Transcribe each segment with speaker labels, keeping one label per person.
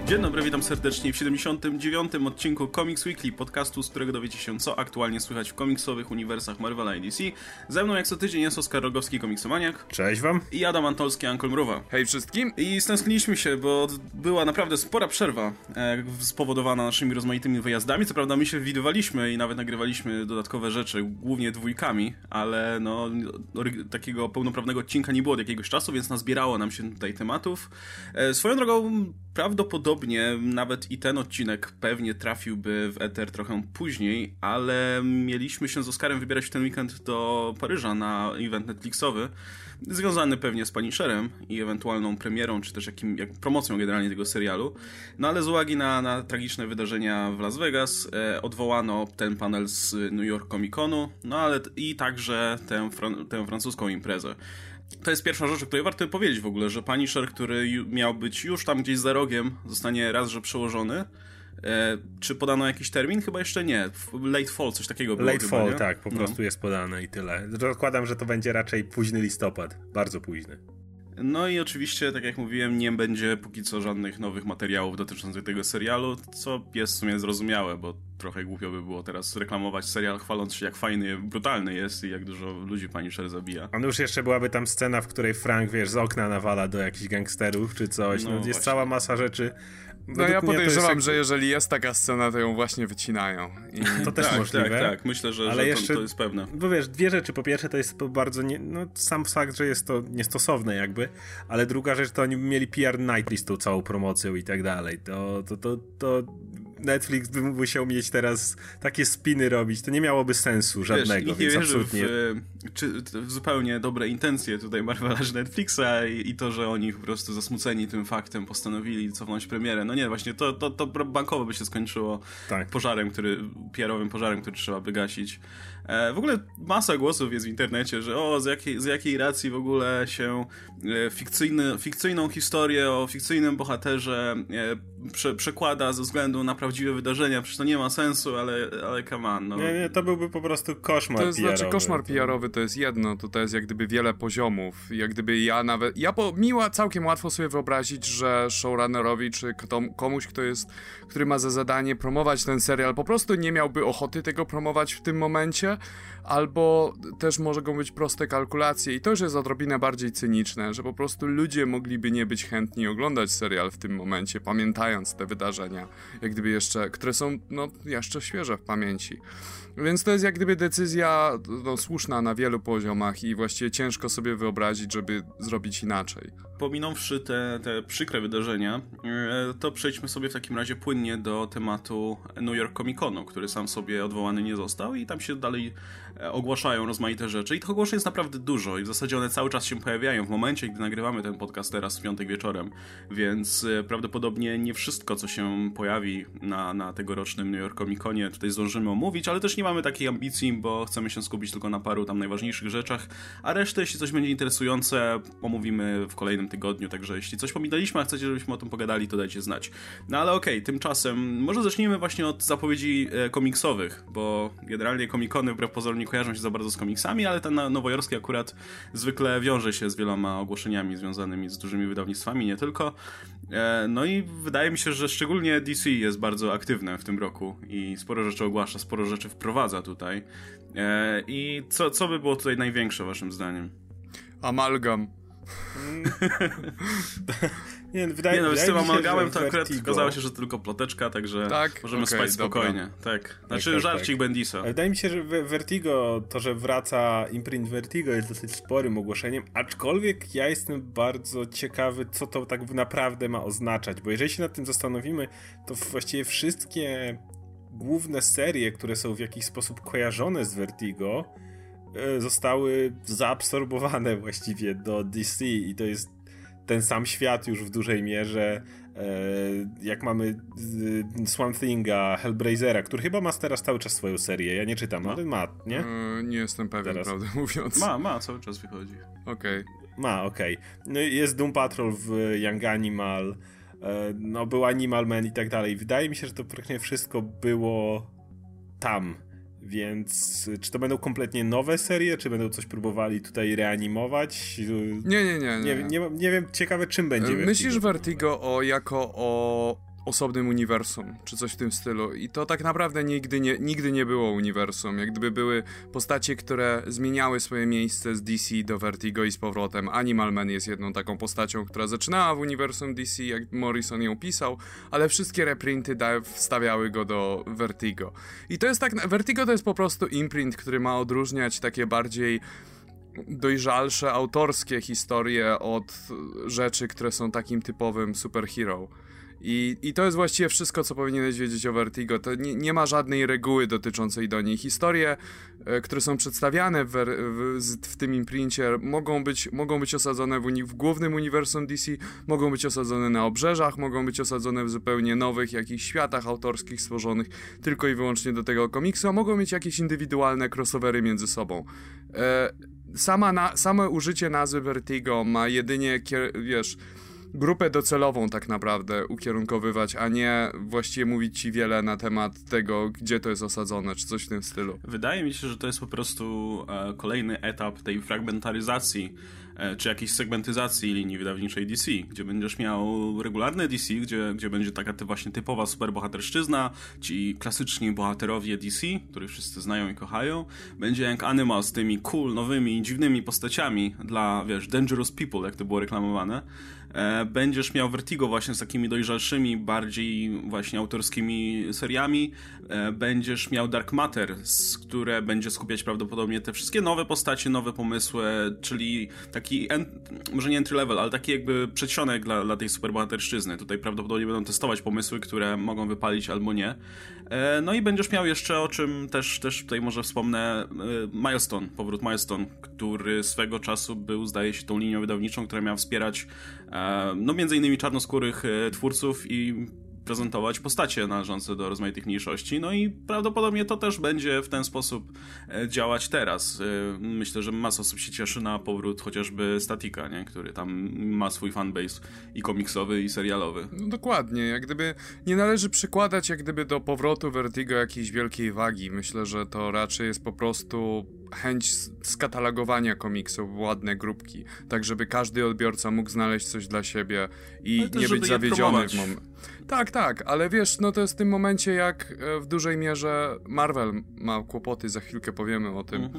Speaker 1: Dzień dobry, witam serdecznie w 79. odcinku Comics Weekly, podcastu, z którego dowiecie się, co aktualnie słychać w komiksowych uniwersach Marvela i DC. Ze mną jak co tydzień jest Oskar Rogowski, komiksomaniak.
Speaker 2: Cześć wam.
Speaker 1: I Adam Antolski, Uncle Mruwa.
Speaker 3: Hej wszystkim.
Speaker 1: I stęskniliśmy się, bo była naprawdę spora przerwa spowodowana naszymi rozmaitymi wyjazdami. Co prawda my się widywaliśmy i nawet nagrywaliśmy dodatkowe rzeczy, głównie dwójkami, ale no takiego pełnoprawnego odcinka nie było od jakiegoś czasu, więc nazbierało nam się tutaj tematów. Swoją drogą prawdopodobnie nawet i ten odcinek pewnie trafiłby w eter trochę później, ale mieliśmy się z Oskarem wybierać w ten weekend do Paryża na event Netflixowy, związany pewnie z Punisherem i ewentualną premierą, czy też promocją generalnie tego serialu. No ale z uwagi na tragiczne wydarzenia w Las Vegas odwołano ten panel z New York Comic Conu, no ale i także tę francuską imprezę. To jest pierwsza rzecz, o której warto powiedzieć w ogóle, że Punisher, który miał być już tam gdzieś za rogiem, zostanie raz, że przełożony. Czy podano jakiś termin? Chyba jeszcze nie. Late Fall, coś takiego było.
Speaker 2: Late
Speaker 1: chyba,
Speaker 2: Fall,
Speaker 1: nie?
Speaker 2: tak, po prostu jest podane i tyle. Zakładam, że to będzie raczej późny listopad, bardzo późny.
Speaker 1: No i oczywiście, tak jak mówiłem, nie będzie póki co żadnych nowych materiałów dotyczących tego serialu, co jest w sumie zrozumiałe, bo trochę głupio by było teraz reklamować serial, chwaląc się, jak fajny, brutalny jest i jak dużo ludzi Punisher zabija.
Speaker 2: A już jeszcze byłaby tam scena, w której Frank, wiesz, z okna nawala do jakichś gangsterów czy coś. No jest
Speaker 1: właśnie.
Speaker 2: Cała masa rzeczy.
Speaker 3: No ja podejrzewam, że jeżeli jest taka scena, to ją właśnie wycinają. I...
Speaker 2: To też możliwe.
Speaker 1: Tak. Myślę, że,
Speaker 2: ale
Speaker 1: że
Speaker 2: jeszcze,
Speaker 1: to jest pewne.
Speaker 2: Bo wiesz, dwie rzeczy. Po pierwsze, to jest bardzo sam fakt, że jest to niestosowne jakby, ale druga rzecz, to oni mieli PR Nightly z tą całą promocją i tak dalej. To Netflix by musiał mieć teraz takie spiny robić. To nie miałoby sensu żadnego.
Speaker 1: Wiesz,
Speaker 2: więc
Speaker 1: nie
Speaker 2: absolutnie...
Speaker 1: w zupełnie dobre intencje tutaj Marvela czy Netflixa i to, że oni po prostu zasmuceni tym faktem postanowili cofnąć premierę. No nie, właśnie to bankowo by się skończyło
Speaker 2: tak.
Speaker 1: PR-owym pożarem, który trzeba by gasić. W ogóle masa głosów jest w internecie, że z jakiej racji w ogóle się fikcyjną historię o fikcyjnym bohaterze przekłada ze względu na prawdziwe wydarzenia. Przecież to nie ma sensu, ale come on. No.
Speaker 2: Nie, to byłby po prostu koszmar
Speaker 3: PR-owy. To znaczy koszmar
Speaker 2: PR-owy.
Speaker 3: PR-owy to jest jedno, to jest jak gdyby wiele poziomów. Jak gdyby całkiem łatwo sobie wyobrazić, że showrunnerowi czy komuś, który ma za zadanie promować ten serial, po prostu nie miałby ochoty tego promować w tym momencie, albo też mogą być proste kalkulacje i to już jest odrobinę bardziej cyniczne, że po prostu ludzie mogliby nie być chętni oglądać serial w tym momencie, pamiętając te wydarzenia, jak gdyby jeszcze, które są jeszcze świeże w pamięci. Więc to jest jak gdyby decyzja słuszna na wielu poziomach i właściwie ciężko sobie wyobrazić, żeby zrobić inaczej.
Speaker 1: Pominąwszy te przykre wydarzenia, to przejdźmy sobie w takim razie płynnie do tematu New York Comic Conu, który sam sobie odwołany nie został i tam się dalej ogłaszają rozmaite rzeczy i tych ogłoszeń jest naprawdę dużo i w zasadzie one cały czas się pojawiają w momencie, gdy nagrywamy ten podcast teraz w piątek wieczorem, więc prawdopodobnie nie wszystko, co się pojawi na tegorocznym New York Comic Conie tutaj zdążymy omówić, ale też nie mamy takiej ambicji, bo chcemy się skupić tylko na paru tam najważniejszych rzeczach, a resztę, jeśli coś będzie interesujące, omówimy w kolejnym tygodniu, także jeśli coś pominęliśmy, a chcecie, żebyśmy o tym pogadali, to dajcie znać. No ale okej, tymczasem może zacznijmy właśnie od zapowiedzi komiksowych, bo generalnie Comic-Cony wbrew pozorom nie kojarzą się za bardzo z komiksami, ale ten nowojorski akurat zwykle wiąże się z wieloma ogłoszeniami związanymi z dużymi wydawnictwami, nie tylko. No i wydaje mi się, że szczególnie DC jest bardzo aktywne w tym roku i sporo rzeczy ogłasza, sporo rzeczy wprowadza tutaj. I co by było tutaj największe waszym zdaniem?
Speaker 3: Amalgam.
Speaker 1: Wydaje mi się, z tym amalgamem to akurat okazało się, że to tylko ploteczka, także możemy spać spokojnie. Tak. Znaczy żarcik Bendisa.
Speaker 2: Wydaje mi się, że Vertigo, to, że wraca imprint Vertigo jest dosyć sporym ogłoszeniem, aczkolwiek ja jestem bardzo ciekawy, co to tak naprawdę ma oznaczać, bo jeżeli się nad tym zastanowimy, to właściwie wszystkie główne serie, które są w jakiś sposób kojarzone z Vertigo, zostały zaabsorbowane właściwie do DC i to jest ten sam świat już w dużej mierze, jak mamy Swamp Thinga, Hellbrazera, który chyba ma teraz cały czas swoją serię, ja nie czytam, ale ma, nie?
Speaker 3: Nie jestem pewien, teraz. Prawdę mówiąc.
Speaker 1: Ma, cały czas wychodzi.
Speaker 3: Okej.
Speaker 2: Okej. No i jest Doom Patrol w Young Animal, był Animal Man i tak dalej. Wydaje mi się, że to praktycznie wszystko było tam. Więc czy to będą kompletnie nowe serie, czy będą coś próbowali tutaj reanimować?
Speaker 3: Nie.
Speaker 2: Nie wiem, ciekawe czym będzie
Speaker 3: Myślisz Vertigo jako o osobnym uniwersum, czy coś w tym stylu. I to tak naprawdę nigdy nie było uniwersum. Jak gdyby były postacie, które zmieniały swoje miejsce z DC do Vertigo i z powrotem. Animal Man jest jedną taką postacią, która zaczynała w uniwersum DC, jak Morrison ją pisał, ale wszystkie reprinty wstawiały go do Vertigo. I to jest tak, Vertigo to jest po prostu imprint, który ma odróżniać takie bardziej dojrzalsze, autorskie historie od rzeczy, które są takim typowym superhero. I to jest właściwie wszystko, co powinieneś wiedzieć o Vertigo. To nie ma żadnej reguły dotyczącej do niej. Historie, które są przedstawiane w tym imprincie, mogą być osadzone w głównym uniwersum DC, mogą być osadzone na obrzeżach, mogą być osadzone w zupełnie nowych jakichś światach autorskich stworzonych tylko i wyłącznie do tego komiksu, a mogą mieć jakieś indywidualne crossovery między sobą. Same użycie nazwy Vertigo ma jedynie, grupę docelową tak naprawdę ukierunkowywać, a nie właściwie mówić ci wiele na temat tego, gdzie to jest osadzone, czy coś w tym stylu.
Speaker 1: Wydaje mi się, że to jest po prostu kolejny etap tej fragmentaryzacji, czy jakiejś segmentyzacji linii wydawniczej DC, gdzie będziesz miał regularne DC, gdzie będzie taka właśnie typowa superbohaterszczyzna, ci klasyczni bohaterowie DC, których wszyscy znają i kochają. Będzie jak Animal z tymi cool, nowymi, dziwnymi postaciami dla, dangerous people, jak to było reklamowane. Będziesz miał Vertigo właśnie z takimi dojrzalszymi, bardziej właśnie autorskimi seriami. Będziesz miał Dark Matter, które będzie skupiać prawdopodobnie te wszystkie nowe postacie, nowe pomysły, czyli taki, może nie entry level, ale taki jakby przedsionek dla tej superbohaterszczyzny. Tutaj prawdopodobnie będą testować pomysły, które mogą wypalić albo nie. No i będziesz miał jeszcze, o czym też tutaj może wspomnę, powrót Milestone, który swego czasu był, zdaje się, tą linią wydawniczą, która miała wspierać między innymi czarnoskórych twórców i prezentować postacie należące do rozmaitych mniejszości, no i prawdopodobnie to też będzie w ten sposób działać teraz. Myślę, że masa osób się cieszy na powrót chociażby Statika, nie? Który tam ma swój fanbase i komiksowy, i serialowy.
Speaker 3: No dokładnie, jak gdyby nie należy przykładać jak gdyby do powrotu Vertigo jakiejś wielkiej wagi. Myślę, że to raczej jest po prostu chęć skatalogowania komiksów w ładne grupki, tak żeby każdy odbiorca mógł znaleźć coś dla siebie i nie być zawiedziony w momencie. Tak, ale to jest w tym momencie, jak w dużej mierze Marvel ma kłopoty, za chwilkę powiemy o tym,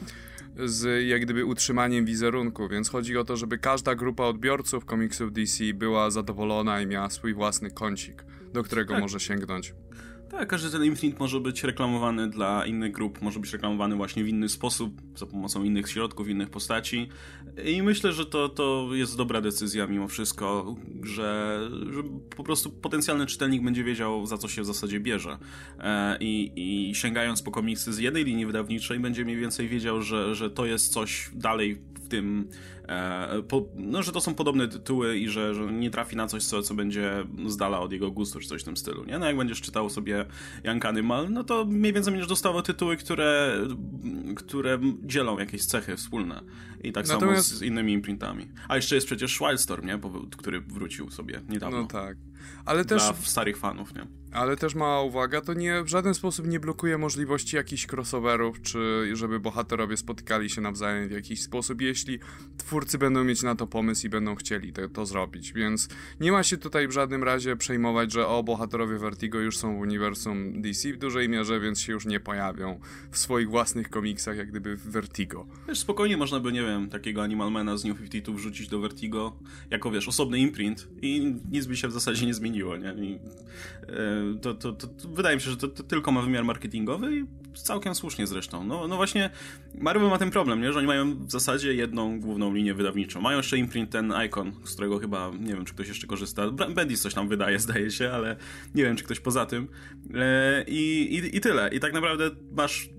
Speaker 3: z jak gdyby utrzymaniem wizerunku, więc chodzi o to, żeby każda grupa odbiorców komiksów DC była zadowolona i miała swój własny kącik, do którego może sięgnąć.
Speaker 1: Tak, każdy ten Infinite może być reklamowany dla innych grup, może być reklamowany właśnie w inny sposób, za pomocą innych środków, innych postaci i myślę, że to jest dobra decyzja mimo wszystko, że po prostu potencjalny czytelnik będzie wiedział, za co się w zasadzie bierze i sięgając po komiksy z jednej linii wydawniczej będzie mniej więcej wiedział, że to jest coś dalej w tym, że to są podobne tytuły i że nie trafi na coś, co będzie z dala od jego gustu, czy coś w tym stylu, nie? No jak będziesz czytał sobie Young Animal, no to mniej więcej będziesz dostawał tytuły, które dzielą jakieś cechy wspólne. I tak samo z innymi imprintami. A jeszcze jest przecież Wildstorm, nie? który wrócił sobie niedawno.
Speaker 3: No tak. Ale też
Speaker 1: dla starych fanów, nie?
Speaker 3: Ale też mała uwaga, to w żaden sposób nie blokuje możliwości jakichś crossoverów, czy żeby bohaterowie spotykali się nawzajem w jakiś sposób, jeśli twórcy będą mieć na to pomysł i będą chcieli to zrobić, więc nie ma się tutaj w żadnym razie przejmować, że bohaterowie Vertigo już są w uniwersum DC w dużej mierze, więc się już nie pojawią w swoich własnych komiksach, jak gdyby w Vertigo.
Speaker 1: Spokojnie można by, takiego Animalmana z New 52 wrzucić do Vertigo, jako osobny imprint i nic by się w zasadzie nie zmieniło, nie? To wydaje mi się, że to tylko ma wymiar marketingowy i całkiem słusznie zresztą. No właśnie Marvel ma ten problem, nie? Że oni mają w zasadzie jedną główną linię wydawniczą. Mają jeszcze imprint ten Icon, z którego chyba, nie wiem, czy ktoś jeszcze korzysta. Bendis coś tam wydaje, zdaje się, ale nie wiem, czy ktoś poza tym. I tyle. I tak naprawdę masz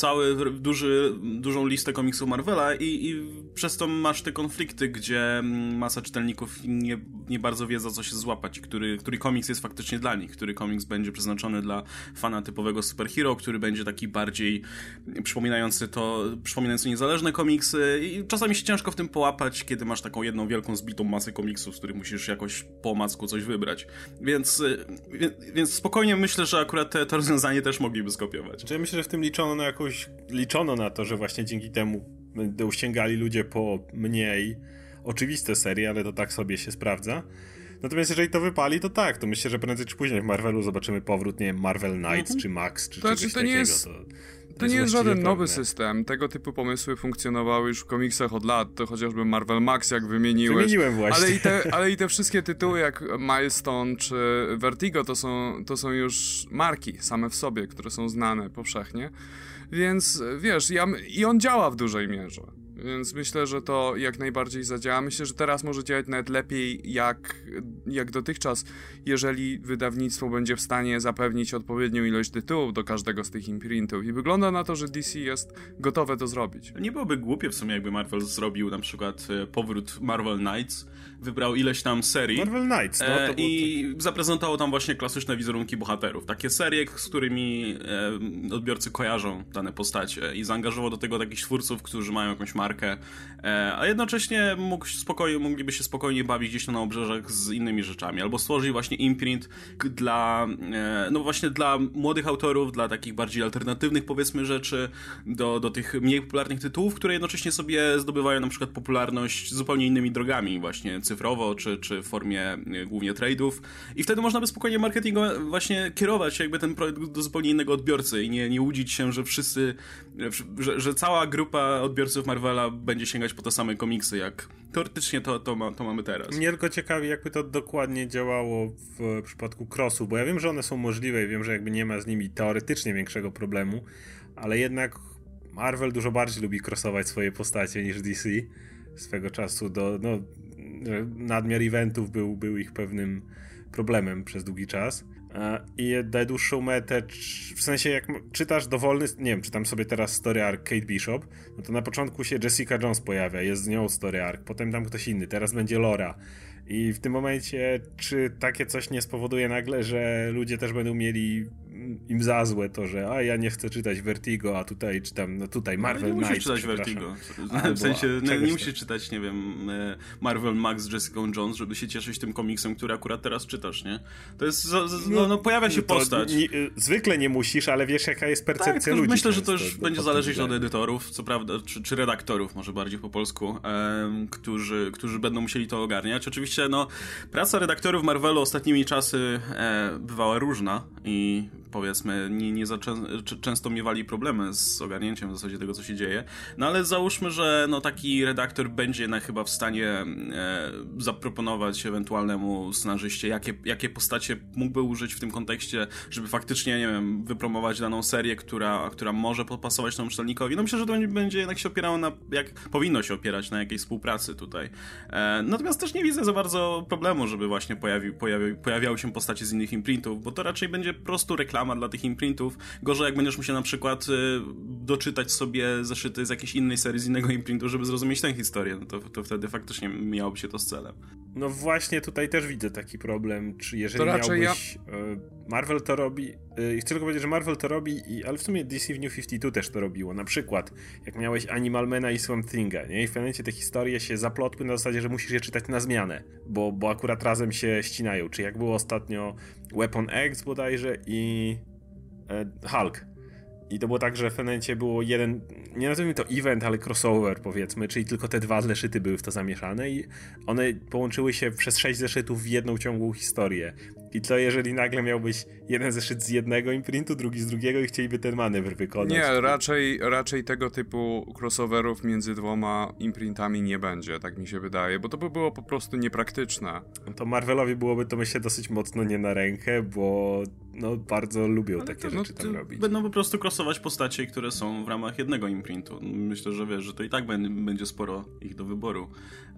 Speaker 1: dużą listę komiksów Marvela i przez to masz te konflikty, gdzie masa czytelników nie bardzo wie, za co się złapać, który komiks jest faktycznie dla nich, który komiks będzie przeznaczony dla fana typowego superhero, który będzie taki bardziej przypominający niezależne komiksy i czasami się ciężko w tym połapać, kiedy masz taką jedną wielką zbitą masę komiksów, z których musisz jakoś po omacku coś wybrać. Więc spokojnie myślę, że akurat to rozwiązanie też mogliby skopiować.
Speaker 2: Ja myślę, że w tym liczono na to, że właśnie dzięki temu będą sięgali ludzie po mniej oczywiste serie, ale to tak sobie się sprawdza. Natomiast jeżeli to wypali, to tak, to myślę, że prędzej czy później w Marvelu zobaczymy powrót, nie wiem, Marvel Knights, czy Max, czy czegoś takiego.
Speaker 3: To nie jest żaden nowy system. Tego typu pomysły funkcjonowały już w komiksach od lat. To chociażby Marvel Max, jak wymieniłeś.
Speaker 2: Wymieniłem właśnie.
Speaker 3: Ale i te wszystkie tytuły, jak Milestone czy Vertigo, to są już marki same w sobie, które są znane powszechnie. Więc wiesz, i on działa w dużej mierze. Więc myślę, że to jak najbardziej zadziała. Myślę, że teraz może działać nawet lepiej jak dotychczas, jeżeli wydawnictwo będzie w stanie zapewnić odpowiednią ilość tytułów do każdego z tych imprintów. I wygląda na to, że DC jest gotowe to zrobić.
Speaker 1: Nie byłoby głupie w sumie, jakby Marvel zrobił na przykład powrót Marvel Knights, wybrał ileś tam serii
Speaker 2: Marvel Knights, no, to
Speaker 1: i zaprezentował tam właśnie klasyczne wizerunki bohaterów. Takie serie, z którymi odbiorcy kojarzą dane postacie i zaangażował do tego takich twórców, którzy mają jakąś markę, a jednocześnie mogliby się spokojnie bawić gdzieś tam na obrzeżach z innymi rzeczami, albo stworzyć właśnie imprint dla dla młodych autorów, dla takich bardziej alternatywnych, powiedzmy, rzeczy, do tych mniej popularnych tytułów, które jednocześnie sobie zdobywają na przykład popularność zupełnie innymi drogami, właśnie cyfrowo, czy w formie głównie trade'ów, i wtedy można by spokojnie marketingowo właśnie kierować jakby ten projekt do zupełnie innego odbiorcy i nie łudzić się, że że cała grupa odbiorców Marvela będzie sięgać po te same komiksy, jak teoretycznie to mamy teraz.
Speaker 2: Mnie tylko ciekawi, jakby to dokładnie działało w przypadku crossów, bo ja wiem, że one są możliwe i wiem, że jakby nie ma z nimi teoretycznie większego problemu, ale jednak Marvel dużo bardziej lubi crossować swoje postacie niż DC swego czasu. Nadmiar eventów był ich pewnym problemem przez długi czas. I na dłuższą metę, w sensie jak czytasz dowolny, nie wiem, czytam sobie teraz story arc Kate Bishop, no to na początku się Jessica Jones pojawia, jest z nią story arc, potem tam ktoś inny, teraz będzie Laura. I w tym momencie, czy takie coś nie spowoduje nagle, że ludzie też będą mieli im za złe to, że ja nie chcę czytać Vertigo, a tutaj czytam, Marvel Knights.
Speaker 1: Nie musisz czytać Vertigo. W sensie, nie musisz czytać, nie wiem, Marvel Max z Jessica Jones, żeby się cieszyć tym komiksem, który akurat teraz czytasz, nie? To jest, pojawia się postać.
Speaker 2: Zwykle nie musisz, ale wiesz, jaka jest percepcja ludzi.
Speaker 1: Myślę, że to już będzie zależeć od edytorów, co prawda, czy redaktorów, może bardziej po polsku, którzy będą musieli to ogarniać. Oczywiście, praca redaktorów Marvelu ostatnimi czasy bywała różna i powiedzmy często miewali problemy z ogarnięciem w zasadzie tego, co się dzieje. No ale załóżmy, że taki redaktor będzie jednak chyba w stanie zaproponować ewentualnemu scenarzyście, jakie postacie mógłby użyć w tym kontekście, żeby faktycznie, nie wiem, wypromować daną serię, która może podpasować temu czytelnikowi. Myślę, że to będzie jednak się opierało jak powinno się opierać na jakiejś współpracy tutaj. Natomiast też nie widzę za bardzo problemu, żeby właśnie pojawiały się postacie z innych imprintów, bo to raczej będzie po prostu reklama dla tych imprintów. Gorzej jak będziesz musiał na przykład doczytać sobie zeszyty z jakiejś innej serii, z innego imprintu, żeby zrozumieć tę historię, to wtedy faktycznie miałoby się to z celem.
Speaker 2: No właśnie, tutaj też widzę taki problem, czy jeżeli miałbyś... Marvel to robi... Chcę tylko powiedzieć, że Marvel to robi, ale w sumie DC w New 52 też to robiło. Na przykład, jak miałeś Animalmana i Swamp Thinga, nie? I w pewnym momencie te historie się zaplotły na zasadzie, że musisz je czytać na zmianę, bo akurat razem się ścinają. Czy jak było ostatnio Weapon X bodajże i Hulk. I to było tak, że w pewnym momencie było jeden, nie nazwijmy to event, ale crossover, powiedzmy, czyli tylko te dwa zeszyty były w to zamieszane i one połączyły się przez 6 zeszytów w jedną ciągłą historię. I co jeżeli nagle miałbyś jeden zeszyt z jednego imprintu, drugi z drugiego i chcieliby ten manewr wykonać?
Speaker 3: Nie, raczej tego typu crossoverów między dwoma imprintami nie będzie, tak mi się wydaje, bo to by było po prostu niepraktyczne.
Speaker 2: To Marvelowi byłoby to, myślę, dosyć mocno nie na rękę, bo bardzo lubią takie rzeczy tam robić.
Speaker 1: Będą po prostu crossować postacie, które są w ramach jednego imprintu. Myślę, że wiesz, że to i tak będzie sporo ich do wyboru.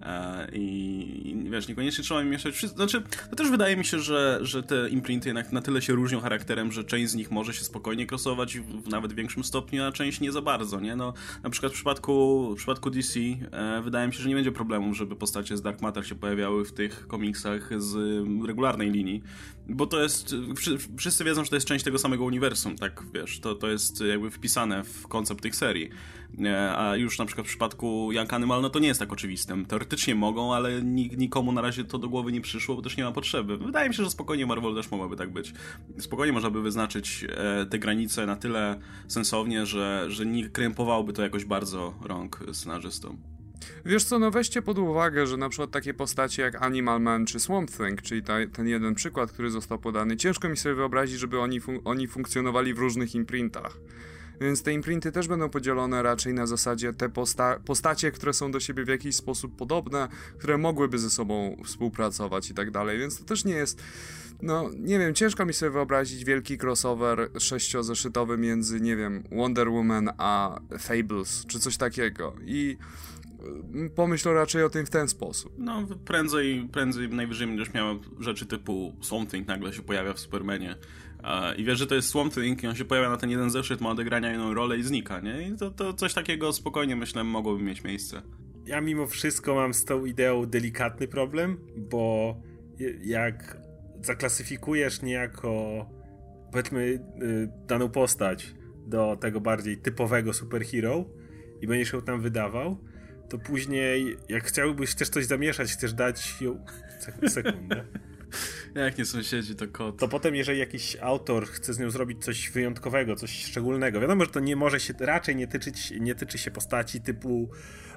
Speaker 1: I wiesz, niekoniecznie trzeba im mieszać wszystko. Znaczy, to też wydaje mi się, że te imprinty jednak na tyle się różnią charakterem, że część z nich może się spokojnie crossować w nawet większym stopniu, a część nie za bardzo, nie? Na przykład w przypadku DC wydaje mi się, że nie będzie problemu, żeby postacie z Dark Matter się pojawiały w tych komiksach z regularnej linii, bo to jest... Wszyscy wiedzą, że to jest część tego samego uniwersum, tak, wiesz, to jest jakby wpisane w koncept tych serii. A już na przykład w przypadku Young Animal, to nie jest tak oczywiste. Teoretycznie mogą, ale nikomu na razie to do głowy nie przyszło, bo też nie ma potrzeby. Wydaje mi się, że spokojnie Marvel też mogłoby tak być. Spokojnie można by wyznaczyć te granice na tyle sensownie, że nie krępowałoby to jakoś bardzo rąk scenarzystom.
Speaker 3: Wiesz co, no weźcie pod uwagę, że na przykład takie postacie jak Animal Man czy Swamp Thing, czyli ten jeden przykład, który został podany, ciężko mi sobie wyobrazić, żeby oni funkcjonowali w różnych imprintach. Więc te imprinty też będą podzielone raczej na zasadzie te postacie, które są do siebie w jakiś sposób podobne, które mogłyby ze sobą współpracować i tak dalej, więc to też nie jest, no nie wiem, ciężko mi sobie wyobrazić wielki crossover 6-zeszytowy między, nie wiem, Wonder Woman a Fables, czy coś takiego i pomyśl raczej o tym w ten sposób.
Speaker 1: No, prędzej najwyżej będziesz miał rzeczy typu Swamp Thing nagle się pojawia w Supermanie. I wiesz, że to jest Swamp Thing i on się pojawia na ten jeden zeszyt, ma odegrania jedną rolę i znika, nie? I to coś takiego spokojnie, myślę, mogłoby mieć miejsce.
Speaker 2: Ja mimo wszystko mam z tą ideą delikatny problem, bo jak zaklasyfikujesz niejako, powiedzmy, daną postać do tego bardziej typowego superhero i będziesz ją tam wydawał, to później, jak chciałbyś też coś zamieszać, chcesz dać ją... Sekundę.
Speaker 1: Jak nie sąsiedzi, to kot.
Speaker 2: To potem, jeżeli jakiś autor chce z nią zrobić coś wyjątkowego, coś szczególnego, wiadomo, że to nie może się, raczej nie tyczy się postaci typu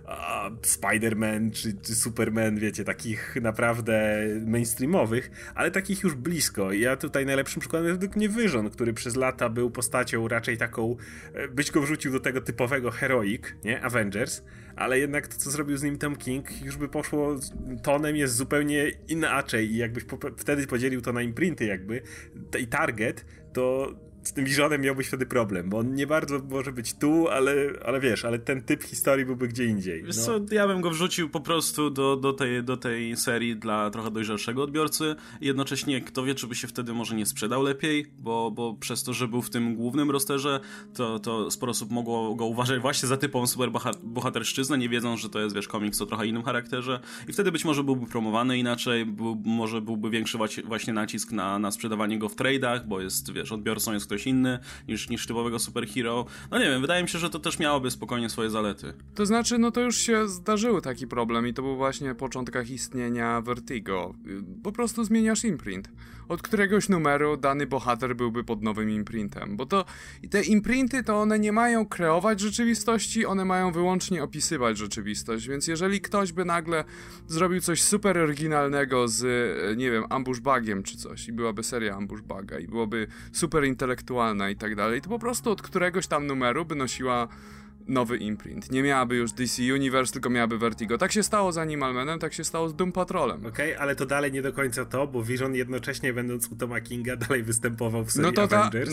Speaker 2: Spider-Man czy Superman, wiecie, takich naprawdę mainstreamowych, ale takich już blisko. Ja tutaj najlepszym przykładem jest według mnie Vision, który przez lata był postacią raczej taką, byś go wrzucił do tego typowego Heroic, nie? Avengers, ale jednak to, co zrobił z nim Tom King, już by poszło tonem, jest zupełnie inaczej i jakbyś wtedy podzielił to na imprinty jakby i target, to z tym Visionem miałbyś wtedy problem, bo on nie bardzo może być tu, ale wiesz, ale ten typ historii byłby gdzie indziej.
Speaker 1: Wiesz co, ja bym go wrzucił po prostu do tej serii dla trochę dojrzalszego odbiorcy i jednocześnie kto wie, czy by się wtedy może nie sprzedał lepiej, bo przez to, że był w tym głównym rosterze, to sporo osób mogło go uważać właśnie za typową superbohaterszczyznę, nie wiedząc, że to jest, wiesz, komiks o trochę innym charakterze i wtedy być może byłby promowany inaczej, może byłby większy właśnie nacisk na sprzedawanie go w trade'ach, bo jest, wiesz, odbiorcą jest ktoś inny niż typowego superhero. No nie wiem, wydaje mi się, że to też miałoby spokojnie swoje zalety.
Speaker 3: To znaczy, no to już się zdarzył taki problem i to był właśnie w początkach istnienia Vertigo. Po prostu zmieniasz imprint. Od któregoś numeru dany bohater byłby pod nowym imprintem, bo to te imprinty to one nie mają kreować rzeczywistości, one mają wyłącznie opisywać rzeczywistość, więc jeżeli ktoś by nagle zrobił coś super oryginalnego z, nie wiem, Ambushbugiem czy coś i byłaby seria Ambushbuga i byłoby super intelektualna i tak dalej, to po prostu od któregoś tam numeru by nosiła nowy imprint. Nie miałaby już DC Universe, tylko miałaby Vertigo. Tak się stało z Animal Manem, tak się stało z Doom Patrolem.
Speaker 2: Okej, ale to dalej nie do końca to, bo Vision jednocześnie będąc u Toma Kinga dalej występował w serii Avengers.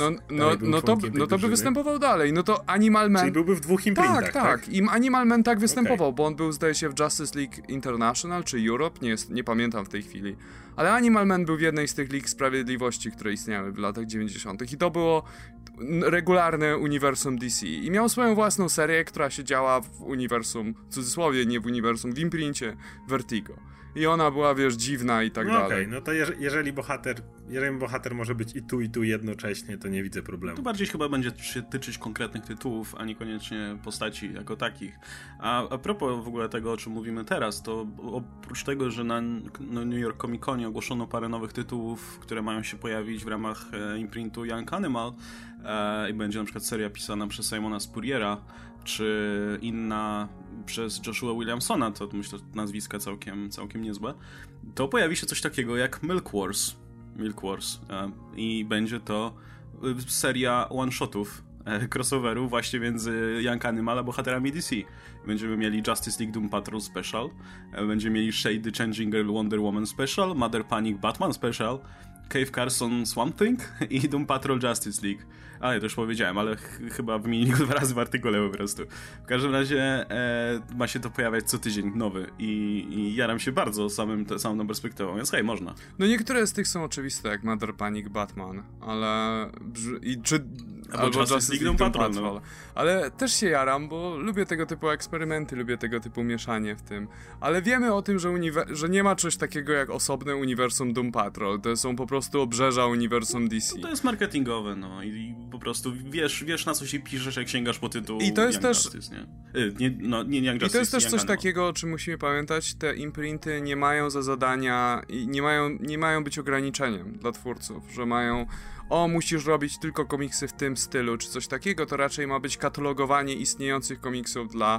Speaker 3: No to by występował dalej. No to Animal Man...
Speaker 2: Czyli byłby w dwóch imprintach,
Speaker 3: tak? I Animal Man tak występował, bo on był, zdaje się, w Justice League International, czy Europe, nie pamiętam w tej chwili. Ale Animal Man był w jednej z tych lig sprawiedliwości, które istniały w latach 90. I to było regularne uniwersum DC. I miał swoją własną serię, która się działa w uniwersum, w cudzysłowie, nie w uniwersum, w imprincie Vertigo. I ona była, wiesz, dziwna i tak dalej.
Speaker 2: Okej, no to jeżeli bohater może być i tu jednocześnie, to nie widzę problemu.
Speaker 1: To bardziej chyba będzie się tyczyć konkretnych tytułów, a niekoniecznie postaci jako takich. A propos w ogóle tego, o czym mówimy teraz, to oprócz tego, że na New York Comic Conie ogłoszono parę nowych tytułów, które mają się pojawić w ramach imprintu Young Animal i będzie na przykład seria pisana przez Simona Spurriera, czy inna przez Joshua Williamsona, to myślę, nazwiska całkiem niezłe, to pojawi się coś takiego jak Milk Wars i będzie to seria one-shotów, crossoverów właśnie między Young Animal a bohaterami DC. Będziemy mieli Justice League Doom Patrol Special, będziemy mieli Shade the Changing Girl Wonder Woman Special, Mother Panic Batman Special, Cave Carson Swamp Thing i Doom Patrol Justice League. Ale to już powiedziałem, ale chyba wymienili go 2 razy w artykule po prostu. W każdym razie ma się to pojawiać co tydzień nowy i jaram się bardzo samą tą perspektywą, więc hej, można.
Speaker 3: No niektóre z tych są oczywiste, jak Mother Panic Batman, ale...
Speaker 1: Albo Justice League Doom Patrol. No.
Speaker 3: Ale też się jaram, bo lubię tego typu eksperymenty, lubię tego typu mieszanie w tym. Ale wiemy o tym, że nie ma czegoś takiego jak osobne uniwersum Doom Patrol. To są po prostu obrzeża uniwersum DC.
Speaker 1: No to jest marketingowe, no i po prostu wiesz na co się piszesz, jak sięgasz po tytuł
Speaker 3: I to jest
Speaker 1: Young
Speaker 3: też...
Speaker 1: Justice, nie? Nie Young Justice,
Speaker 3: I to jest też coś
Speaker 1: Animal.
Speaker 3: takiego, o czym musimy pamiętać. Te imprinty nie mają za zadania i nie mają być ograniczeniem dla twórców, że mają musisz robić tylko komiksy w tym stylu, czy coś takiego, to raczej ma być katalogowanie istniejących komiksów dla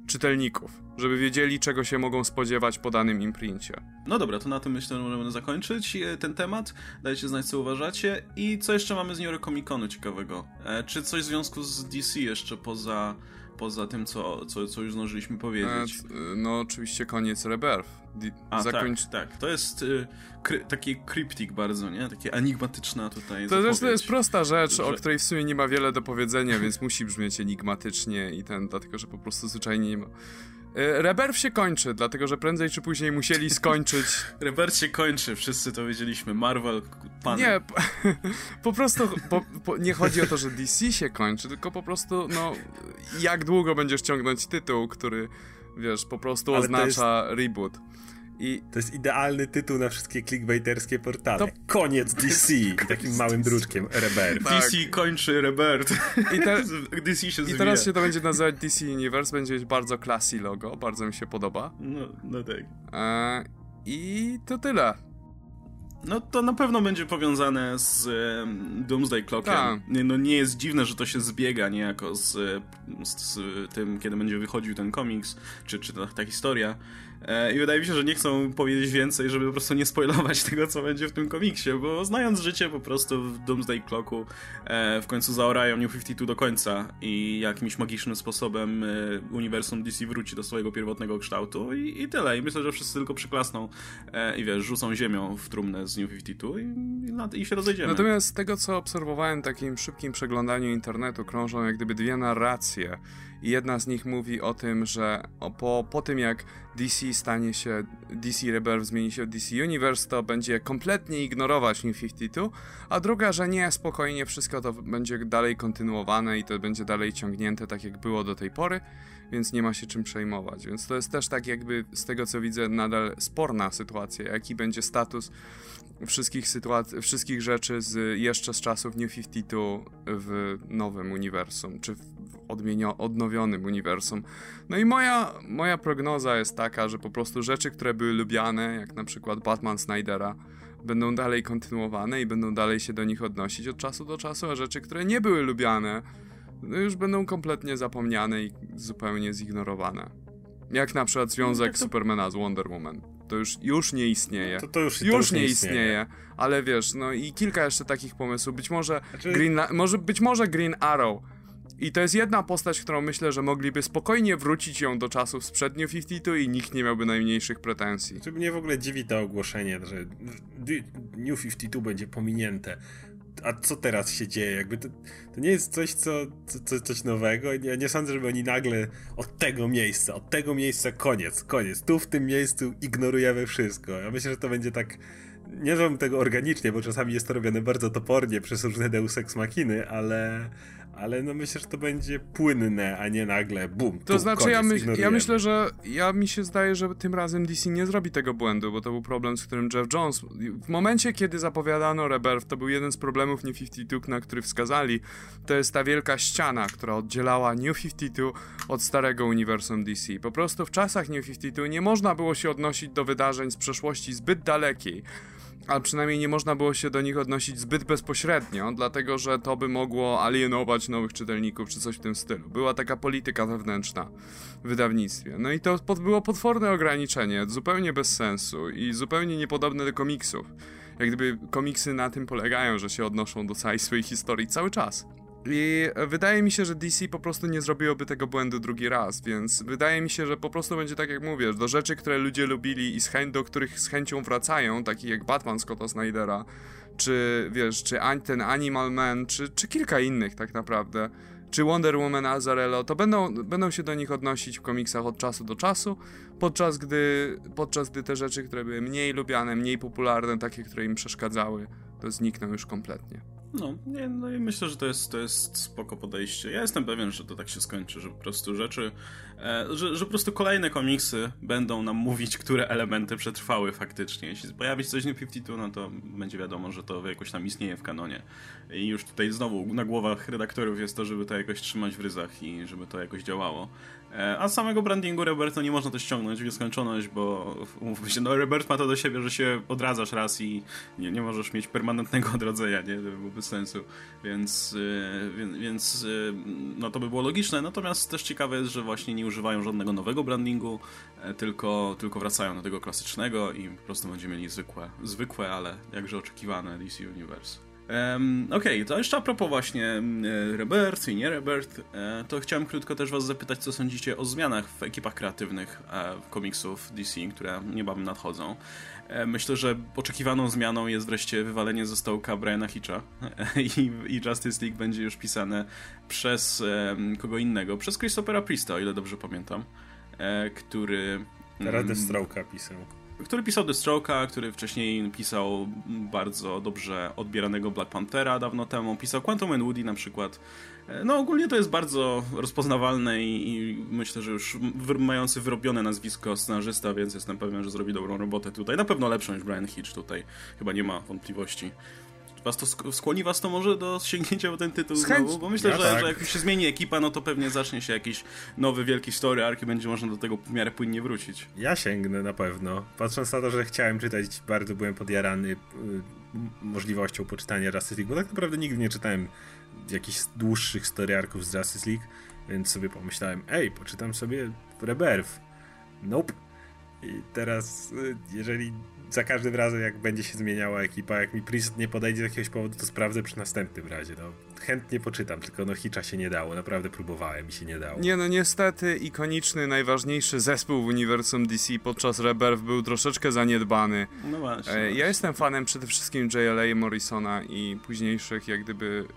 Speaker 3: czytelników, żeby wiedzieli, czego się mogą spodziewać po danym imprincie.
Speaker 1: No dobra, to na tym myślę, że możemy zakończyć ten temat. Dajcie znać, co uważacie. I co jeszcze mamy z New York Comic Conu ciekawego? Czy coś w związku z DC jeszcze poza tym, co już zdążyliśmy powiedzieć?
Speaker 3: No oczywiście koniec Rebirth.
Speaker 1: Tak. To jest taki kryptik bardzo, nie? Takie enigmatyczna tutaj
Speaker 3: To
Speaker 1: zapowiedź.
Speaker 3: to jest prosta rzecz, o której w sumie nie ma wiele do powiedzenia, więc musi brzmieć enigmatycznie dlatego, że po prostu zwyczajnie nie ma. Rebirth się kończy, dlatego że prędzej czy później musieli skończyć.
Speaker 1: Rebirth się kończy, wszyscy to wiedzieliśmy. Marvel, pan.
Speaker 3: Nie, po prostu nie chodzi o to, że DC się kończy, tylko po prostu, jak długo będziesz ciągnąć tytuł, który, wiesz, po prostu oznacza reboot.
Speaker 2: To jest idealny tytuł na wszystkie clickbaiterskie portale. Koniec DC! I takim małym druczkiem Rebirth.
Speaker 1: Tak. DC kończy Rebirth. DC się zwija.
Speaker 3: I teraz się to będzie nazywać DC Universe, będzie mieć bardzo classy logo, bardzo mi się podoba.
Speaker 1: No tak.
Speaker 3: I to tyle.
Speaker 1: No to na pewno będzie powiązane z Doomsday Clockiem.
Speaker 3: Tak.
Speaker 1: Nie jest dziwne, że to się zbiega niejako z tym, kiedy będzie wychodził ten komiks, czy ta historia. I wydaje mi się, że nie chcą powiedzieć więcej, żeby po prostu nie spoilować tego, co będzie w tym komiksie, bo znając życie po prostu w Doomsday Clocku w końcu zaorają New 52 do końca i jakimś magicznym sposobem uniwersum DC wróci do swojego pierwotnego kształtu i tyle. I myślę, że wszyscy tylko przyklasną i wiesz, rzucą ziemią w trumnę z New 52 i się rozejdziemy.
Speaker 3: Natomiast z tego, co obserwowałem w takim szybkim przeglądaniu internetu, krążą jak gdyby dwie narracje. I jedna z nich mówi o tym, że po tym jak DC Rebirth zmieni się w DC Universe, to będzie kompletnie ignorować New 52, a druga, że nie, spokojnie, wszystko to będzie dalej kontynuowane i to będzie dalej ciągnięte tak jak było do tej pory, więc nie ma się czym przejmować. Więc to jest też tak jakby z tego, co widzę, nadal sporna sytuacja, jaki będzie status wszystkich rzeczy jeszcze z czasów New 52 w nowym uniwersum, czy w odnowionym uniwersum. No i moja prognoza jest taka, że po prostu rzeczy, które były lubiane, jak na przykład Batman Snydera, będą dalej kontynuowane i będą dalej się do nich odnosić od czasu do czasu, a rzeczy, które nie były lubiane, już będą kompletnie zapomniane i zupełnie zignorowane. Jak na przykład związek Supermana z Wonder Woman. To już nie istnieje.
Speaker 2: To już
Speaker 3: nie istnieje. Ale wiesz, i kilka jeszcze takich pomysłów. Być może Green Arrow. I to jest jedna postać, którą myślę, że mogliby spokojnie wrócić ją do czasów sprzed New 52 i nikt nie miałby najmniejszych pretensji.
Speaker 2: Czy mnie w ogóle dziwi to ogłoszenie, że New 52 będzie pominięte. A co teraz się dzieje? Jakby to nie jest coś nowego. Ja nie sądzę, żeby oni nagle od tego miejsca koniec. Tu w tym miejscu ignorujemy wszystko. Ja myślę, że to będzie tak, nie wiem tego organicznie, bo czasami jest to robione bardzo topornie przez różne deus ex machiny, ale myślę, że to będzie płynne, a nie nagle bum.
Speaker 3: To znaczy ja myślę, że mi się zdaje, że tym razem DC nie zrobi tego błędu, bo to był problem, z którym Jeff Jones w momencie, kiedy zapowiadano Rebirth, to był jeden z problemów New 52, na który wskazali. To jest ta wielka ściana, która oddzielała New 52 od starego uniwersum DC. Po prostu w czasach New 52 nie można było się odnosić do wydarzeń z przeszłości zbyt dalekiej, a przynajmniej nie można było się do nich odnosić zbyt bezpośrednio, dlatego że to by mogło alienować nowych czytelników, czy coś w tym stylu. Była taka polityka wewnętrzna w wydawnictwie. No i to było potworne ograniczenie, zupełnie bez sensu i zupełnie niepodobne do komiksów. Jak gdyby komiksy na tym polegają, że się odnoszą do całej swojej historii cały czas. I wydaje mi się, że DC po prostu nie zrobiłoby tego błędu drugi raz, więc wydaje mi się, że po prostu będzie tak jak mówię, do rzeczy, które ludzie lubili i do których z chęcią wracają, takich jak Batman Scotta Snydera, czy wiesz, czy ten Animal Man, czy kilka innych tak naprawdę, czy Wonder Woman Azzarello, to będą się do nich odnosić w komiksach od czasu do czasu, podczas gdy te rzeczy, które były mniej lubiane, mniej popularne, takie, które im przeszkadzały, to znikną już kompletnie.
Speaker 1: No i myślę, że to jest spoko podejście. Ja jestem pewien, że to tak się skończy, że po prostu że po prostu kolejne komiksy będą nam mówić, które elementy przetrwały faktycznie. Jeśli pojawi się coś New 52, no to będzie wiadomo, że to jakoś tam istnieje w kanonie. I już tutaj znowu na głowach redaktorów jest to, żeby to jakoś trzymać w ryzach i żeby to jakoś działało. A samego brandingu Rebirth nie można też ściągnąć w nieskończoność, bo umówmy się, no Rebirth ma to do siebie, że się odradzasz raz i nie możesz mieć permanentnego odrodzenia, nie? To by było bez sensu. Więc no to by było logiczne. Natomiast też ciekawe jest, że właśnie nie używają żadnego nowego brandingu, tylko wracają do tego klasycznego i po prostu będziemy mieli zwykłe, ale jakże oczekiwane DC Universe. Okej, to jeszcze a propos właśnie Rebirth i nie Rebirth, to chciałem krótko też was zapytać, co sądzicie o zmianach w ekipach kreatywnych komiksów DC, które niebawem nadchodzą. Myślę, że oczekiwaną zmianą jest wreszcie wywalenie ze stołka Briana Hitcha i Justice League będzie już pisane przez kogo innego, przez Christophera Priesta, o ile dobrze pamiętam, który...
Speaker 2: Teraz Deathstroke'a pisał.
Speaker 1: Który pisał Deathstroke'a, który wcześniej pisał bardzo dobrze odbieranego Black Panthera dawno temu, pisał Quantum and Woody na przykład. No ogólnie to jest bardzo rozpoznawalne i myślę, że już mający wyrobione nazwisko scenarzysta, więc jestem pewien, że zrobi dobrą robotę tutaj. Na pewno lepszą niż Brian Hitch tutaj, chyba nie ma wątpliwości. Skłoni was to może do sięgnięcia po ten tytuł znowu? Bo myślę, że jak już się zmieni ekipa, no to pewnie zacznie się jakiś nowy, wielki story arc i będzie można do tego w miarę płynnie wrócić.
Speaker 2: Ja sięgnę na pewno. Patrząc na to, że chciałem czytać, bardzo byłem podjarany możliwością poczytania Justice League, bo tak naprawdę nigdy nie czytałem jakichś dłuższych story arców z Justice League, więc sobie pomyślałem, poczytam sobie Rebirth. Nope. I teraz, jeżeli za każdym razem, jak będzie się zmieniała ekipa, jak mi Priest nie podejdzie z jakiegoś powodu, to sprawdzę przy następnym razie. No, chętnie poczytam, tylko Hitcha się nie dało. Naprawdę próbowałem i się nie dało.
Speaker 3: Nie, no niestety ikoniczny, najważniejszy zespół w uniwersum DC podczas Rebirth był troszeczkę zaniedbany.
Speaker 1: No właśnie.
Speaker 3: Ja jestem fanem przede wszystkim JLA Morrisona i późniejszych jak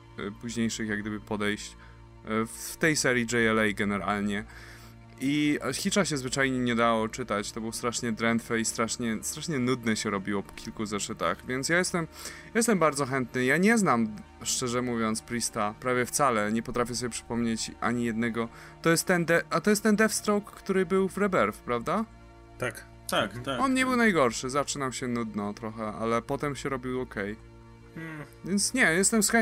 Speaker 3: gdyby podejść w tej serii JLA generalnie. I Hitcha się zwyczajnie nie dało czytać, to był strasznie drętwe i strasznie nudne się robiło po kilku zeszytach, więc ja jestem bardzo chętny. Ja nie znam, szczerze mówiąc, Priesta prawie wcale, nie potrafię sobie przypomnieć ani jednego. To jest ten Deathstroke, który był w Rebirth, prawda?
Speaker 2: Tak.
Speaker 1: Tak.
Speaker 3: On nie był najgorszy, zaczynał się nudno trochę, ale potem się robił okej. Więc nie,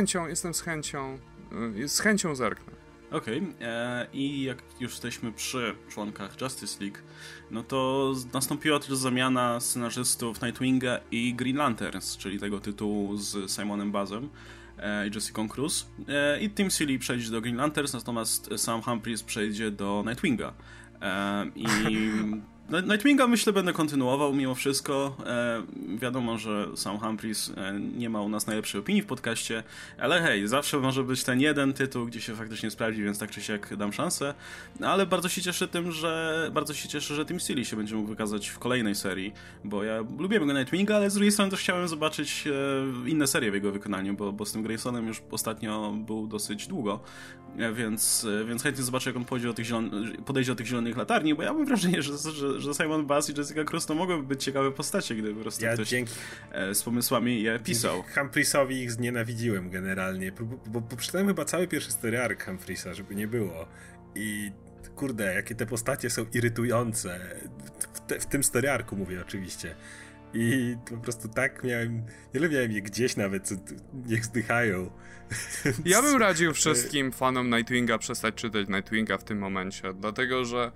Speaker 3: z chęcią zerknę.
Speaker 1: Okej. I jak już jesteśmy przy członkach Justice League, no to nastąpiła też zamiana scenarzystów Nightwinga i Green Lanterns, czyli tego tytułu z Simonem Bazem i Jessicą Cruz. I Tim Seeley przejdzie do Green Lanterns, natomiast Sam Humphries przejdzie do Nightwinga. I Nightwinga myślę będę kontynuował mimo wszystko. Wiadomo, że Sam Humphries nie ma u nas najlepszej opinii w podcaście, ale hej, zawsze może być ten jeden tytuł, gdzie się faktycznie sprawdzi, więc tak czy siak dam szansę. Ale bardzo się cieszę że Tim Seeley się będzie mógł wykazać w kolejnej serii, bo ja lubię go Nightwinga, ale z drugiej strony też chciałem zobaczyć inne serie w jego wykonaniu, bo z tym Graysonem już ostatnio był dosyć długo, więc chętnie zobaczę, jak on podejdzie do tych zielonych latarni, bo ja mam wrażenie, że Simon Bass i Jessica Cruz to mogłyby być ciekawe postacie, gdyby po prostu ktoś z pomysłami je pisał.
Speaker 2: Humphreyowi ich znienawidziłem generalnie, bo przeczytałem chyba cały pierwszy story arc Humphreya, żeby nie było. I kurde, jakie te postacie są irytujące. W tym story arcu mówię oczywiście. I po prostu tak miałem je gdzieś nawet, niech zdychają.
Speaker 3: Ja bym radził wszystkim fanom Nightwinga przestać czytać Nightwinga w tym momencie, dlatego że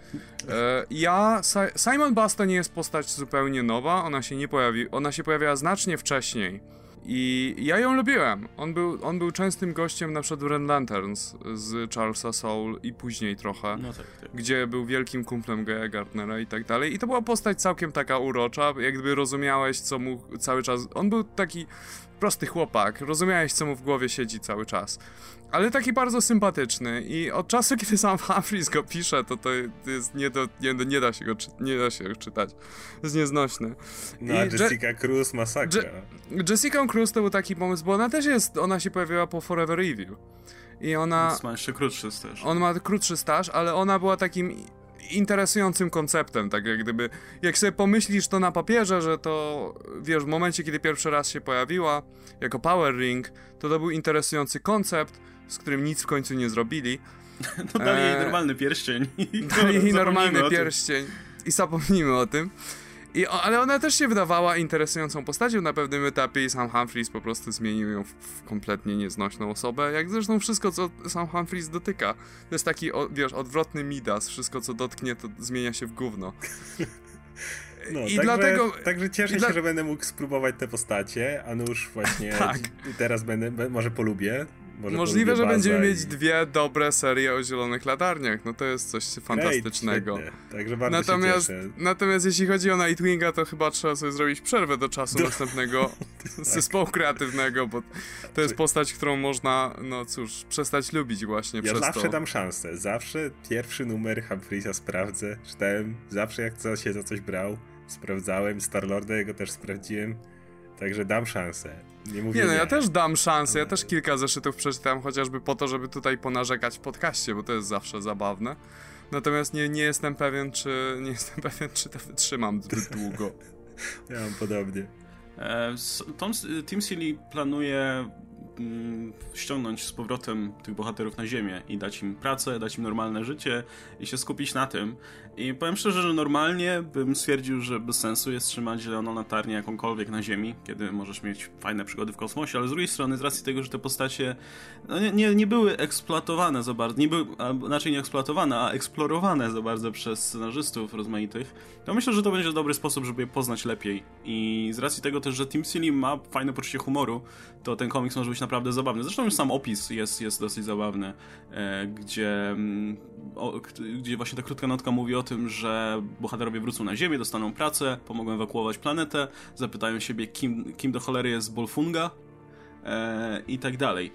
Speaker 3: Simon Bass to nie jest postać zupełnie nowa, ona się pojawiała znacznie wcześniej i ja ją lubiłem. On był częstym gościem na przykład w Red Lanterns z Charlesa Soule i później trochę, gdzie był wielkim kumplem Gaya Gardnera i tak dalej. I to była postać całkiem taka urocza, jak gdyby rozumiałeś, co mu cały czas... On był taki prosty chłopak, rozumiałeś, co mu w głowie siedzi cały czas. Ale taki bardzo sympatyczny i od czasu, kiedy sam Humphries go pisze, to jest nie da się go czytać. To jest nieznośne.
Speaker 2: No, a Jessica Cruz masakra.
Speaker 3: Jessica Cruz to był taki pomysł, bo ona się pojawiła po Forever Evil. I ona...
Speaker 1: Ma jeszcze krótszy staż.
Speaker 3: On ma krótszy staż, ale ona była takim interesującym konceptem, tak jak gdyby, jak sobie pomyślisz to na papierze, że to, wiesz, w momencie, kiedy pierwszy raz się pojawiła jako Power Ring, to był interesujący koncept, z którym nic w końcu nie zrobili.
Speaker 1: No dali jej normalny pierścień.
Speaker 3: Dali jej normalny pierścień i zapomnijmy o tym. Ale ona też się wydawała interesującą postacią na pewnym etapie i Sam Humphries po prostu zmienił ją w kompletnie nieznośną osobę, jak zresztą wszystko, co Sam Humphries dotyka. To jest taki, wiesz, odwrotny Midas, wszystko co dotknie, to zmienia się w gówno.
Speaker 2: No,
Speaker 3: I dlatego...
Speaker 2: Także cieszę się, że będę mógł spróbować te postacie, a nuż właśnie teraz może polubię.
Speaker 3: Możliwe, że będziemy mieć 2 dobre serie o Zielonych Latarniach, no to jest coś fantastycznego.
Speaker 2: Także bardzo się cieszę.
Speaker 3: Natomiast jeśli chodzi o Nightwinga, to chyba trzeba sobie zrobić przerwę do czasu następnego zespołu kreatywnego, bo to jest postać, którą można, no cóż, przestać lubić właśnie przez to.
Speaker 2: Ja zawsze dam szansę, zawsze pierwszy numer Humphriesa sprawdzę, czytałem, zawsze jak się za coś brał, sprawdzałem, Star-Lorda jego też sprawdziłem. Także dam szansę. Nie,
Speaker 3: ja też dam szansę. Ja też kilka zeszytów przeczytałem, chociażby po to, żeby tutaj ponarzekać w podcaście, bo to jest zawsze zabawne. Natomiast nie jestem pewien, czy to wytrzymam zbyt długo.
Speaker 2: Ja mam podobnie.
Speaker 1: Tim Seeley planuje ściągnąć z powrotem tych bohaterów na ziemię i dać im pracę, dać im normalne życie i się skupić na tym. I powiem szczerze, że normalnie bym stwierdził, że bez sensu jest trzymać zieloną latarnię jakąkolwiek na ziemi, kiedy możesz mieć fajne przygody w kosmosie, ale z drugiej strony, z racji tego, że te postacie nie były eksploatowane za bardzo, nie eksploatowane, a eksplorowane za bardzo przez scenarzystów rozmaitych, to myślę, że to będzie dobry sposób, żeby je poznać lepiej. I z racji tego też, że Tim Seeley ma fajne poczucie humoru, to ten komiks może być naprawdę zabawny. Zresztą już sam opis jest dosyć zabawny, gdzie właśnie ta krótka notka mówi o tym, że bohaterowie wrócą na Ziemię, dostaną pracę, pomogą ewakuować planetę, zapytają siebie, kim do cholery jest Bolfunga i tak dalej.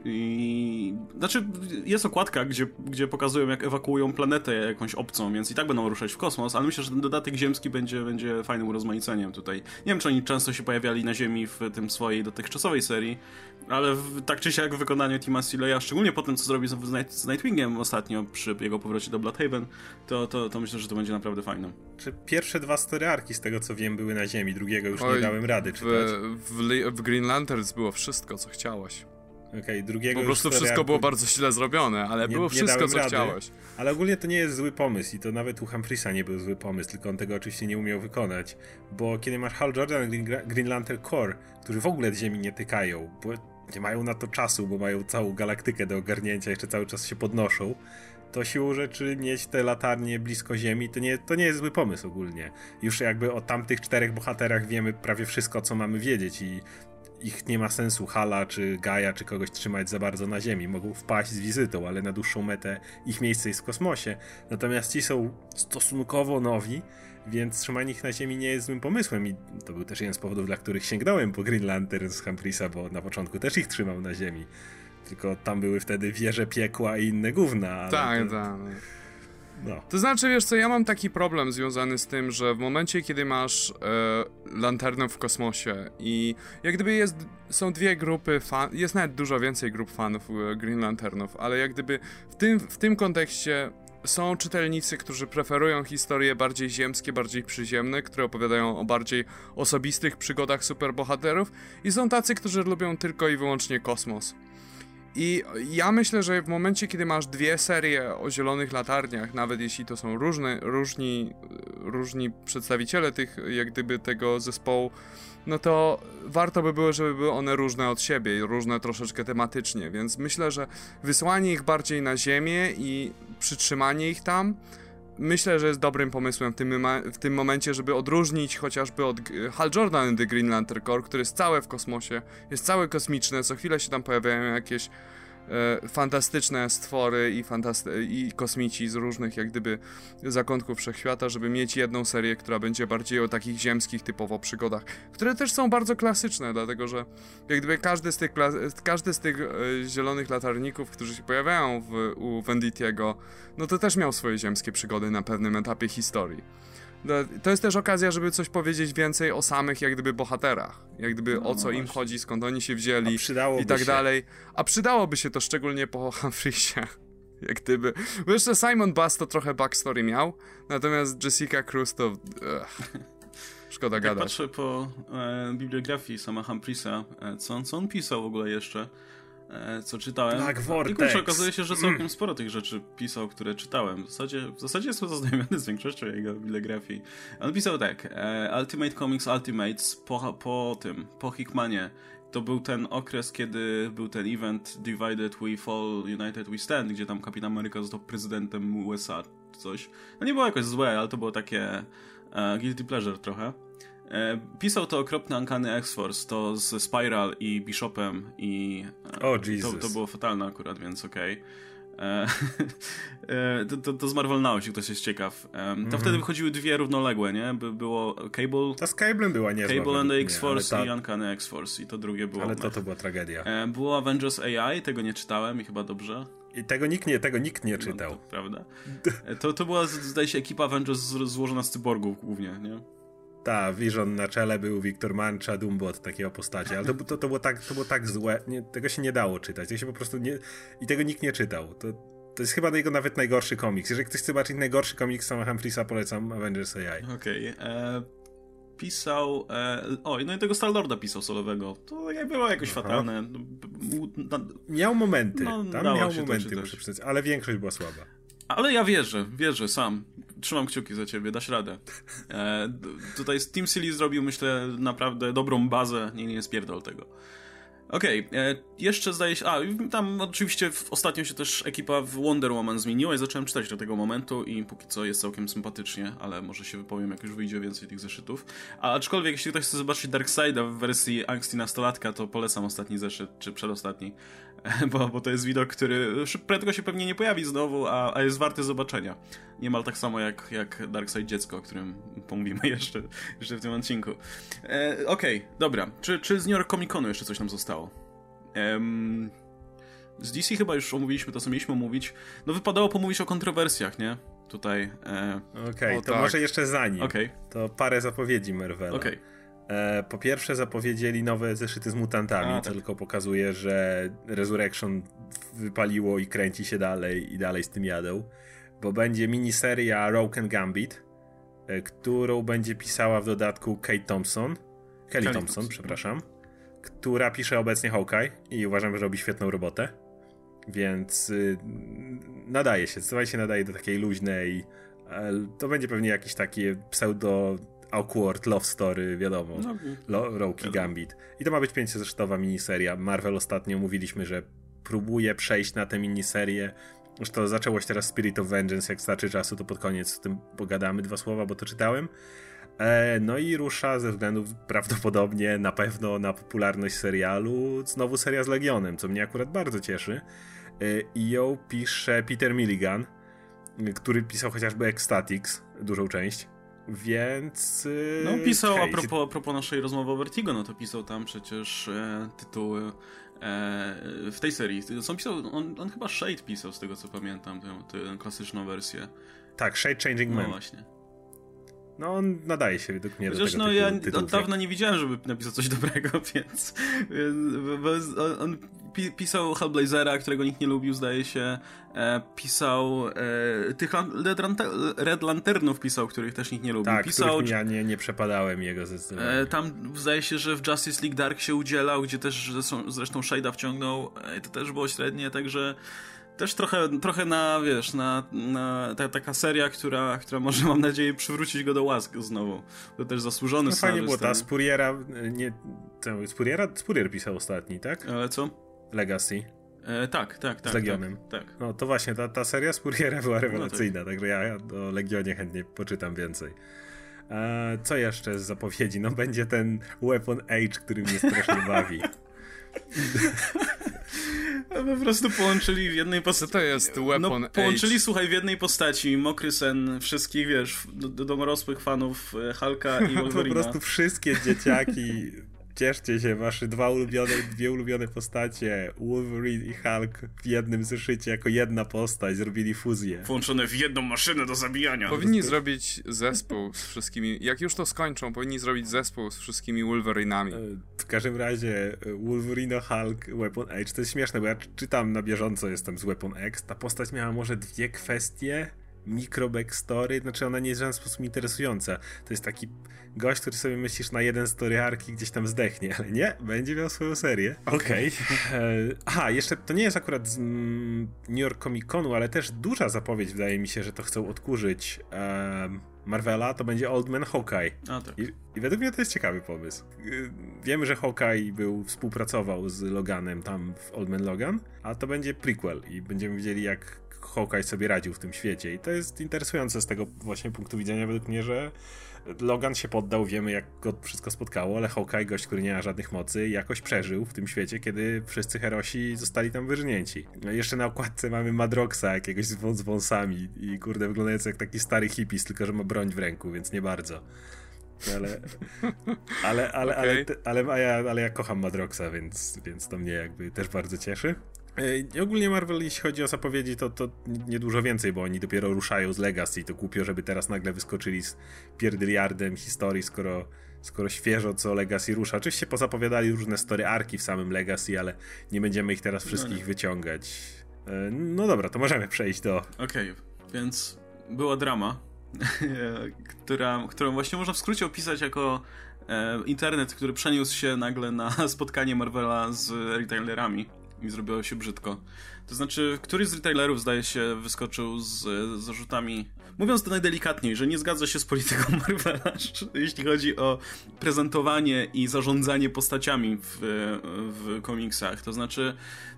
Speaker 1: Znaczy, jest okładka, gdzie pokazują, jak ewakuują planetę jakąś obcą, więc i tak będą ruszać w kosmos, ale myślę, że ten dodatek ziemski będzie fajnym urozmaiceniem tutaj. Nie wiem, czy oni często się pojawiali na Ziemi w tym swojej dotychczasowej serii, ale tak czy siak w wykonaniu Tima Seeleya, szczególnie po tym, co zrobił z Nightwingiem ostatnio przy jego powrocie do Bloodhaven, to myślę, że to będzie naprawdę fajne.
Speaker 2: Czy pierwsze 2 story arki, z tego co wiem, były na Ziemi, drugiego już nie dałem rady czytać.
Speaker 3: W Green Lanterns było wszystko, co chciałeś.
Speaker 2: Drugiego
Speaker 3: po prostu wszystko było bardzo źle zrobione, ale było wszystko, co chciałeś.
Speaker 2: Ale ogólnie to nie jest zły pomysł i to nawet u Humphriesa nie był zły pomysł, tylko on tego oczywiście nie umiał wykonać, bo kiedy masz Hal Jordan i Green Lantern Corps, którzy w ogóle Ziemi nie tykają, bo nie mają na to czasu, bo mają całą galaktykę do ogarnięcia, jeszcze cały czas się podnoszą, to siłą rzeczy mieć te latarnie blisko Ziemi, to nie jest zły pomysł ogólnie. Już jakby o tamtych 4 bohaterach wiemy prawie wszystko, co mamy wiedzieć i ich nie ma sensu Hala, czy Gaia, czy kogoś trzymać za bardzo na Ziemi. Mogą wpaść z wizytą, ale na dłuższą metę ich miejsce jest w kosmosie. Natomiast ci są stosunkowo nowi, więc trzymanie ich na Ziemi nie jest złym pomysłem i to był też jeden z powodów, dla których sięgnąłem po Green Lantern z Humphriesa, bo na początku też ich trzymał na Ziemi. Tylko tam były wtedy wieże piekła i inne gówna.
Speaker 3: Tak.
Speaker 2: No.
Speaker 3: To znaczy, wiesz co, ja mam taki problem związany z tym, że w momencie, kiedy masz lanternę w kosmosie i jak gdyby są 2 grupy jest nawet dużo więcej grup fanów Green Lanternów, ale jak gdyby w tym kontekście są czytelnicy, którzy preferują historie bardziej ziemskie, bardziej przyziemne, które opowiadają o bardziej osobistych przygodach superbohaterów i są tacy, którzy lubią tylko i wyłącznie kosmos. I ja myślę, że w momencie, kiedy masz 2 serie o Zielonych Latarniach, nawet jeśli to są różni przedstawiciele jak gdyby tego zespołu, no to warto by było, żeby były one różne od siebie i różne troszeczkę tematycznie, więc myślę, że wysłanie ich bardziej na ziemię i przytrzymanie ich tam, myślę, że jest dobrym pomysłem w tym momencie, żeby odróżnić chociażby od Hal Jordan and the Green Lantern Corps, który jest całe w kosmosie, jest całe kosmiczne, co chwilę się tam pojawiają jakieś fantastyczne stwory i kosmici z różnych jak gdyby zakątków wszechświata, żeby mieć jedną serię, która będzie bardziej o takich ziemskich typowo przygodach, które też są bardzo klasyczne, dlatego że jak gdyby każdy z tych zielonych latarników, którzy się pojawiają u Vendittego, no to też miał swoje ziemskie przygody na pewnym etapie historii. To jest też okazja, żeby coś powiedzieć więcej o samych jak gdyby bohaterach, jak gdyby o co im chodzi, skąd oni się wzięli i tak dalej. A przydałoby się to szczególnie po Humphreysie, jak gdyby. Bo jeszcze Simon Bass to trochę backstory miał, natomiast Jessica Cruz to... szkoda gadać.
Speaker 1: Patrzę po bibliografii sama Humphreisa, co on pisał w ogóle jeszcze. co czytałem.
Speaker 2: Black Vortex.
Speaker 1: I kurczę, okazuje się, że całkiem sporo tych rzeczy pisał, które czytałem. W zasadzie jestem zaznajomiony z większością jego bibliografii. On pisał tak, Ultimate Comics Ultimates po Hickmanie. To był ten okres, kiedy był ten event Divided We Fall, United We Stand, gdzie tam Kapitan Ameryka został prezydentem USA czy coś. No nie było jakoś złe, ale to było takie guilty pleasure trochę. Pisał to okropny Uncanny X-Force, to z Spiral i Bishopem i to było fatalne akurat, więc okej. To z Marvel Now, jeśli ktoś jest ciekaw. To wtedy wychodziły dwie równoległe, nie? Było Cable...
Speaker 2: Ta z Cablem była niezła.
Speaker 1: Cable and the X-Force i Uncanny X-Force i to drugie było...
Speaker 2: Ale to była tragedia.
Speaker 1: Było Avengers AI, tego nie czytałem i chyba dobrze.
Speaker 2: I tego nikt nie czytał.
Speaker 1: No, to prawda. To była, zdaje się, ekipa Avengers złożona z cyborgów głównie, nie?
Speaker 2: Ta, Vision na czele był Wiktor Mancha, Doombot, takiego postaci, ale to było tak złe, tego się nie dało czytać, tego się po prostu nie... I tego nikt nie czytał. To jest chyba jego nawet najgorszy komiks. Jeżeli ktoś chce zobaczyć najgorszy komiks Sama Humphreya, polecam Avengers AI.
Speaker 1: Okej. Pisał... no i tego Star-Lorda pisał solowego. To nie było jakoś fatalne.
Speaker 2: Miał momenty. Tam miał
Speaker 1: się
Speaker 2: momenty, muszę przyznać, ale większość była słaba.
Speaker 1: Ale ja wierzę sam. Trzymam kciuki za ciebie, dasz radę. Tutaj Team Silly zrobił, myślę, naprawdę dobrą bazę. Nie spierdol tego. Okej, jeszcze zdaje się... tam oczywiście ostatnio się też ekipa w Wonder Woman zmieniła i zacząłem czytać do tego momentu i póki co jest całkiem sympatycznie, ale może się wypowiem, jak już wyjdzie więcej tych zeszytów. Aczkolwiek, jeśli ktoś chce zobaczyć Darkseida w wersji Angsty nastolatka, to polecam ostatni zeszyt, czy przedostatni, bo to jest widok, który prędko się pewnie nie pojawi znowu, a jest warty zobaczenia. Niemal tak samo jak Darkseid dziecko, o którym pomówimy jeszcze w tym odcinku. Okej, dobra. Czy z New York Comic Conu jeszcze coś nam zostało? Z DC chyba już omówiliśmy to, co mieliśmy omówić. No wypadało pomówić o kontrowersjach, nie? Tutaj.
Speaker 2: To tak. Może jeszcze zanim. To parę zapowiedzi Marvela. Po pierwsze zapowiedzieli nowe zeszyty z mutantami, co tylko pokazuje, że Resurrection wypaliło i kręci się dalej i dalej z tym jadą. Bo będzie miniseria Rogue and Gambit, którą będzie pisała w dodatku Kelly Thompson, przepraszam, która pisze obecnie Hawkeye i uważam, że robi świetną robotę, więc nadaje się, zdecydowanie się nadaje do takiej luźnej, to będzie pewnie jakiś taki pseudo awkward love story, wiadomo, Rogue i Gambit. I to ma być 5-zeszytowa miniseria. Marvel ostatnio mówiliśmy, że próbuje przejść na tę miniserię. Już to zaczęło się teraz Spirit of Vengeance, jak starczy czasu, to pod koniec w tym pogadamy dwa słowa, bo to czytałem. No i rusza ze względu prawdopodobnie na pewno na popularność serialu znowu seria z Legionem, co mnie akurat bardzo cieszy. I ją pisze Peter Milligan, który pisał chociażby Ecstatics, dużą część. Więc...
Speaker 1: No pisał, a propos naszej rozmowy o Vertigo, no to pisał tam przecież tytuły w tej serii. On chyba Shade pisał, z tego co pamiętam, tę klasyczną wersję.
Speaker 2: Tak, Shade Changing Man.
Speaker 1: No właśnie.
Speaker 2: No on nadaje się według mnie
Speaker 1: chociaż
Speaker 2: do tego
Speaker 1: ja
Speaker 2: tytułu.
Speaker 1: Od dawna nie widziałem, żeby napisał coś dobrego, więc on pisał Hellblazera, którego nikt nie lubił, zdaje się. Pisał tych Red Lanternów pisał, których też nikt nie lubił.
Speaker 2: Tak,
Speaker 1: pisał,
Speaker 2: ja nie przepadałem jego zdecydowanie.
Speaker 1: Tam zdaje się, że w Justice League Dark się udzielał, gdzie też zresztą Shade'a wciągnął. To też było średnie, także też trochę taka seria, która może, mam nadzieję, przywrócić go do łask znowu. To też zasłużony
Speaker 2: no fajnie było, ta Spurriera, Spurrier pisał ostatni, tak?
Speaker 1: Ale co?
Speaker 2: Legacy.
Speaker 1: Tak.
Speaker 2: Z Legionem.
Speaker 1: Tak.
Speaker 2: No to właśnie, ta seria Spurriera była rewelacyjna, no tak. Także ja o Legionie chętnie poczytam więcej. Co jeszcze z zapowiedzi? No będzie ten Weapon Age, który mnie strasznie bawi.
Speaker 1: Po prostu połączyli w jednej postaci.
Speaker 3: Co to jest Weapon Age?
Speaker 1: Połączyli, słuchaj, w jednej postaci mokry sen wszystkich, wiesz, domorosłych fanów Hulka i Wolverina.
Speaker 2: Po prostu wszystkie dzieciaki, cieszcie się, wasze dwie ulubione postacie, Wolverine i Hulk w jednym zeszycie, jako jedna postać, zrobili fuzję.
Speaker 1: Włączone w jedną maszynę do zabijania.
Speaker 3: Powinni zrobić zespół z wszystkimi, jak już to skończą, powinni zrobić zespół z wszystkimi Wolverinami.
Speaker 2: W każdym razie Wolverine, Hulk, Weapon Age, to jest śmieszne, bo ja czytam na bieżąco, jestem z Weapon X, ta postać miała może dwie kwestie mikro backstory, znaczy ona nie jest w żaden sposób interesująca. To jest taki gość, który sobie myślisz na jeden story arc i gdzieś tam zdechnie, ale nie, będzie miał swoją serię. Okej. Aha, jeszcze to nie jest akurat z New York Comic Conu, ale też duża zapowiedź, wydaje mi się, że to chcą odkurzyć Marvela, to będzie Old Man Hawkeye.
Speaker 1: A, tak.
Speaker 2: I według mnie to jest ciekawy pomysł. Wiemy, że Hawkeye współpracował z Loganem tam w Old Man Logan, a to będzie prequel i będziemy widzieli, jak Hawkeye sobie radził w tym świecie. I to jest interesujące z tego właśnie punktu widzenia według mnie, że Logan się poddał, wiemy, jak go wszystko spotkało, ale Hawkeye, gość, który nie ma żadnych mocy, jakoś przeżył w tym świecie, kiedy wszyscy herosi zostali tam wyrżnięci. No i jeszcze na okładce mamy Madroxa, jakiegoś z wąsami i kurde, wyglądający jak taki stary hippies, tylko że ma broń w ręku, więc nie bardzo. Ale ja kocham Madroxa, więc to mnie jakby też bardzo cieszy. I ogólnie Marvel, jeśli chodzi o zapowiedzi, to nie dużo więcej, bo oni dopiero ruszają z Legacy i to głupio, żeby teraz nagle wyskoczyli z pierdyliardem historii, skoro świeżo co Legacy rusza. Oczywiście pozapowiadali różne story arki w samym Legacy, ale nie będziemy ich teraz wszystkich wyciągać. No dobra, to możemy przejść do...
Speaker 1: Okej, więc była drama, którą właśnie można w skrócie opisać jako internet, który przeniósł się nagle na spotkanie Marvela z retailerami i zrobiło się brzydko. To znaczy, któryś z retailerów, zdaje się, wyskoczył z zarzutami, mówiąc to najdelikatniej, że nie zgadza się z polityką Marvela, jeśli chodzi o prezentowanie i zarządzanie postaciami w komiksach. To znaczy,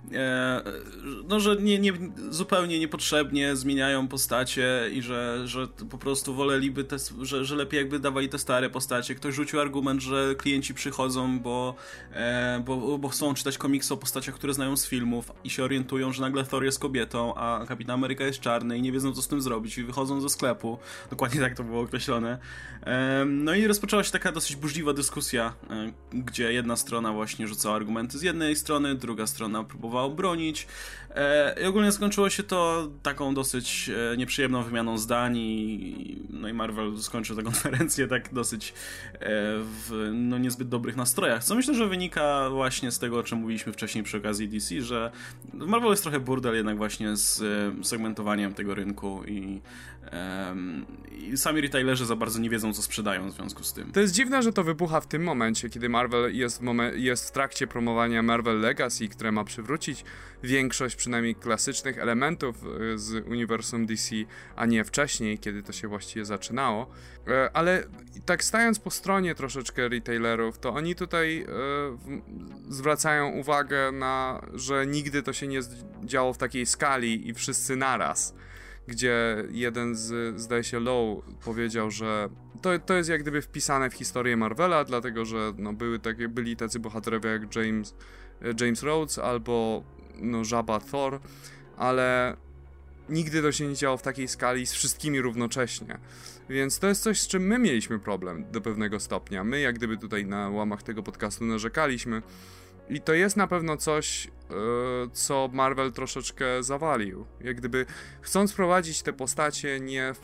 Speaker 1: że zupełnie niepotrzebnie zmieniają postacie i że po prostu woleliby, że lepiej jakby dawali te stare postacie. Ktoś rzucił argument, że klienci przychodzą, bo chcą czytać komiksy o postaciach, które znają z filmów i się orientują, że nagle Thor jest kobietą, a Kapitan Ameryka jest czarny i nie wiedzą, co z tym zrobić i wychodzą ze sklepu. Dokładnie tak to było określone. No i rozpoczęła się taka dosyć burzliwa dyskusja, gdzie jedna strona właśnie rzucała argumenty z jednej strony, druga strona próbowała bronić. I ogólnie skończyło się to taką dosyć nieprzyjemną wymianą zdań no i Marvel skończył tę konferencję tak dosyć w niezbyt dobrych nastrojach, co myślę, że wynika właśnie z tego, o czym mówiliśmy wcześniej przy okazji DC, że Marvel jest trochę burdel jednak właśnie z segmentowaniem tego rynku i sami retailerzy za bardzo nie wiedzą, co sprzedają w związku z tym.
Speaker 3: To jest dziwne, że to wybucha w tym momencie, kiedy Marvel jest w trakcie promowania Marvel Legacy, które ma przywrócić większość przynajmniej klasycznych elementów z uniwersum DC, a nie wcześniej, kiedy to się właściwie zaczynało. Ale tak stając po stronie troszeczkę retailerów, to oni tutaj zwracają uwagę na, że nigdy to się nie działo w takiej skali i wszyscy naraz. Gdzie jeden zdaje się, Low powiedział, że to jest jak gdyby wpisane w historię Marvela, dlatego że byli tacy bohaterowie jak James Rhodes albo Żaba Thor, ale nigdy to się nie działo w takiej skali z wszystkimi równocześnie. Więc to jest coś, z czym my mieliśmy problem do pewnego stopnia. My jak gdyby tutaj na łamach tego podcastu narzekaliśmy. I to jest na pewno coś, co Marvel troszeczkę zawalił. Jak gdyby chcąc wprowadzić te postacie,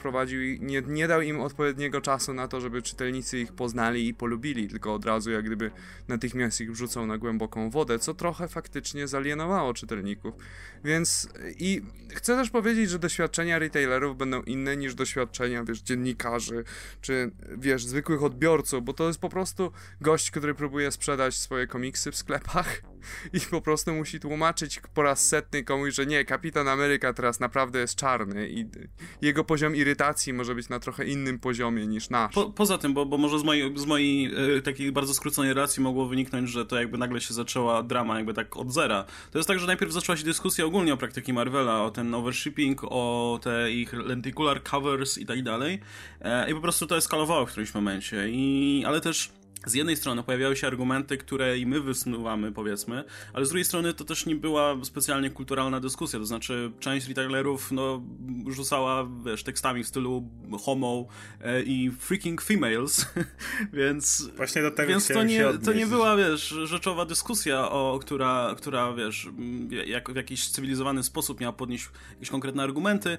Speaker 3: nie dał im odpowiedniego czasu na to, żeby czytelnicy ich poznali i polubili, tylko od razu jak gdyby natychmiast ich wrzucą na głęboką wodę, co trochę faktycznie zalienowało czytelników. Więc i chcę też powiedzieć, że doświadczenia retailerów będą inne niż doświadczenia, dziennikarzy, czy zwykłych odbiorców, bo to jest po prostu gość, który próbuje sprzedać swoje komiksy w sklepach i po prostu musi tłumaczyć po raz setny komuś, że nie, Kapitan Ameryka teraz naprawdę jest czarny i jego poziom irytacji może być na trochę innym poziomie niż nasz.
Speaker 1: Poza tym, bo może z mojej takiej bardzo skróconej relacji mogło wyniknąć, że to jakby nagle się zaczęła drama jakby tak od zera. To jest tak, że najpierw zaczęła się dyskusja ogólnie o praktyki Marvela, o ten overshipping, o te ich lenticular covers i tak dalej. I po prostu to eskalowało w którymś momencie. Ale też z jednej strony pojawiały się argumenty, które i my wysnuwamy, powiedzmy, ale z drugiej strony to też nie była specjalnie kulturalna dyskusja, to znaczy część retailerów rzucała, tekstami w stylu homo i freaking females, więc
Speaker 2: właśnie do tego
Speaker 1: to nie była, rzeczowa dyskusja, która w jakiś cywilizowany sposób miała podnieść jakieś konkretne argumenty,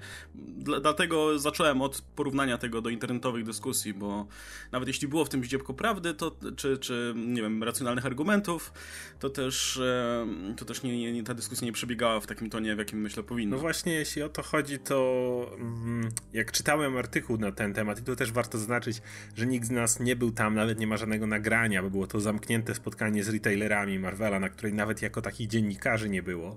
Speaker 1: dlatego zacząłem od porównania tego do internetowych dyskusji, bo nawet jeśli było w tym ździebko prawdy, to czy nie wiem, racjonalnych argumentów, to też ta dyskusja nie przebiegała w takim tonie, w jakim myślę powinna.
Speaker 2: No właśnie, jeśli o to chodzi, to jak czytałem artykuł na ten temat, i to też warto zaznaczyć, że nikt z nas nie był tam, nawet nie ma żadnego nagrania, bo było to zamknięte spotkanie z retailerami Marvela, na której nawet jako takich dziennikarzy nie było.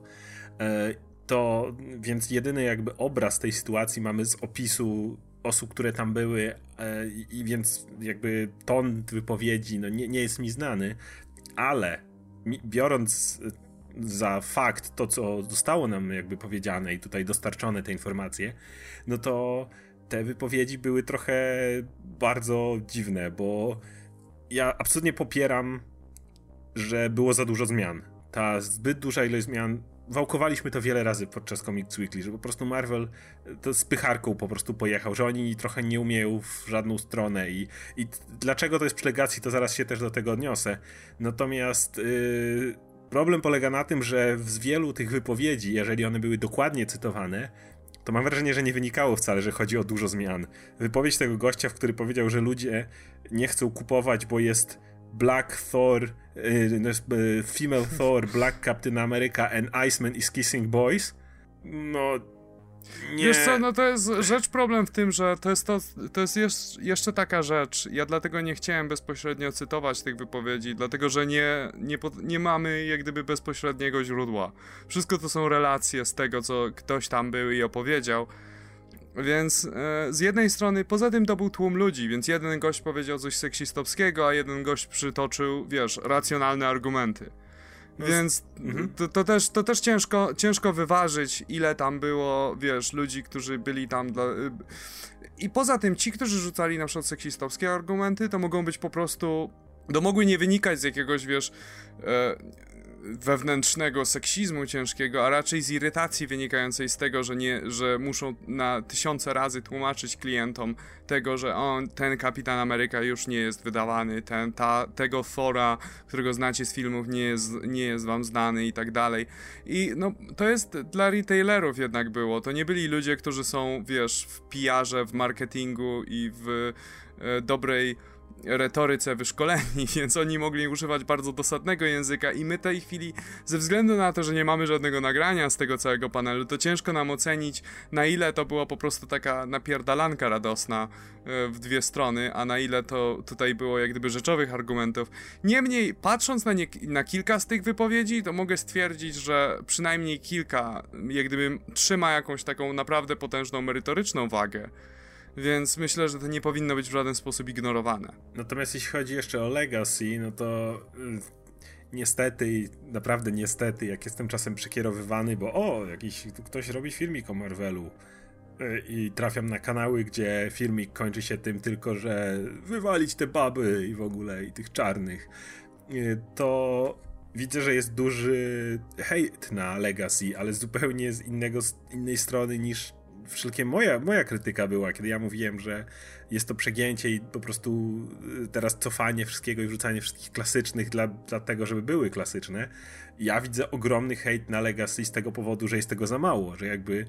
Speaker 2: Więc jedyny jakby obraz tej sytuacji mamy z opisu osób, które tam były, i więc jakby ton wypowiedzi nie jest mi znany, ale biorąc za fakt to, co zostało nam jakby powiedziane i tutaj dostarczone te informacje, no to te wypowiedzi były trochę bardzo dziwne, bo ja absolutnie popieram, że było za dużo zmian. Ta zbyt duża ilość zmian, wałkowaliśmy to wiele razy podczas Comics Weekly, że po prostu Marvel to z pycharką po prostu pojechał, że oni trochę nie umieją w żadną stronę i dlaczego to jest przy Legacji, to zaraz się też do tego odniosę. Natomiast problem polega na tym, że z wielu tych wypowiedzi, jeżeli one były dokładnie cytowane, to mam wrażenie, że nie wynikało wcale, że chodzi o dużo zmian. Wypowiedź tego gościa, który powiedział, że ludzie nie chcą kupować, bo jest Black Thor, Female Thor, Black Captain America and Iceman is kissing boys. No, nie.
Speaker 3: Wiesz co, no to jest problem w tym, że to jest jeszcze taka rzecz. Ja dlatego nie chciałem bezpośrednio cytować tych wypowiedzi, dlatego że nie mamy jak gdyby bezpośredniego źródła. Wszystko to są relacje z tego, co ktoś tam był i opowiedział. Więc z jednej strony, poza tym to był tłum ludzi, więc jeden gość powiedział coś seksistowskiego, a jeden gość przytoczył, wiesz, racjonalne argumenty. Więc to też ciężko wyważyć, ile tam było, wiesz, ludzi, którzy byli tam dla... I poza tym ci, którzy rzucali na przykład seksistowskie argumenty, to mogą być po prostu... To mogły nie wynikać z jakiegoś, wiesz... wewnętrznego seksizmu ciężkiego, a raczej z irytacji wynikającej z tego, że muszą na tysiące razy tłumaczyć klientom tego, że ten Kapitan Ameryka już nie jest wydawany, tego Thora, którego znacie z filmów, nie jest wam znany i tak dalej. I no, to jest dla retailerów jednak było. To nie byli ludzie, którzy są, wiesz, w PR-ze, w marketingu i w dobrej retoryce wyszkoleni, więc oni mogli używać bardzo dosadnego języka i my w tej chwili, ze względu na to, że nie mamy żadnego nagrania z tego całego panelu, to ciężko nam ocenić, na ile to była po prostu taka napierdalanka radosna w dwie strony, a na ile to tutaj było jak gdyby rzeczowych argumentów. Niemniej, patrząc na kilka z tych wypowiedzi, to mogę stwierdzić, że przynajmniej kilka jak gdyby trzyma jakąś taką naprawdę potężną merytoryczną wagę. Więc myślę, że to nie powinno być w żaden sposób ignorowane.
Speaker 2: Natomiast jeśli chodzi jeszcze o Legacy, no to niestety, naprawdę niestety, jak jestem czasem przekierowywany, bo ktoś robi filmik o Marvelu i trafiam na kanały, gdzie filmik kończy się tym tylko, że wywalić te baby i w ogóle, i tych czarnych, to widzę, że jest duży hejt na Legacy, ale zupełnie z innej strony niż wszelkie moja krytyka była, kiedy ja mówiłem, że jest to przegięcie i po prostu teraz cofanie wszystkiego i wrzucanie wszystkich klasycznych dla tego, żeby były klasyczne. Ja widzę ogromny hejt na Legacy z tego powodu, że jest tego za mało, że jakby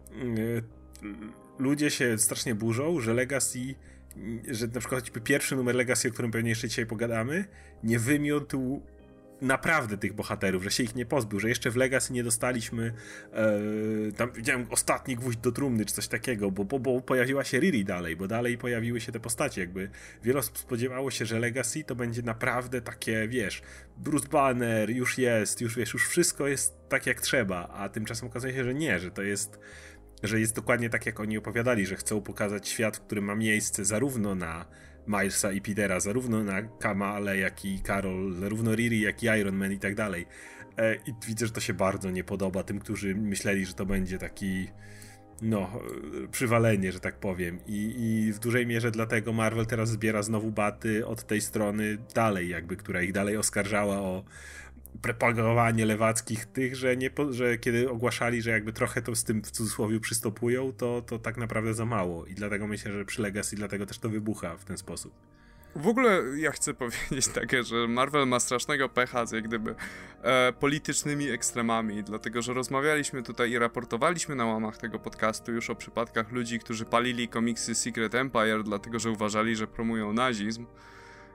Speaker 2: ludzie się strasznie burzą, że Legacy, że na przykład choćby pierwszy numer Legacy, o którym pewnie jeszcze dzisiaj pogadamy, nie wymiótł naprawdę tych bohaterów, że się ich nie pozbył, że jeszcze w Legacy nie dostaliśmy tam widziałem ostatni gwóźdź do trumny, czy coś takiego, bo pojawiła się Riri dalej, bo dalej pojawiły się te postacie, jakby wiele osób spodziewało się, że Legacy to będzie naprawdę takie, wiesz, Bruce Banner już jest, już wiesz, już wszystko jest tak jak trzeba, a tymczasem okazuje się, że nie, że jest dokładnie tak jak oni opowiadali, że chcą pokazać świat, w którym ma miejsce zarówno na Milesa i Petera, zarówno na Kamale, jak i Carol, zarówno Riri, jak i Iron Man i tak dalej. I widzę, że to się bardzo nie podoba tym, którzy myśleli, że to będzie taki przywalenie, że tak powiem. I w dużej mierze dlatego Marvel teraz zbiera znowu baty od tej strony dalej, jakby, która ich dalej oskarżała o propagowanie lewackich tych, że kiedy ogłaszali, że jakby trochę to z tym w cudzysłowie przystopują, to tak naprawdę za mało. I dlatego myślę, że przy Legacy dlatego też to wybucha w ten sposób.
Speaker 3: W ogóle ja chcę powiedzieć takie, że Marvel ma strasznego pecha z jak gdyby politycznymi ekstremami, dlatego że rozmawialiśmy tutaj i raportowaliśmy na łamach tego podcastu już o przypadkach ludzi, którzy palili komiksy Secret Empire, dlatego że uważali, że promują nazizm.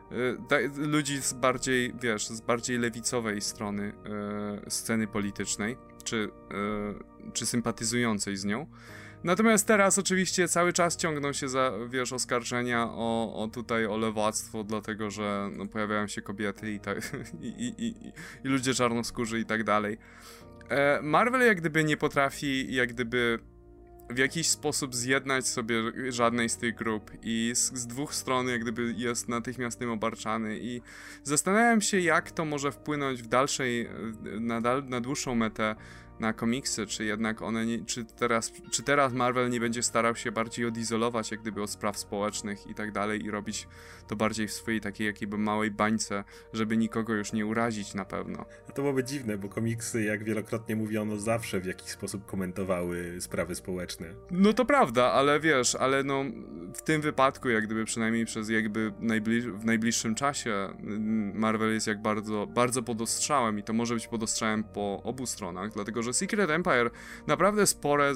Speaker 3: ludzi z bardziej, z bardziej lewicowej strony sceny politycznej, czy sympatyzującej z nią. Natomiast teraz oczywiście cały czas ciągną się oskarżenia o lewactwo, dlatego że pojawiają się kobiety i ludzie czarnoskórzy i tak dalej. Marvel jak gdyby nie potrafi w jakiś sposób zjednać sobie żadnej z tych grup i z dwóch stron jak gdyby jest natychmiast tym obarczany i zastanawiam się, jak to może wpłynąć na dłuższą metę na komiksy, czy jednak one czy teraz Marvel nie będzie starał się bardziej odizolować jak gdyby od spraw społecznych i tak dalej i robić to bardziej w swojej takiej jakby małej bańce, żeby nikogo już nie urazić na pewno.
Speaker 2: To byłoby dziwne, bo komiksy, jak wielokrotnie mówiono, zawsze w jakiś sposób komentowały sprawy społeczne.
Speaker 3: No to prawda, ale w tym wypadku jak gdyby przynajmniej przez jakby w najbliższym czasie Marvel jest jak bardzo, bardzo pod ostrzałem i to może być pod ostrzałem po obu stronach, dlatego że Secret Empire naprawdę spore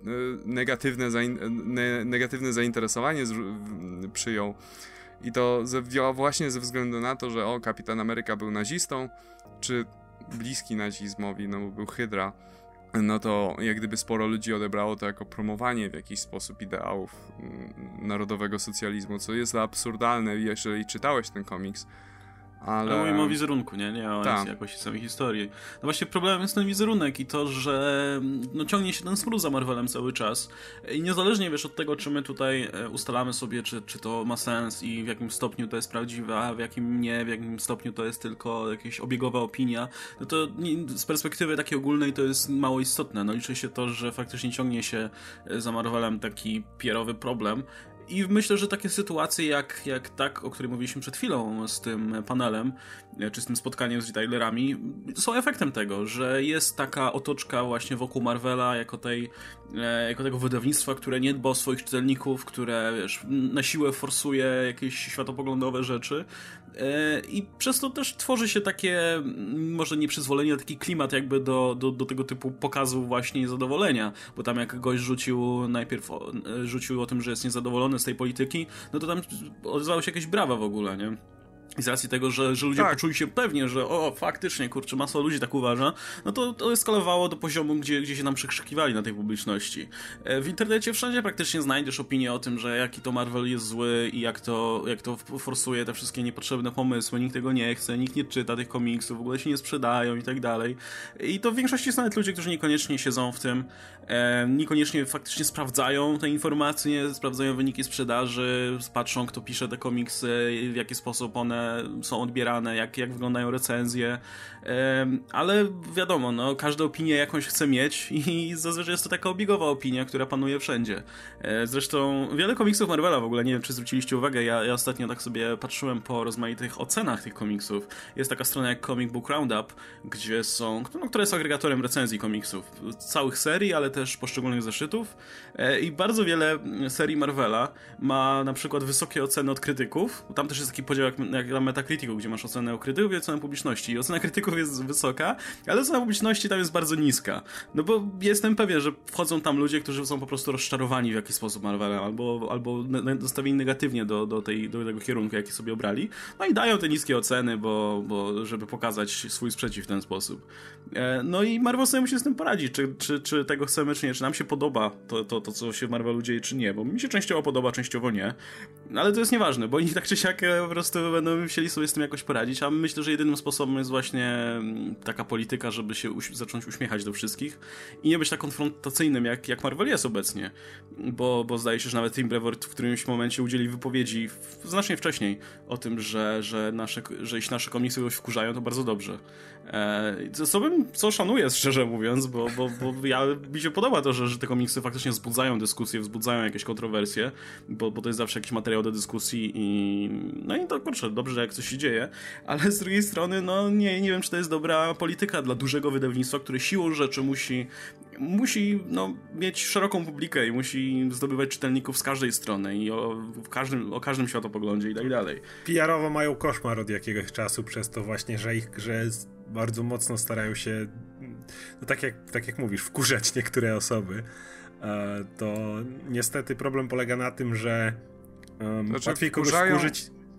Speaker 3: negatywne zainteresowanie przyjął. I to właśnie ze względu na to, że Kapitan Ameryka był nazistą, czy bliski nazizmowi, bo był Hydra, no to jak gdyby sporo ludzi odebrało to jako promowanie w jakiś sposób ideałów narodowego socjalizmu, co jest absurdalne, jeżeli czytałeś ten komiks. Ale
Speaker 1: mówimy o wizerunku, nie o jakości samej historii. No właśnie problemem jest ten wizerunek i to, że ciągnie się ten smród za Marvelem cały czas. I niezależnie od tego, czy my tutaj ustalamy sobie, czy to ma sens i w jakim stopniu to jest prawdziwe, a w jakim nie, w jakim stopniu to jest tylko jakaś obiegowa opinia, no to z perspektywy takiej ogólnej to jest mało istotne. Liczy się to, że faktycznie ciągnie się za Marvelem taki PR-owy problem. I myślę, że takie sytuacje jak o której mówiliśmy przed chwilą z tym panelem, czy z tym spotkaniem z retailerami, są efektem tego, że jest taka otoczka właśnie wokół Marvela jako tego wydawnictwa, które nie dba o swoich czytelników, które na siłę forsuje jakieś światopoglądowe rzeczy. I przez to też tworzy się takie, może nieprzyzwolenie, taki klimat jakby do tego typu pokazów właśnie niezadowolenia, bo tam jak gość najpierw rzucił o tym, że jest niezadowolony z tej polityki, no to tam odezwały się jakieś brawa w ogóle, nie? I z racji tego, że ludzie poczuli się pewnie, że faktycznie, masa ludzi tak uważa, no to eskalowało do poziomu, gdzie się nam przekrzykiwali na tej publiczności. W internecie wszędzie praktycznie znajdziesz opinię o tym, że jaki to Marvel jest zły i jak to forsuje te wszystkie niepotrzebne pomysły, nikt tego nie chce, nikt nie czyta tych komiksów, w ogóle się nie sprzedają i tak dalej. I to w większości są nawet ludzie, którzy niekoniecznie siedzą w tym, niekoniecznie faktycznie sprawdzają te informacje, sprawdzają wyniki sprzedaży, patrzą, kto pisze te komiksy, w jaki sposób one są odbierane, jak wyglądają recenzje, ale wiadomo, każda opinia jakąś chce mieć i zazwyczaj jest to taka obiegowa opinia, która panuje wszędzie. Zresztą wiele komiksów Marvela w ogóle, nie wiem, czy zwróciliście uwagę, ja ostatnio tak sobie patrzyłem po rozmaitych ocenach tych komiksów. Jest taka strona jak Comic Book Roundup, która jest agregatorem recenzji komiksów, całych serii, ale też poszczególnych zeszytów, i bardzo wiele serii Marvela ma na przykład wysokie oceny od krytyków. Tam też jest taki podział jak na Metacriticu, gdzie masz ocenę krytyków i ocenę publiczności. I ocena krytyków jest wysoka, ale ocena publiczności tam jest bardzo niska. No bo jestem pewien, że wchodzą tam ludzie, którzy są po prostu rozczarowani w jakiś sposób Marvelem, albo nastawieni negatywnie do tego kierunku, jaki sobie obrali. No i dają te niskie oceny, bo żeby pokazać swój sprzeciw w ten sposób. No i Marvel sobie musi z tym poradzić, czy tego chcemy, czy nie, czy nam się podoba to, co się w Marvelu dzieje, czy nie, bo mi się częściowo podoba, częściowo nie. Ale to jest nieważne, bo oni tak czy siak po prostu będą chcieli sobie z tym jakoś poradzić, a myślę, że jedynym sposobem jest właśnie taka polityka, żeby się zacząć uśmiechać do wszystkich i nie być tak konfrontacyjnym, jak Marvel jest obecnie, bo zdaje się, że nawet Tim Brevoort w którymś momencie udzielił wypowiedzi znacznie wcześniej o tym, że jeśli nasze komiksy kogoś wkurzają, to bardzo dobrze. Co szanuję, szczerze mówiąc, bo mi się podoba to, że te komiksy faktycznie wzbudzają dyskusje, wzbudzają jakieś kontrowersje, bo to jest zawsze jakiś materiał do dyskusji i to dobrze, jak coś się dzieje, ale z drugiej strony nie wiem, czy to jest dobra polityka dla dużego wydawnictwa, które siłą rzeczy musi mieć szeroką publikę i musi zdobywać czytelników z każdej strony i o każdym światopoglądzie i tak dalej.
Speaker 2: PR-owo mają koszmar od jakiegoś czasu przez to właśnie, że bardzo mocno starają się, tak jak mówisz, wkurzać niektóre osoby.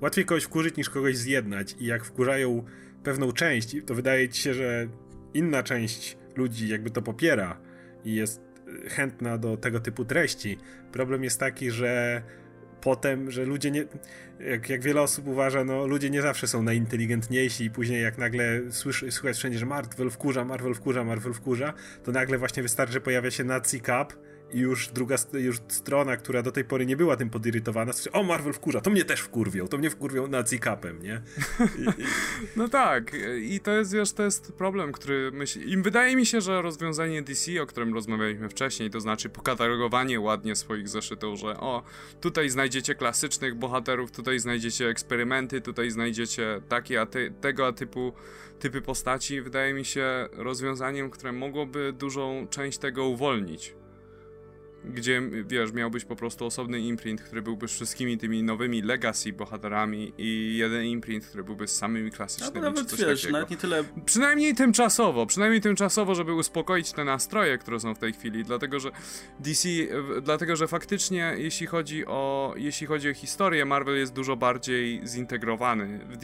Speaker 2: łatwiej kogoś wkurzyć niż kogoś zjednać i jak wkurzają pewną część, to wydaje ci się, że inna część ludzi jakby to popiera i jest chętna do tego typu treści. Problem jest taki, że potem, że ludzie nie, jak wiele osób uważa, no ludzie nie zawsze są najinteligentniejsi i później jak nagle słychać wszędzie, że Marvel wkurza, to nagle właśnie wystarczy, że pojawia się Nazi Cap i już już strona, która do tej pory nie była tym podirytowana, słyszy, o Marvel wkurza, to mnie też wkurwią, Nazi Capem, nie?
Speaker 3: No tak, i to jest, wiesz, to jest problem, który wydaje mi się, że rozwiązanie DC, o którym rozmawialiśmy wcześniej, to znaczy pokatalogowanie ładnie swoich zeszytów, że tutaj znajdziecie klasycznych bohaterów, tutaj znajdziecie eksperymenty, tutaj znajdziecie takie, tego typy postaci, wydaje mi się rozwiązaniem, które mogłoby dużą część tego uwolnić. Gdzie, wiesz, miałbyś po prostu osobny imprint, który byłby z wszystkimi tymi nowymi legacy bohaterami i jeden imprint, który byłby z samymi klasycznymi,
Speaker 1: no, nawet,
Speaker 3: czy coś
Speaker 1: wiesz,
Speaker 3: takiego.
Speaker 1: nawet nie tyle...
Speaker 3: Przynajmniej tymczasowo, żeby uspokoić te nastroje, które są w tej chwili, dlatego że faktycznie, jeśli chodzi o historię, Marvel jest dużo bardziej zintegrowany. W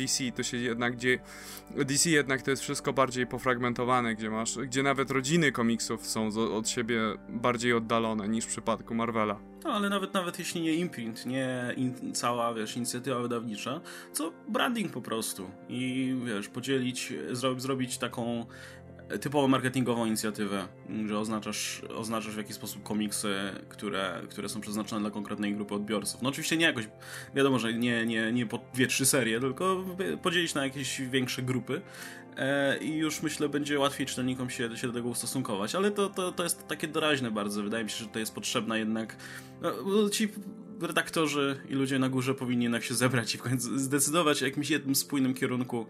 Speaker 3: DC jednak to jest wszystko bardziej pofragmentowane, gdzie nawet rodziny komiksów są od siebie bardziej oddalone niż w przypadku Marvela.
Speaker 1: No, ale nawet jeśli nie imprint, nie cała, wiesz, inicjatywa wydawnicza, co branding po prostu. I, wiesz, zrobić taką typowo marketingową inicjatywę, że oznaczasz w jakiś sposób komiksy, które są przeznaczone dla konkretnej grupy odbiorców. No oczywiście nie jakoś, wiadomo, że nie po 2-3 serie, tylko podzielić na jakieś większe grupy i już myślę będzie łatwiej czytelnikom się do tego ustosunkować, ale to jest takie doraźne bardzo. Wydaje mi się, że to jest potrzebna jednak... No, ci redaktorzy i ludzie na górze powinni jednak się zebrać i w końcu zdecydować o jakimś jednym spójnym kierunku,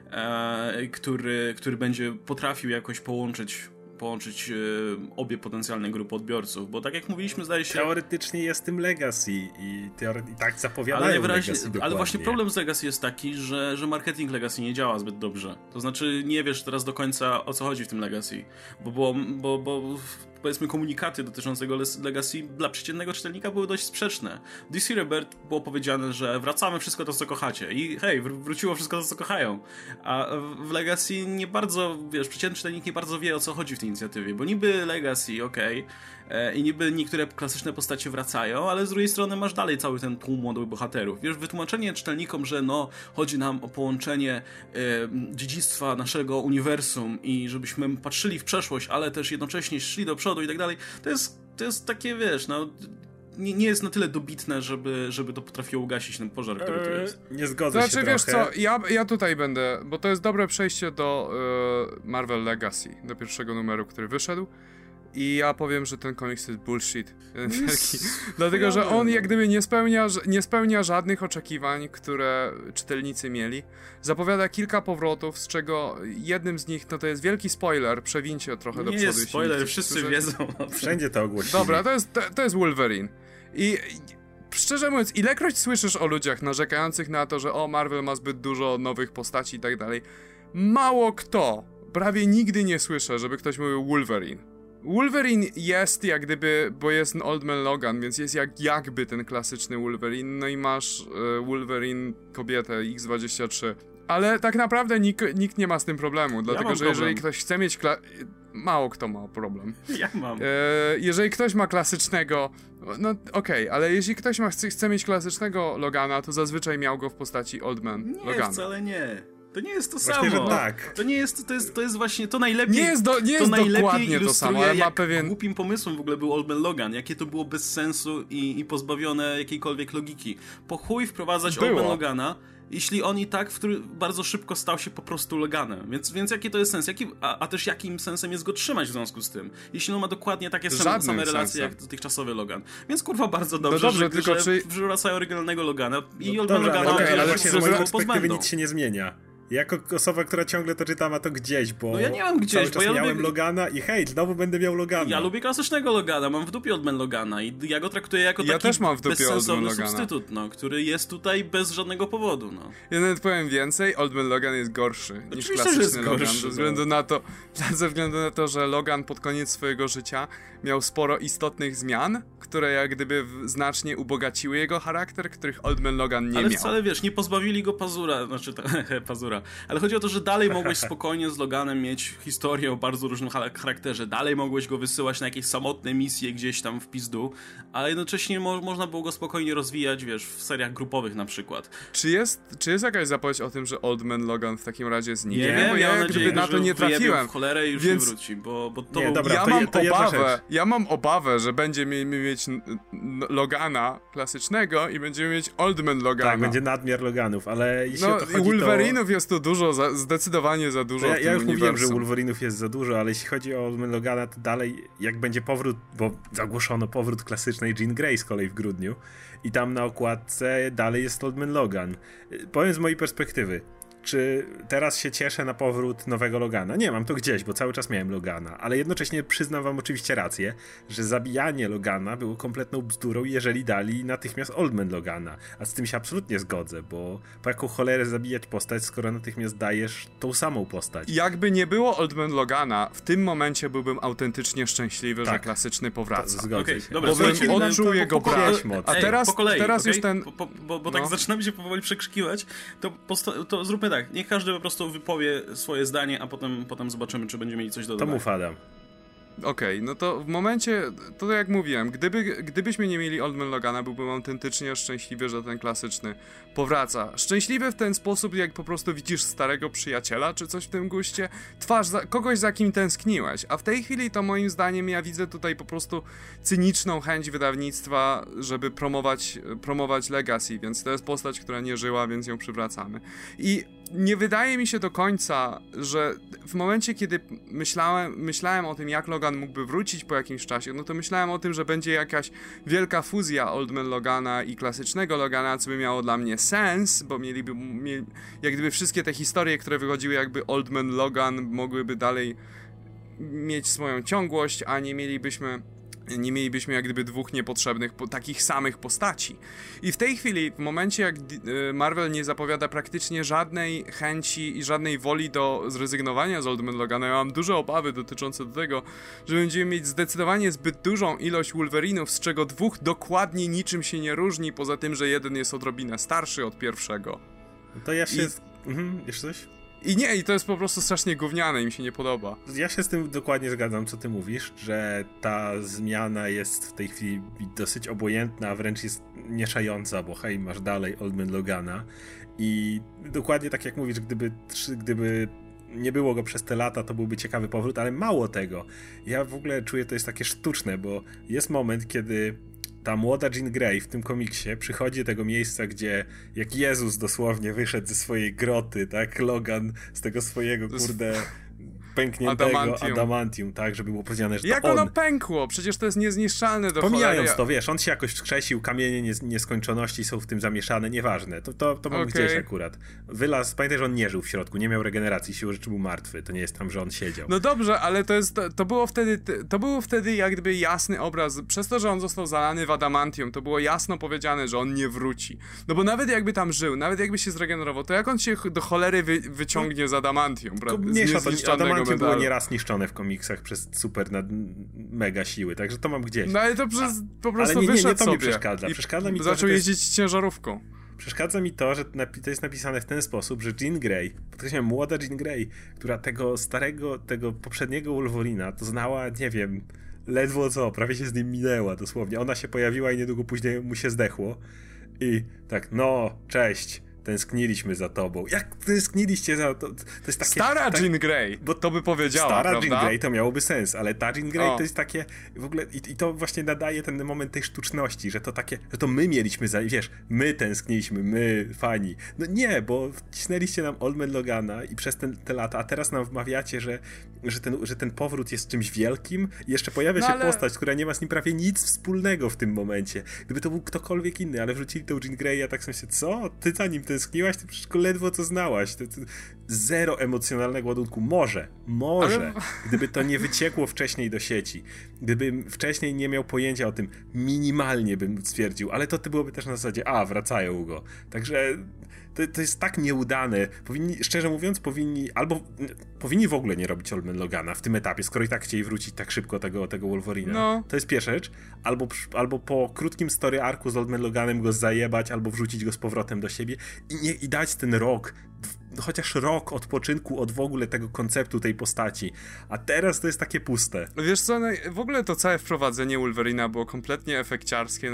Speaker 1: który będzie potrafił jakoś połączyć obie potencjalne grupy odbiorców, bo tak jak mówiliśmy, zdaje się...
Speaker 2: Teoretycznie jest tym Legacy i tak zapowiadają Legacy dokładnie. Ale
Speaker 1: właśnie problem z Legacy jest taki, że marketing Legacy nie działa zbyt dobrze. To znaczy nie wiesz teraz do końca, o co chodzi w tym Legacy, bo powiedzmy komunikaty dotyczące Legacy dla przeciętnego czytelnika były dość sprzeczne. W DC Rebirth było powiedziane, że wracamy wszystko to, co kochacie i hej, wróciło wszystko to, co kochają. A w Legacy nie bardzo, wiesz, przeciętny czytelnik nie bardzo wie, o co chodzi w tej inicjatywie, bo niby Legacy, okej, i niby niektóre klasyczne postacie wracają, ale z drugiej strony masz dalej cały ten tłum młodych bohaterów. Wiesz, wytłumaczenie czytelnikom, że chodzi nam o połączenie dziedzictwa naszego uniwersum i żebyśmy patrzyli w przeszłość, ale też jednocześnie szli do przodu i tak dalej, to jest takie, wiesz, nie jest na tyle dobitne, żeby to potrafiło ugasić ten pożar, który tu jest.
Speaker 2: Nie zgodzę się trochę.
Speaker 3: Wiesz co, ja tutaj będę, bo to jest dobre przejście do Marvel Legacy, do pierwszego numeru, który wyszedł. I ja powiem, że ten komiks to jest bullshit. Dlatego, że on jak gdyby nie spełnia żadnych oczekiwań, które czytelnicy mieli. Zapowiada kilka powrotów, z czego jednym z nich to jest wielki spoiler. Przewincie trochę do przodu.
Speaker 1: Nie jest spoiler, wszyscy wiedzą.
Speaker 2: Wszędzie to ogłosili.
Speaker 3: Dobra, to jest Wolverine. I szczerze mówiąc, ilekroć słyszysz o ludziach narzekających na to, że Marvel ma zbyt dużo nowych postaci i tak dalej, mało kto, prawie nigdy nie słyszę, żeby ktoś mówił Wolverine. Wolverine jest jak gdyby, bo jest Old Man Logan, więc jest jakby ten klasyczny Wolverine, no i masz Wolverine kobietę X-23. Ale tak naprawdę nikt nie ma z tym problemu, dlatego że jeżeli ktoś chce mieć mało kto ma problem.
Speaker 1: Ja mam.
Speaker 3: Jeżeli ktoś ma klasycznego, no okej, ale jeśli ktoś chce mieć klasycznego Logana, to zazwyczaj miał go w postaci Old Man Logana.
Speaker 1: Nie, wcale nie. To nie jest to
Speaker 2: właśnie,
Speaker 1: samo.
Speaker 2: Że tak.
Speaker 1: To jest właśnie to najlepiej.
Speaker 3: Nie jest dokładnie to samo, ale ma pewien.
Speaker 1: Głupim pomysłem w ogóle był Old Man Logan. Jakie to było bez sensu i pozbawione jakiejkolwiek logiki. Po chuj wprowadzać Old Man Logana, jeśli on i tak bardzo szybko stał się po prostu Loganem. Więc jaki to jest sens? A też jakim sensem jest go trzymać w związku z tym? Jeśli on ma dokładnie takie same relacje jak dotychczasowy Logan. Więc kurwa bardzo dobrze, że wracają oryginalnego Logana i Old Man Logana
Speaker 2: ale właśnie z mojej perspektywy nic się nie zmienia. Jako osoba, która ciągle to czyta, ma to gdzieś, bo
Speaker 1: no ja nie mam gdzieś,
Speaker 2: cały czas
Speaker 1: bo ja
Speaker 2: miałem
Speaker 1: lubię...
Speaker 2: Logana i hej, znowu będę miał Logana.
Speaker 1: Ja lubię klasycznego Logana, mam w dupie Old Man Logana i ja go traktuję jako taki
Speaker 3: też mam w dupie
Speaker 1: bezsensowny substytut, no, który jest tutaj bez żadnego powodu, no.
Speaker 3: Ja nawet powiem więcej, Old Man Logan jest gorszy niż
Speaker 1: Oczywiście,
Speaker 3: klasyczny
Speaker 1: jest
Speaker 3: Logan,
Speaker 1: gorszy,
Speaker 3: ze względu na to, że Logan pod koniec swojego życia miał sporo istotnych zmian, które jak gdyby znacznie ubogaciły jego charakter, których Old Man Logan nie miał.
Speaker 1: Ale wcale, wiesz, nie pozbawili go pazura, znaczy pazura, ale chodzi o to, że dalej mogłeś spokojnie z Loganem mieć historię o bardzo różnym charakterze, dalej mogłeś go wysyłać na jakieś samotne misje gdzieś tam w pizdu, ale jednocześnie można było go spokojnie rozwijać, wiesz, w seriach grupowych na przykład.
Speaker 3: Czy jest jakaś zapowiedź o tym, że Old Man Logan w takim razie zniknie?
Speaker 1: Nie wiem,
Speaker 3: ja jak gdyby na to nie trafiłem.
Speaker 1: w cholerę i już nie wróci, bo to...
Speaker 2: Nie, dobra,
Speaker 3: ja mam obawę, że będziemy mieć Logana klasycznego i będziemy mieć Old Man Logana.
Speaker 2: Tak, będzie nadmiar Loganów, ale jeśli o to chodzi,
Speaker 3: Wolverinów jest tu dużo, zdecydowanie za dużo.
Speaker 2: Ja już mówiłem, że Wolverinów jest za dużo, ale jeśli chodzi o Old Man Logana, to dalej, jak będzie powrót, bo zagłoszono powrót klasycznej Jean Grey z kolei w grudniu i tam na okładce dalej jest Old Man Logan. Powiem z mojej perspektywy, czy teraz się cieszę na powrót nowego Logana? Nie, mam to gdzieś, bo cały czas miałem Logana, ale jednocześnie przyznam wam oczywiście rację, że zabijanie Logana było kompletną bzdurą, jeżeli dali natychmiast Old Man Logana, a z tym się absolutnie zgodzę, bo po jaką cholerę zabijać postać, skoro natychmiast dajesz tą samą postać.
Speaker 3: Jakby nie było Old Man Logana, w tym momencie byłbym autentycznie szczęśliwy, że klasyczny powraca.
Speaker 2: Zgodzę się.
Speaker 1: Dobra,
Speaker 3: bo bym odczuł jego brak.
Speaker 2: A
Speaker 3: teraz,
Speaker 1: po kolei,
Speaker 3: teraz
Speaker 1: okay?
Speaker 3: już ten...
Speaker 1: Bo tak zaczynamy się powoli przekrzykiwać, to zróbmy tak, niech każdy po prostu wypowie swoje zdanie, a potem zobaczymy, czy będziemy mieli coś do dodania.
Speaker 2: To mów, Adam.
Speaker 3: Okej, no to w momencie, to jak mówiłem, gdybyśmy nie mieli Old Man Logana, byłbym autentycznie szczęśliwy, że ten klasyczny powraca. Szczęśliwy w ten sposób, jak po prostu widzisz starego przyjaciela, czy coś w tym guście, kogoś za kim tęskniłeś, a w tej chwili to moim zdaniem ja widzę tutaj po prostu cyniczną chęć wydawnictwa, żeby promować Legacy, więc to jest postać, która nie żyła, więc ją przywracamy. I nie wydaje mi się do końca, że w momencie, kiedy myślałem o tym, jak Logan mógłby wrócić po jakimś czasie, no to myślałem o tym, że będzie jakaś wielka fuzja Old Man Logana i klasycznego Logana, co by miało dla mnie sens, bo jak gdyby wszystkie te historie, które wychodziły jakby Old Man Logan, mogłyby dalej mieć swoją ciągłość, a nie mielibyśmy jak gdyby dwóch niepotrzebnych, takich samych postaci. I w tej chwili, w momencie jak Marvel nie zapowiada praktycznie żadnej chęci i żadnej woli do zrezygnowania z Old Man Logana, ja mam duże obawy dotyczące tego, że będziemy mieć zdecydowanie zbyt dużą ilość Wolverinów, z czego dwóch dokładnie niczym się nie różni, poza tym, że jeden jest odrobinę starszy od pierwszego.
Speaker 2: To ja się... Jeszcze coś?
Speaker 3: I to jest po prostu strasznie gówniane i mi się nie podoba.
Speaker 2: Ja się z tym dokładnie zgadzam, co ty mówisz, że ta zmiana jest w tej chwili dosyć obojętna, a wręcz jest mieszająca, bo hej, masz dalej Old Man Logana i dokładnie tak jak mówisz, gdyby nie było go przez te lata, to byłby ciekawy powrót, ale mało tego. Ja w ogóle czuję, to jest takie sztuczne, bo jest moment, kiedy ta młoda Jean Grey w tym komiksie przychodzi do tego miejsca, gdzie jak Jezus dosłownie wyszedł ze swojej groty, tak? Logan z tego swojego, pękniętego adamantium, tak? Żeby było powiedziane, że
Speaker 3: jak
Speaker 2: to on.
Speaker 3: ono pękło? Przecież to jest niezniszczalne do
Speaker 2: Pomijając to, wiesz, on się jakoś wskrzesił, kamienie nieskończoności są w tym zamieszane, nieważne. To mam gdzieś akurat. Wylazł, pamiętaj, że on nie żył w środku, nie miał regeneracji, siłą rzeczy był martwy. To nie jest tam, że on siedział.
Speaker 3: No dobrze, ale to było wtedy jak gdyby jasny obraz. Przez to, że on został zalany w adamantium, to było jasno powiedziane, że on nie wróci. No bo nawet jakby tam żył, nawet jakby się zregenerował, to jak on się do cholery wyciągnie z adamantium, prawda?
Speaker 2: Adamantium było nieraz niszczone w komiksach przez super mega siły, także to mam gdzieś.
Speaker 3: No ale to po prostu
Speaker 2: ale
Speaker 3: wyszedł
Speaker 2: to
Speaker 3: sobie.
Speaker 2: Mi przeszkadza. Przeszkadza mi to,
Speaker 3: zaczął jeździć ciężarówką.
Speaker 2: Przeszkadza mi to, że to jest napisane w ten sposób, że Jean Grey, podkreślam, młoda Jean Grey, która tego poprzedniego Wolverina to znała, nie wiem, ledwo co, prawie się z nim minęła dosłownie. Ona się pojawiła i niedługo później mu się zdechło. I tak, no, cześć. Tęskniliśmy za tobą. Jak tęskniliście za to? To jest takie...
Speaker 3: Stara Jean Grey, bo to by powiedziała,
Speaker 2: stara
Speaker 3: prawda?
Speaker 2: Jean Grey to miałoby sens, ale ta Jean Grey to jest takie... W ogóle i to właśnie nadaje ten moment tej sztuczności, że to takie... Że to my mieliśmy, wiesz, my tęskniliśmy, my fani. No nie, bo wcisnęliście nam Old Man Logana i przez te lata, a teraz nam wmawiacie, że ten powrót jest czymś wielkim i jeszcze pojawia się postać, która nie ma z nim prawie nic wspólnego w tym momencie. Gdyby to był ktokolwiek inny, ale wrzucili tą Jean Grey, ja tak sobie myślę, co? Ty za nim stęskniłaś, to przecież go ledwo co znałaś. To zero emocjonalnego ładunku. Może, ale... gdyby to nie wyciekło wcześniej do sieci, gdybym wcześniej nie miał pojęcia o tym, minimalnie bym stwierdził, ale to byłoby też na zasadzie, wracają go. Także to jest tak nieudane. Szczerze mówiąc, powinni w ogóle nie robić Old Man Logana w tym etapie, skoro i tak chcieli wrócić tak szybko tego Wolverina. No. To jest pierwsza rzecz. Albo po krótkim story arku z Old Man Loganem go zajebać, albo wrzucić go z powrotem do siebie i dać ten rok, chociaż rok odpoczynku od w ogóle tego konceptu tej postaci. A teraz to jest takie puste.
Speaker 3: Wiesz co, w ogóle to całe wprowadzenie Wolverina było kompletnie efekciarskie,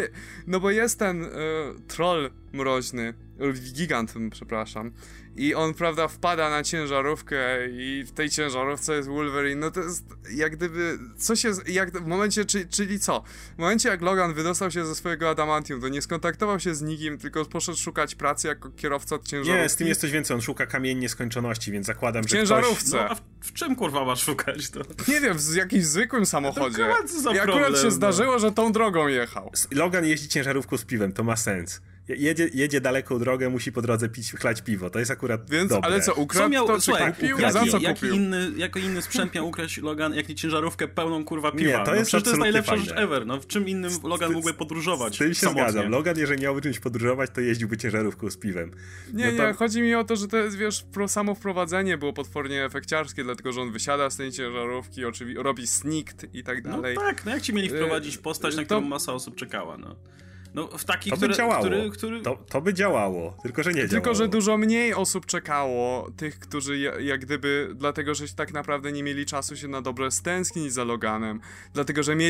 Speaker 3: no bo jest ten troll mroźny, gigant, przepraszam, i on, prawda, wpada na ciężarówkę i w tej ciężarówce jest Wolverine, no to jest jak gdyby, coś jest, jak w momencie, czyli co? W momencie jak Logan wydostał się ze swojego adamantium, to nie skontaktował się z nikim, tylko poszedł szukać pracy jako kierowca od ciężarówki.
Speaker 2: Nie, z tym jest coś więcej, on szuka kamieni nieskończoności, więc zakładam, że
Speaker 3: ciężarówce.
Speaker 2: Ktoś...
Speaker 1: No, a w czym kurwa masz szukać to?
Speaker 3: Nie wiem, w jakimś zwykłym samochodzie.
Speaker 1: No,
Speaker 3: i akurat się zdarzyło, że tą drogą jechał.
Speaker 2: Logan jeździ ciężarówką z piwem, to ma sens. Jedzie daleką drogę, musi po drodze chlać piwo. To jest akurat dobre.
Speaker 3: Ale co, ukradł to, czy kupił?
Speaker 1: Za co kupił? Jaki inny sprzęt miał ukraść Logan, jak nie ciężarówkę pełną kurwa piwa?
Speaker 2: Nie, to jest
Speaker 1: najlepsza
Speaker 2: fajne.
Speaker 1: rzecz ever. No, w czym innym Logan mógłby podróżować?
Speaker 2: Z tym się zgadzam. Logan, jeżeli miałby czymś podróżować, to jeździłby ciężarówką z piwem.
Speaker 3: Nie, chodzi mi o to, że to jest, wiesz, samo wprowadzenie było potwornie efekciarskie, dlatego, że on wysiada z tej ciężarówki, oczywiście robi snikt i tak dalej.
Speaker 1: No tak, jak ci mieli wprowadzić postać, na którą masa osób czekała, no. No, w taki,
Speaker 2: to by działało.
Speaker 1: Który...
Speaker 2: To by działało, tylko że nie działało.
Speaker 3: Tylko, że dużo mniej osób czekało, tych, którzy jak gdyby, dlatego, że tak naprawdę nie mieli czasu się na dobre stęsknić za Loganem, dlatego, że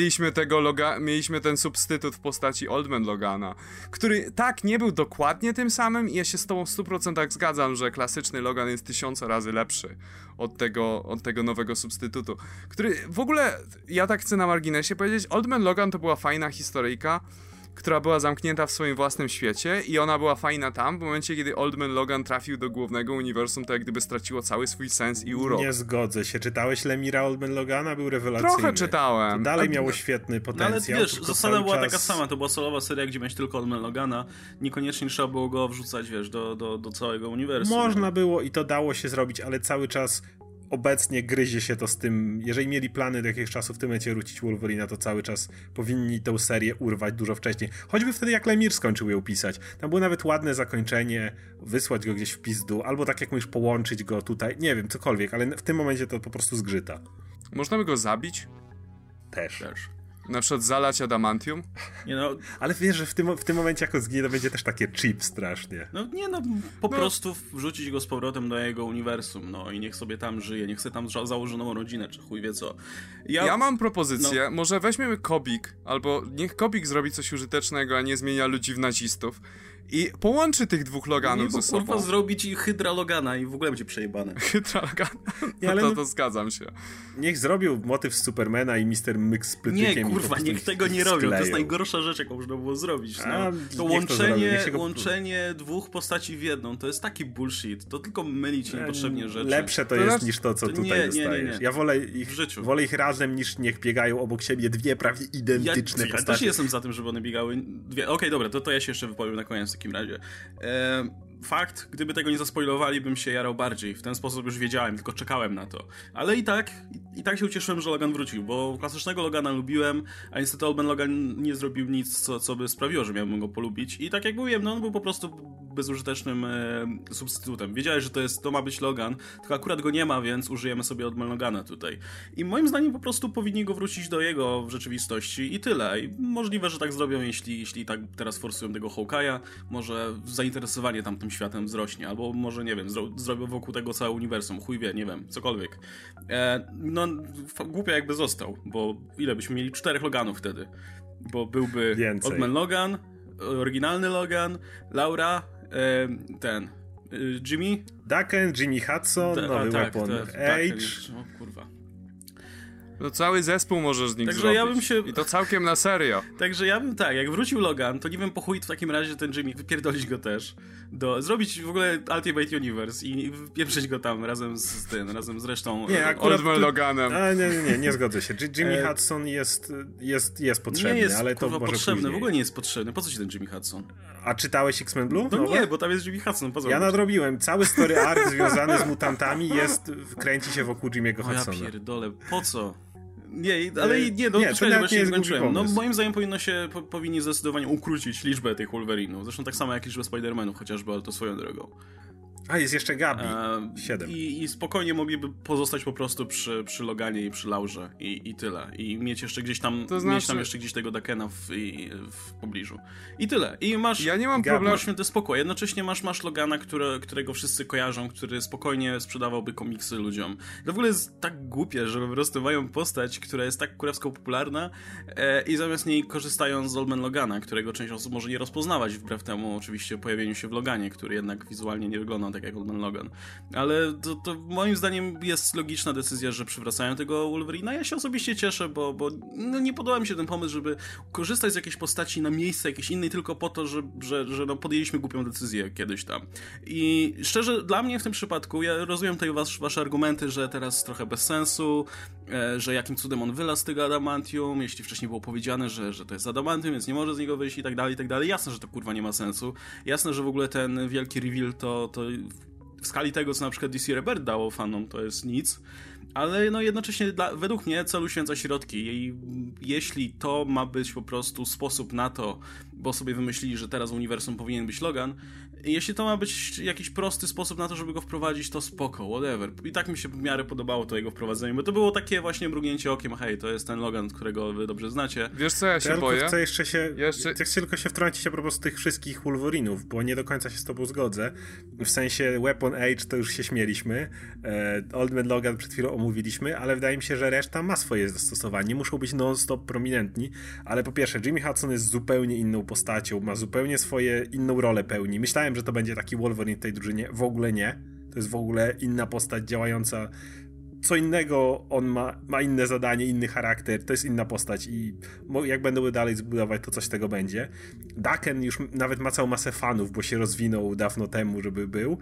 Speaker 3: mieliśmy ten substytut w postaci Old Man Logana, który tak nie był dokładnie tym samym i ja się z tobą w 100% zgadzam, że klasyczny Logan jest 1000 razy lepszy od tego nowego substytutu, który w ogóle, ja tak chcę na marginesie powiedzieć, Old Man Logan to była fajna historyjka, która była zamknięta w swoim własnym świecie i ona była fajna tam, w momencie, kiedy Old Man Logan trafił do głównego uniwersum, to jak gdyby straciło cały swój sens i urok.
Speaker 2: Nie zgodzę się. Czytałeś Lemira Old Man Logana? Był rewelacyjny.
Speaker 3: Trochę czytałem.
Speaker 2: To dalej miało świetny potencjał.
Speaker 1: Ale wiesz, zasada była taka sama, to była solowa seria, gdzie miałeś tylko Old Man Logana, niekoniecznie trzeba było go wrzucać, wiesz, do całego uniwersum.
Speaker 2: Można było i to dało się zrobić, ale cały czas obecnie gryzie się to z tym, jeżeli mieli plany do jakiegoś czasu w tym momencie wrócić Wolverina, to cały czas powinni tę serię urwać dużo wcześniej. Choćby wtedy jak Lemire skończył ją pisać. Tam było nawet ładne zakończenie, wysłać go gdzieś w pizdu, albo tak jak mówisz, połączyć go tutaj, nie wiem, cokolwiek, ale w tym momencie to po prostu zgrzyta.
Speaker 3: Można by go zabić?
Speaker 2: Też.
Speaker 3: Na przykład zalać adamantium?
Speaker 1: Nie no,
Speaker 2: ale wiesz, że w tym momencie jako zginie to będzie też takie cheap strasznie.
Speaker 1: Po prostu wrzucić go z powrotem do jego uniwersum, no i niech sobie tam żyje, niech sobie tam założy nową rodzinę, czy chuj wie co.
Speaker 3: Ja mam propozycję, może weźmiemy Kobik, albo niech Kobik zrobi coś użytecznego, a nie zmienia ludzi w nazistów. I połączy tych dwóch Loganów ze sobą.
Speaker 1: Kurwa zrobić Hydra Logana i w ogóle będzie przejebane.
Speaker 3: Hydra Logana? To zgadzam się.
Speaker 2: Niech zrobił motyw z Supermana i Mr. Mix z plytykiem.
Speaker 1: Nie, kurwa, niech tego nie robią. To jest najgorsza rzecz, jaką można było zrobić. No. To łączenie dwóch postaci w jedną, to jest taki bullshit. To tylko myli ci niepotrzebnie rzeczy.
Speaker 2: Lepsze to jest niż to, co tutaj dostajesz.
Speaker 1: Nie.
Speaker 2: Ja wolę ich razem, niż niech biegają obok siebie dwie prawie identyczne postacie.
Speaker 1: Ja też jestem za tym, żeby one biegały dwie. Okej, dobra, to ja się jeszcze wypowiem na koniec w takim razie. Fakt, gdyby tego nie zaspoilowali, bym się jarał bardziej. W ten sposób już wiedziałem, tylko czekałem na to. Ale i tak się ucieszyłem, że Logan wrócił, bo klasycznego Logana lubiłem, a niestety Old Man Logan nie zrobił nic, co by sprawiło, że miałbym go polubić. I tak jak mówiłem, on był po prostu bezużytecznym substytutem. Wiedziałeś, że to ma być Logan, tylko akurat go nie ma, więc użyjemy sobie Old Man Logana tutaj. I moim zdaniem po prostu powinni go wrócić do jego w rzeczywistości i tyle. I możliwe, że tak zrobią, jeśli tak teraz forsują tego Hawkeye'a, może zainteresowanie tamtym światem wzrośnie, albo może, nie wiem, zrobią wokół tego całe uniwersum, chuj wie, nie wiem, cokolwiek. Głupio jakby został, bo ile byśmy mieli? 4 Loganów wtedy, bo byłby
Speaker 2: więcej.
Speaker 1: Old Man Logan, oryginalny Logan, Laura, Jimmy?
Speaker 2: Daken, Jimmy Hudson, nowy Weapon Age.
Speaker 1: O kurwa.
Speaker 3: No cały zespół możesz z nich
Speaker 1: Także
Speaker 3: zrobić.
Speaker 1: ja bym się...
Speaker 3: I to całkiem na serio.
Speaker 1: Także ja bym jak wrócił Logan, to nie wiem po chuj w takim razie ten Jimmy, wypierdolić go też. Zrobić w ogóle Ultimate Universe i wpieprzyć go tam razem z resztą.
Speaker 2: Nie, akurat
Speaker 3: Loganem.
Speaker 2: Nie zgodzę się. Jimmy Hudson jest potrzebny,
Speaker 1: nie jest,
Speaker 2: ale to może
Speaker 1: potrzebny,
Speaker 2: później.
Speaker 1: w ogóle nie jest potrzebny. Po co ci ten Jimmy Hudson?
Speaker 2: A czytałeś X-Men Blue?
Speaker 1: No nie, bo tam jest Jimmy Hudson.
Speaker 2: Ja nadrobiłem. Cały story arc związany z mutantami kręci się wokół Jimmy'ego Hudsona.
Speaker 1: Ja pierdolę, po co? Nie,
Speaker 2: właśnie skończyłem.
Speaker 1: No moim zdaniem powinni zdecydowanie ukrócić liczbę tych Wolverinów. Zresztą tak samo jak liczbę Spider-Manów chociażby, ale to swoją drogą.
Speaker 2: A, jest jeszcze Gabi. 7.
Speaker 1: I spokojnie mogliby pozostać po prostu przy Loganie i przy Laurze i tyle. I mieć jeszcze gdzieś tam, mieć tam jeszcze gdzieś tego Dakena w pobliżu. I tyle. I masz...
Speaker 3: Ja nie mam problemu.
Speaker 1: Masz święty spokój. Jednocześnie masz Logana, którego wszyscy kojarzą, który spokojnie sprzedawałby komiksy ludziom. To w ogóle jest tak głupie, że po prostu mają postać, która jest tak kurewsko popularna i zamiast niej korzystają z Old Man Logana, którego część osób może nie rozpoznawać, wbrew temu oczywiście pojawieniu się w Loganie, który jednak wizualnie nie wygląda tak jak Old Man Logan. Ale to moim zdaniem jest logiczna decyzja, że przywracają tego Wolverina. Ja się osobiście cieszę, bo nie podoba mi się ten pomysł, żeby korzystać z jakiejś postaci na miejsce jakiejś innej tylko po to, że podjęliśmy głupią decyzję kiedyś tam. I szczerze, dla mnie w tym przypadku, ja rozumiem tutaj wasze argumenty, że teraz trochę bez sensu, że jakim cudem on wylazł z tego adamantium, jeśli wcześniej było powiedziane, że to jest adamantium, więc nie może z niego wyjść i tak dalej, i tak dalej. Jasne, że to kurwa nie ma sensu. Jasne, że w ogóle ten wielki reveal to w skali tego, co na przykład DC Rebirth dało fanom, to jest nic. Ale no jednocześnie według mnie cel uświęca środki i jeśli to ma być po prostu sposób na to, bo sobie wymyślili, że teraz w uniwersum powinien być Logan, jeśli to ma być jakiś prosty sposób na to, żeby go wprowadzić, to spoko, whatever. I tak mi się w miarę podobało to jego wprowadzenie, bo to było takie właśnie mrugnięcie okiem, hej, to jest ten Logan, którego wy dobrze znacie.
Speaker 3: Wiesz co, ja się boję?
Speaker 2: Chcę tylko się wtrącić a propos tych wszystkich Wolverinów, bo nie do końca się z tobą zgodzę. W sensie Weapon Age to już się śmieliśmy, Old Man Logan przed chwilą omówiliśmy, ale wydaje mi się, że reszta ma swoje zastosowanie, nie muszą być non-stop prominentni, ale po pierwsze Jimmy Hudson jest zupełnie inną postacią, ma zupełnie inną rolę pełni. Myślałem, że to będzie taki Wolverine w tej drużynie, w ogóle nie. To jest w ogóle inna postać działająca, co innego on ma inne zadanie, inny charakter, to jest inna postać i jak będą dalej zbudować, to coś z tego będzie. Daken już nawet ma całą masę fanów, bo się rozwinął dawno temu, żeby był.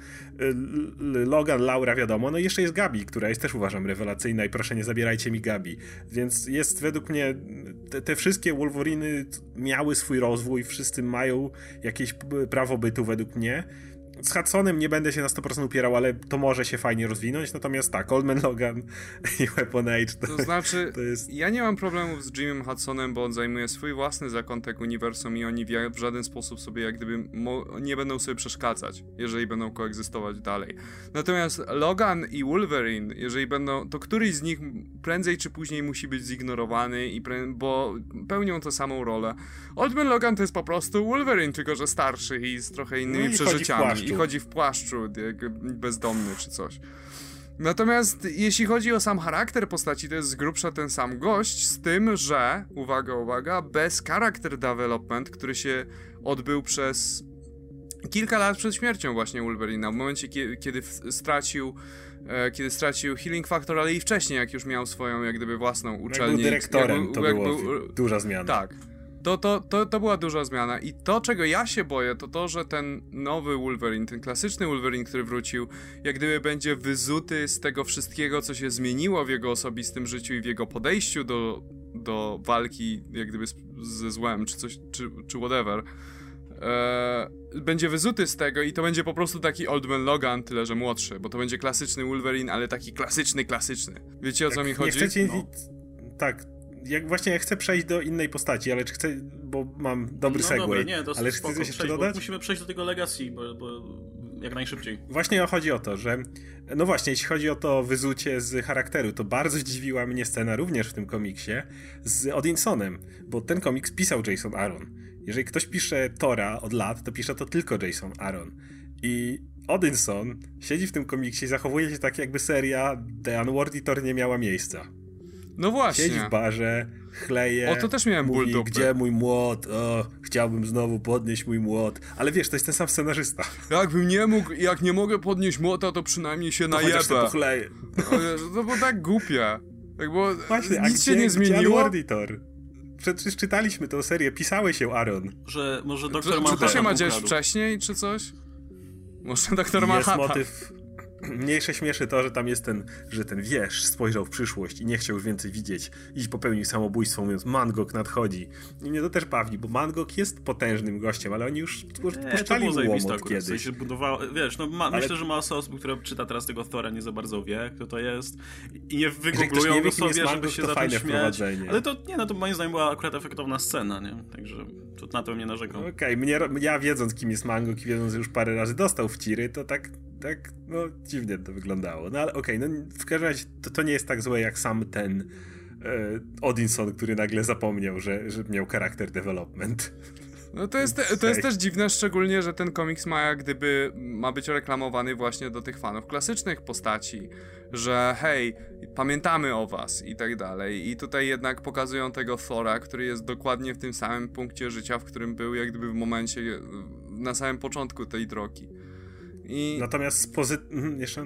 Speaker 2: Logan, Laura wiadomo, no i jeszcze jest Gabi, która jest też uważam rewelacyjna i proszę nie zabierajcie mi Gabi. Więc jest według mnie, te wszystkie Wolveriny miały swój rozwój, wszyscy mają jakieś prawo bytu według mnie. Z Hudsonem nie będę się na 100% upierał, ale to może się fajnie rozwinąć, natomiast tak, Old Man Logan i Weapon Age to znaczy, to jest...
Speaker 3: ja nie mam problemów z Jimmym Hudsonem, bo on zajmuje swój własny zakątek uniwersum i oni w żaden sposób sobie jak gdyby nie będą sobie przeszkadzać, jeżeli będą koegzystować dalej. Natomiast Logan i Wolverine, jeżeli będą, to któryś z nich prędzej czy później musi być zignorowany, bo pełnią tę samą rolę. Old Man Logan to jest po prostu Wolverine, tylko że starszy i z trochę innymi przeżyciami. I chodzi w płaszczu, jak bezdomny czy coś. Natomiast jeśli chodzi o sam charakter postaci, to jest z grubsza ten sam gość, z tym, że, uwaga, bez character development, który się odbył przez kilka lat przed śmiercią właśnie Wolverina, w momencie, kiedy stracił Healing Factor, ale i wcześniej, jak już miał swoją, jak gdyby własną uczelnię.
Speaker 2: Jak był dyrektorem, to była duża zmiana.
Speaker 3: Tak. To była duża zmiana i to, czego ja się boję, to to, że ten nowy Wolverine, ten klasyczny Wolverine, który wrócił, jak gdyby będzie wyzuty z tego wszystkiego, co się zmieniło w jego osobistym życiu i w jego podejściu do walki, jak gdyby ze złem, czy coś, czy whatever. Będzie wyzuty z tego i to będzie po prostu taki Old Man Logan, tyle że młodszy, bo to będzie klasyczny Wolverine, ale taki klasyczny. Wiecie, o co mi chodzi?
Speaker 2: Tak. Ja chcę przejść do innej postaci, ale czy chcę, bo mam dobry segway.
Speaker 1: Dobra, nie, to
Speaker 2: ale czy chcesz jeszcze dodać?
Speaker 1: Musimy przejść do tego Legacy, bo jak najszybciej.
Speaker 2: Właśnie chodzi o to, że no właśnie, jeśli chodzi o to wyzucie z charakteru, to bardzo zdziwiła mnie scena również w tym komiksie z Odinsonem, bo ten komiks pisał Jason Aaron. Jeżeli ktoś pisze Thora od lat, to pisze to tylko Jason Aaron. I Odinson siedzi w tym komiksie i zachowuje się tak, jakby seria The Unworthy Thor nie miała miejsca.
Speaker 3: No właśnie.
Speaker 2: Siedzi w barze, chleje.
Speaker 3: O, to też miałem ból dupy.
Speaker 2: Gdzie mój młot? O, chciałbym znowu podnieść mój młot. Ale wiesz, to jest ten sam scenarzysta.
Speaker 3: Jakbym nie mógł, jak nie mogę podnieść młota, to przynajmniej się najebę.
Speaker 2: To chleje.
Speaker 3: To było tak głupie. Tak, bo
Speaker 2: Właśnie,
Speaker 3: nic się nie zmieniło.
Speaker 2: Edward i Thor? Przecież czytaliśmy tę serię, pisałeś ją, Aaron.
Speaker 1: Że może
Speaker 3: Czy
Speaker 1: doktor
Speaker 3: to się ma dziać
Speaker 1: ukradł.
Speaker 3: wcześniej, czy coś? Może doktor
Speaker 2: Jest
Speaker 3: Manhattan.
Speaker 2: motyw... Mniejsze śmieszy to, że tam jest że ten wiesz spojrzał w przyszłość i nie chciał już więcej widzieć i popełnił samobójstwo, mówiąc Mangok nadchodzi. I mnie to też bawi, bo Mangok jest potężnym gościem, ale oni już puszczali łomot kiedyś.
Speaker 1: W sensie budowało, wiesz, no myślę, że masa osób, która czyta teraz tego Thora, nie za bardzo wie, kto to jest i nie wygooglują go sobie, żeby się zacząć śmiać. Ale to, nie, no to moim zdaniem była akurat efektowna scena, nie? Także to na to mnie narzekał.
Speaker 2: Okej, ja wiedząc kim jest Mangok i wiedząc, że już parę razy dostał w ciry, to tak, no dziwnie to wyglądało. No ale okej, no w każdym razie to nie jest tak złe jak sam ten Odinson, który nagle zapomniał, że miał character development.
Speaker 3: No to jest też dziwne, szczególnie, że ten komiks ma być reklamowany właśnie do tych fanów klasycznych postaci, że hej, pamiętamy o was i tak dalej. I tutaj jednak pokazują tego Thora, który jest dokładnie w tym samym punkcie życia, w którym był jak gdyby w momencie, na samym początku tej drogi.
Speaker 2: Natomiast jeszcze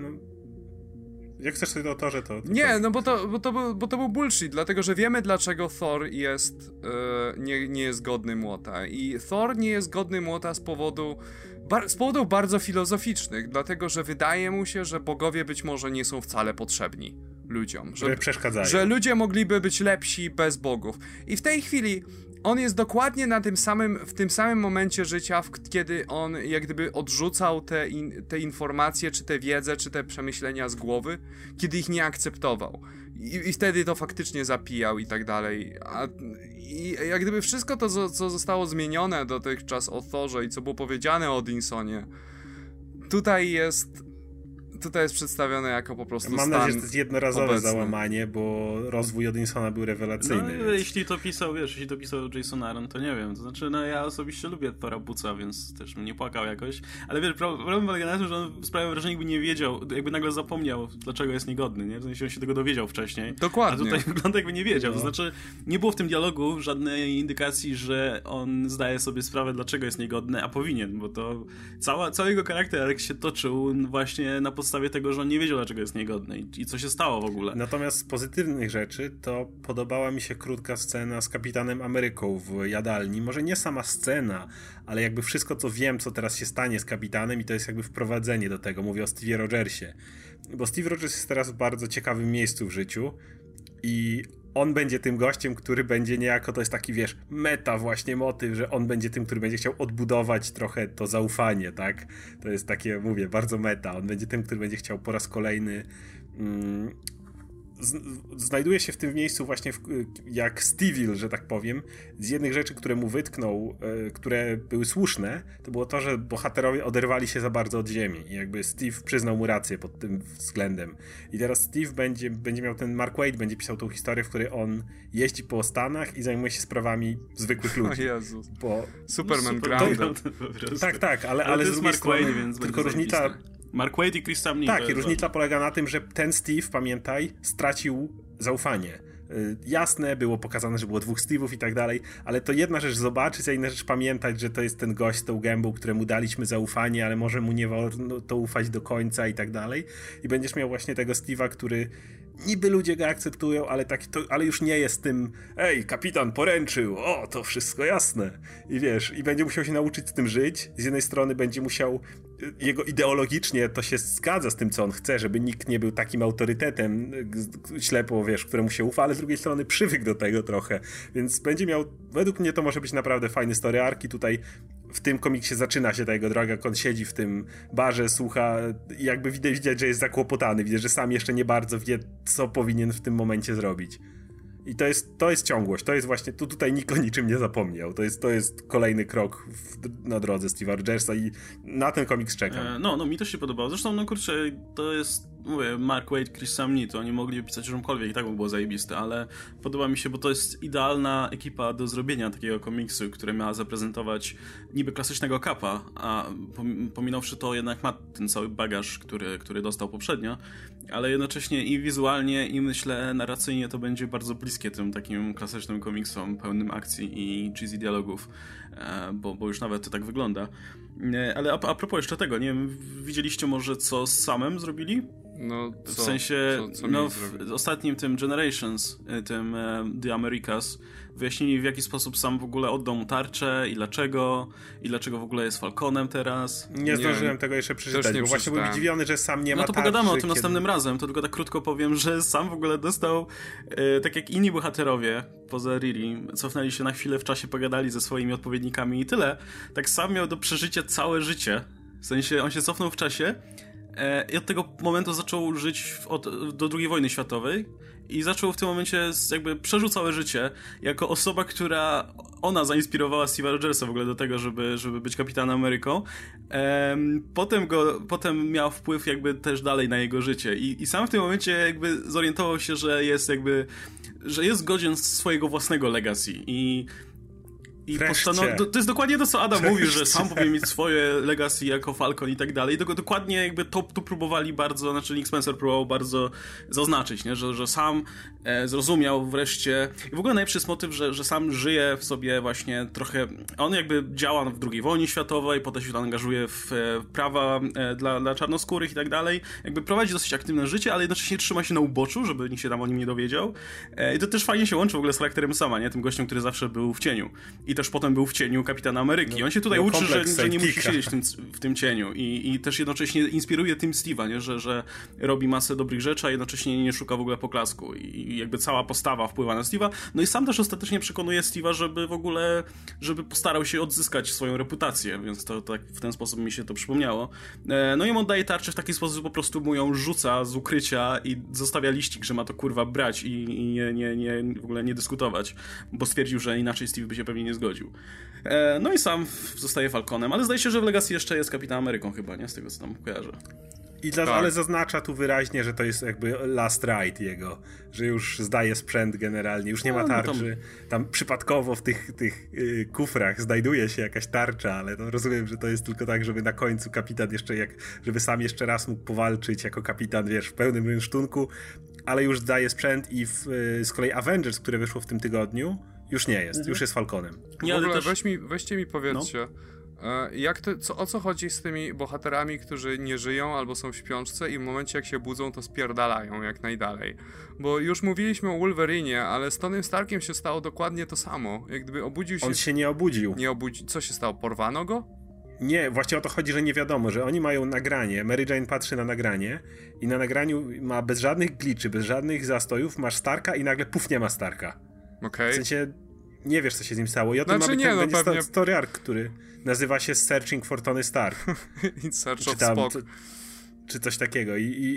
Speaker 2: jak chcesz sobie o Thorze, to...
Speaker 3: Nie, no bo to był bullshit, dlatego że wiemy dlaczego Thor jest nie jest godny młota. I Thor nie jest godny młota z powodów bardzo filozoficznych, dlatego że wydaje mu się, że bogowie być może nie są wcale potrzebni ludziom.
Speaker 2: Że przeszkadzają.
Speaker 3: Że ludzie mogliby być lepsi bez bogów. I w tej chwili on jest dokładnie w tym samym momencie życia, kiedy on jak gdyby odrzucał te informacje, czy tę wiedzę, czy te przemyślenia z głowy, kiedy ich nie akceptował. I wtedy to faktycznie zapijał i tak dalej. I jak gdyby wszystko to, co zostało zmienione dotychczas o Thorze i co było powiedziane o Odinsonie, tutaj jest przedstawione jako po prostu
Speaker 2: Mam
Speaker 3: stan
Speaker 2: nadzieję, że to jest jednorazowe
Speaker 3: obecny.
Speaker 2: załamanie, bo rozwój Odinsona był rewelacyjny.
Speaker 1: No, jeśli to pisał Jason Aaron, to nie wiem. To znaczy, no ja osobiście lubię Thora Buca, więc też bym nie płakał jakoś. Ale wiesz, problem polega na tym, że on sprawia wrażenie, jakby nie wiedział, jakby nagle zapomniał, dlaczego jest niegodny, nie? W sensie on się tego dowiedział wcześniej.
Speaker 3: Dokładnie.
Speaker 1: A tutaj wygląda, jakby nie wiedział. To znaczy, nie było w tym dialogu żadnej indykacji, że on zdaje sobie sprawę, dlaczego jest niegodny, a powinien, bo to cały jego charakter się toczył właśnie na podstawie tego, że on nie wiedział, dlaczego jest niegodny i co się stało w ogóle.
Speaker 2: Natomiast z pozytywnych rzeczy to podobała mi się krótka scena z Kapitanem Ameryką w jadalni. Może nie sama scena, ale jakby wszystko, co wiem, co teraz się stanie z Kapitanem i to jest jakby wprowadzenie do tego. Mówię o Steve'ie Rogersie. Bo Steve Rogers jest teraz w bardzo ciekawym miejscu w życiu i on będzie tym gościem, który będzie niejako, to jest taki, wiesz, meta właśnie motyw, że on będzie tym, który będzie chciał odbudować trochę to zaufanie, tak? To jest takie, mówię, bardzo meta. On będzie tym, który będzie chciał po raz kolejny znajduje się w tym miejscu właśnie jak Stevil, że tak powiem. Z jednych rzeczy, które mu wytknął, które były słuszne, to było to, że bohaterowie oderwali się za bardzo od ziemi i jakby Steve przyznał mu rację pod tym względem. I teraz Steve będzie miał ten Mark Waid, będzie pisał tą historię, w której on jeździ po Stanach i zajmuje się sprawami zwykłych ludzi.
Speaker 3: O Jezus. Superman
Speaker 1: Grounded.
Speaker 2: Tak, ale z drugiej strony tylko różnica...
Speaker 1: Mark Waid i Chris Samney.
Speaker 2: Tak, i różnica polega na tym, że ten Steve, pamiętaj, stracił zaufanie. Jasne, było pokazane, że było dwóch Steve'ów i tak dalej, ale to jedna rzecz zobaczyć, a inna rzecz pamiętać, że to jest ten gość z tą gębą, któremu daliśmy zaufanie, ale może mu nie wolno to ufać do końca i tak dalej. I będziesz miał właśnie tego Steve'a, który niby ludzie go akceptują, ale już nie jest tym kapitan poręczył, to wszystko jasne. I wiesz, i będzie musiał się nauczyć z tym żyć. Z jednej strony będzie musiał, jego ideologicznie to się zgadza z tym, co on chce, żeby nikt nie był takim autorytetem ślepo, wiesz, któremu się ufa, ale z drugiej strony przywykł do tego trochę. Więc będzie miał, według mnie to może być naprawdę fajny story arc i tutaj w tym komiksie zaczyna się ta jego droga, jak on siedzi w tym barze, słucha i jakby widać, że jest zakłopotany, widać, że sam jeszcze nie bardzo wie, co powinien w tym momencie zrobić. I to jest ciągłość, to jest właśnie, tutaj nikt o niczym nie zapomniał, to jest kolejny krok na drodze Steve'a Rogersa i na ten komiks czekam.
Speaker 1: No mi też się podobało, zresztą no kurczę, to jest, mówię, Mark Waid, Chris Samney, to oni mogli pisać czymkolwiek i tak by było zajebiste, ale podoba mi się, bo to jest idealna ekipa do zrobienia takiego komiksu, który miała zaprezentować niby klasycznego Kapa, a pominąwszy to jednak ma ten cały bagaż, który dostał poprzednio, ale jednocześnie i wizualnie, i myślę narracyjnie to będzie bardzo bliskie tym takim klasycznym komiksom pełnym akcji i cheesy dialogów, bo już nawet to tak wygląda. Ale a propos jeszcze tego, nie wiem, widzieliście może co z Samem zrobili?
Speaker 3: No,
Speaker 1: w sensie, w ostatnim tym Generations, tym The Americas, wyjaśnili w jaki sposób sam w ogóle oddał mu tarczę i dlaczego w ogóle jest Falconem teraz.
Speaker 2: Nie zdążyłem tego jeszcze przeczytać, bo właśnie byłem zdziwiony, że sam nie ma tarczy.
Speaker 1: No to pogadamy o tym następnym razem, to tylko tak krótko powiem, że sam w ogóle dostał, tak jak inni bohaterowie, poza Riri, cofnęli się na chwilę w czasie, pogadali ze swoimi odpowiednikami i tyle, tak sam miał do przeżycia całe życie. W sensie, on się cofnął w czasie i od tego momentu zaczął żyć do II wojny światowej i zaczął w tym momencie jakby przeżył całe życie jako osoba, która ona zainspirowała Steve'a Rogersa w ogóle do tego, żeby być Kapitanem Ameryką. Potem miał wpływ jakby też dalej na jego życie i sam w tym momencie jakby zorientował się, że jest godzien swojego własnego legacy i to jest dokładnie to, co Adam mówił, że sam powinien mieć swoje legacy jako Falcon i tak dalej. Dokładnie jakby to próbowali bardzo, znaczy Nick Spencer próbował bardzo zaznaczyć, nie? Że sam zrozumiał wreszcie. I w ogóle najlepszy jest motyw, że sam żyje w sobie właśnie trochę. On jakby działa w II wojnie światowej, potem się angażuje w prawa dla czarnoskórych i tak dalej. Jakby prowadzi dosyć aktywne życie, ale jednocześnie trzyma się na uboczu, żeby nikt się tam o nim nie dowiedział. I to też fajnie się łączy w ogóle z charakterem Sama, nie? Tym gościem, który zawsze był w cieniu. I też potem był w cieniu Kapitana Ameryki. On się tutaj uczy, że nie musi siedzieć w tym cieniu. I też jednocześnie inspiruje Team Steve'a, nie? Że robi masę dobrych rzeczy, a jednocześnie nie szuka w ogóle poklasku. I jakby cała postawa wpływa na Steve'a. No i sam też ostatecznie przekonuje Steve'a, żeby postarał się odzyskać swoją reputację, więc to tak w ten sposób mi się to przypomniało. No i on daje tarczę w taki sposób, że po prostu mu ją rzuca z ukrycia i zostawia liścik, że ma to kurwa brać i w ogóle nie dyskutować, bo stwierdził, że inaczej Steve by się pewnie nie zgodził. No i sam zostaje Falconem, ale zdaje się, że w Legacy jeszcze jest Kapitanem Ameryką chyba, nie? Z tego, co tam kojarzę.
Speaker 2: Ale zaznacza tu wyraźnie, że to jest jakby last ride jego, że już zdaje sprzęt generalnie, już nie ma tarczy. Tam przypadkowo w tych kufrach znajduje się jakaś tarcza, ale to rozumiem, że to jest tylko tak, żeby na końcu kapitan żeby sam jeszcze raz mógł powalczyć jako kapitan, wiesz, w pełnym rynsztunku, ale już zdaje sprzęt i z kolei Avengers, które wyszło w tym tygodniu, już nie jest, już jest Falconem.
Speaker 3: W ogóle weźcie mi powiedzcie, o co chodzi z tymi bohaterami, którzy nie żyją albo są w śpiączce i w momencie jak się budzą, to spierdalają jak najdalej. Bo już mówiliśmy o Wolverinie, ale z Tonym Starkiem się stało dokładnie to samo. Jak gdyby obudził się...
Speaker 2: On się nie obudził.
Speaker 3: Co się stało? Porwano go?
Speaker 2: Nie, właśnie o to chodzi, że nie wiadomo, że oni mają nagranie, Mary Jane patrzy na nagranie i na nagraniu ma bez żadnych glitchy, bez żadnych zastojów, masz Starka i nagle puf, nie ma Starka.
Speaker 3: Okej.
Speaker 2: W sensie nie wiesz, co się z nim stało. I o tym ma być pewnie... story arc, który nazywa się Searching for Tony Stark.
Speaker 3: Search of Spock.
Speaker 2: Czy coś takiego.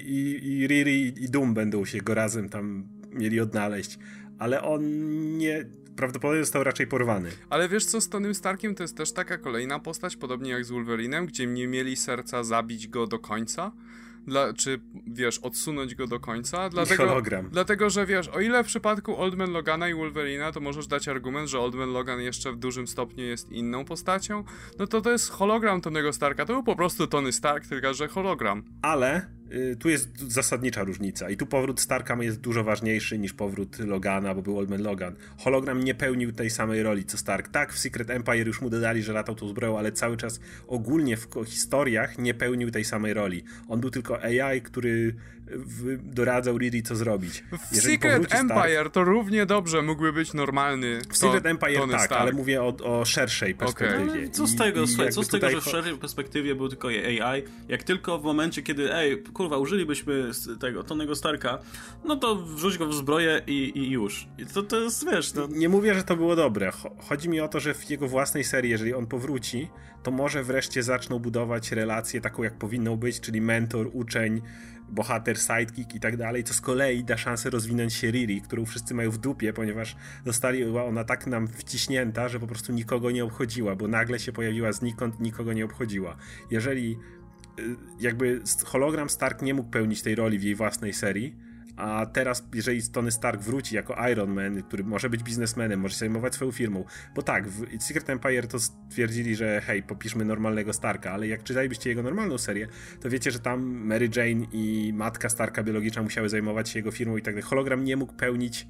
Speaker 2: I Riri i Doom będą się go razem tam mieli odnaleźć. Ale on nie... Prawdopodobnie został raczej porwany.
Speaker 3: Ale wiesz co, z Tonym Starkiem to jest też taka kolejna postać, podobnie jak z Wolverinem, gdzie nie mieli serca zabić go do końca. Czy, wiesz, odsunąć go do końca. Dlatego, że wiesz, o ile w przypadku Old Man Logana i Wolverina to możesz dać argument, że Old Man Logan jeszcze w dużym stopniu jest inną postacią, no to jest hologram Tonego Starka. To był po prostu Tony Stark, tylko że hologram.
Speaker 2: Ale tu jest zasadnicza różnica i tu powrót Starka jest dużo ważniejszy niż powrót Logana, bo był Old Man Logan. Hologram nie pełnił tej samej roli co Stark. Tak, w Secret Empire już mu dodali, że latał tą zbroją, ale cały czas ogólnie w historiach nie pełnił tej samej roli. On był tylko AI, który doradzał Riri, co zrobić.
Speaker 3: W Secret Empire to równie dobrze mógłby być normalny.
Speaker 2: W Secret Empire tak, Stark. Ale mówię o szerszej perspektywie.
Speaker 1: Okay. Co z tego, że w szerszej perspektywie był tylko AI? Jak tylko w momencie, kiedy kurwa, użylibyśmy tego Tonego Starka, no to wrzuć go w zbroję i już. I to jest, wiesz...
Speaker 2: Nie mówię, że to było dobre. Chodzi mi o to, że w jego własnej serii, jeżeli on powróci, to może wreszcie zaczną budować relację taką, jak powinną być, czyli mentor, uczeń, bohater, sidekick i tak dalej, co z kolei da szansę rozwinąć się Riri, którą wszyscy mają w dupie, ponieważ została ona tak nam wciśnięta, że po prostu nikogo nie obchodziła, bo nagle się pojawiła znikąd, nikogo nie obchodziła. Jeżeli jakby hologram Stark nie mógł pełnić tej roli w jej własnej serii, a teraz, jeżeli Tony Stark wróci jako Iron Man, który może być biznesmenem, może się zajmować swoją firmą, bo tak, w Secret Empire to stwierdzili, że hej, popiszmy normalnego Starka, ale jak czytalibyście jego normalną serię, to wiecie, że tam Mary Jane i matka Starka biologiczna musiały zajmować się jego firmą i tak dalej. Hologram nie mógł pełnić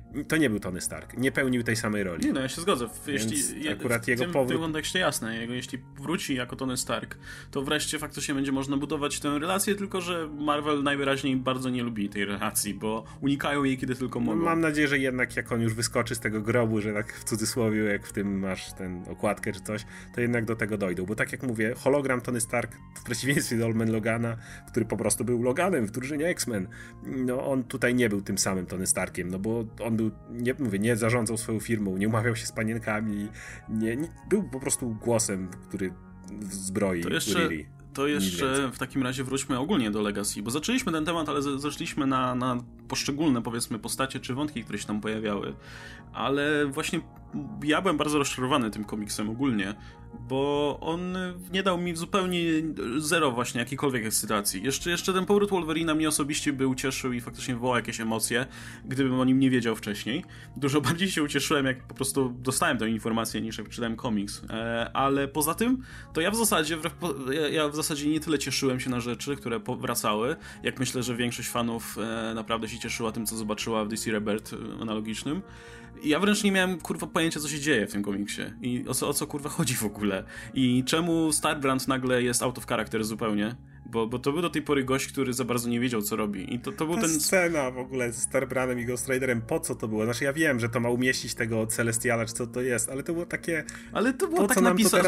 Speaker 2: to nie był Tony Stark. Nie pełnił tej samej roli.
Speaker 1: Nie, no ja się zgodzę.
Speaker 2: Akurat jego
Speaker 1: w
Speaker 2: powrót...
Speaker 1: tym kontekście jasne. Jeśli wróci jako Tony Stark, to wreszcie faktycznie będzie można budować tę relację, tylko że Marvel najwyraźniej bardzo nie lubi tej relacji, bo unikają jej kiedy tylko mogą.
Speaker 2: Mam nadzieję, że jednak jak on już wyskoczy z tego grobu, że tak w cudzysłowie, jak w tym masz ten okładkę czy coś, to jednak do tego dojdą. Bo tak jak mówię, hologram Tony Stark w przeciwieństwie do Old Man Logana, który po prostu był Loganem w drużynie X-Men, no on tutaj nie był tym samym Tony Starkiem, no bo on był, nie zarządzał swoją firmą, nie umawiał się z panienkami, nie był po prostu głosem, który zbroi Riri.
Speaker 1: To jeszcze w takim razie wróćmy ogólnie do Legacy, bo zaczęliśmy ten temat, ale zeszliśmy na poszczególne, powiedzmy, postacie czy wątki, które się tam pojawiały. Ale właśnie ja byłem bardzo rozczarowany tym komiksem ogólnie, bo on nie dał mi zupełnie zero właśnie jakiejkolwiek ekscytacji. Jeszcze ten powrót Wolverina mnie osobiście by ucieszył i faktycznie wywołał jakieś emocje, gdybym o nim nie wiedział wcześniej. Dużo bardziej się ucieszyłem, jak po prostu dostałem tę informację, niż jak czytałem komiks. Ale poza tym, to ja w zasadzie nie tyle cieszyłem się na rzeczy, które wracały, jak myślę, że większość fanów naprawdę się cieszyła tym, co zobaczyła w DC Rebirth analogicznym. I ja wręcz nie miałem, kurwa, pojęcia, co się dzieje w tym komiksie i o co kurwa chodzi w ogóle. I czemu Starbrand nagle jest out of character zupełnie. Bo to był do tej pory gość, który za bardzo nie wiedział, co robi. I to był ten...
Speaker 2: scena w ogóle ze Starbrandem i Ghost Riderem, po co to było? Znaczy ja wiem, że to ma umieścić tego Celestiala, czy co to jest, ale to było takie...
Speaker 1: Ale to było tak napisane,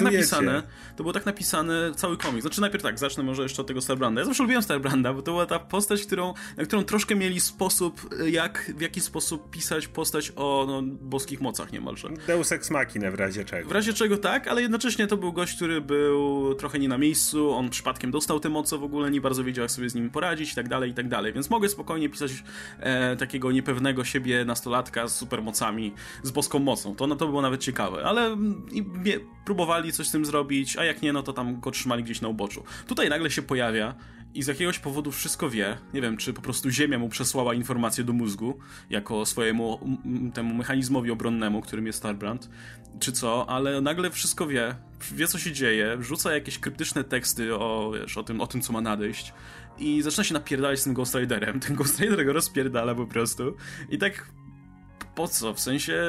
Speaker 1: to było tak napisane cały komiks. Znaczy najpierw tak, zacznę może jeszcze od tego Starbranda. Ja zawsze lubiłem Starbranda, bo to była ta postać, na którą troszkę mieli sposób, w jaki sposób pisać postać o boskich mocach niemalże.
Speaker 2: Deus Ex Machina w razie czego.
Speaker 1: W razie czego tak, ale jednocześnie to był gość, który był trochę nie na miejscu, on przypadkiem dostał te moce w ogóle, nie bardzo wiedział, jak sobie z nimi poradzić i tak dalej, więc mogę spokojnie pisać takiego niepewnego siebie nastolatka z supermocami, z boską mocą. To było nawet ciekawe, ale próbowali coś z tym zrobić, a jak nie, no to tam go trzymali gdzieś na uboczu. Tutaj nagle się pojawia i z jakiegoś powodu wszystko wie. Nie wiem, czy po prostu Ziemia mu przesłała informację do mózgu, jako swojemu temu mechanizmowi obronnemu, którym jest Starbrand, czy co, ale nagle wszystko wie, co się dzieje, rzuca jakieś kryptyczne teksty o tym, co ma nadejść i zaczyna się napierdalać z tym Ghost Riderem. Ten Ghost Rider go rozpierdala po prostu i tak po co? W sensie,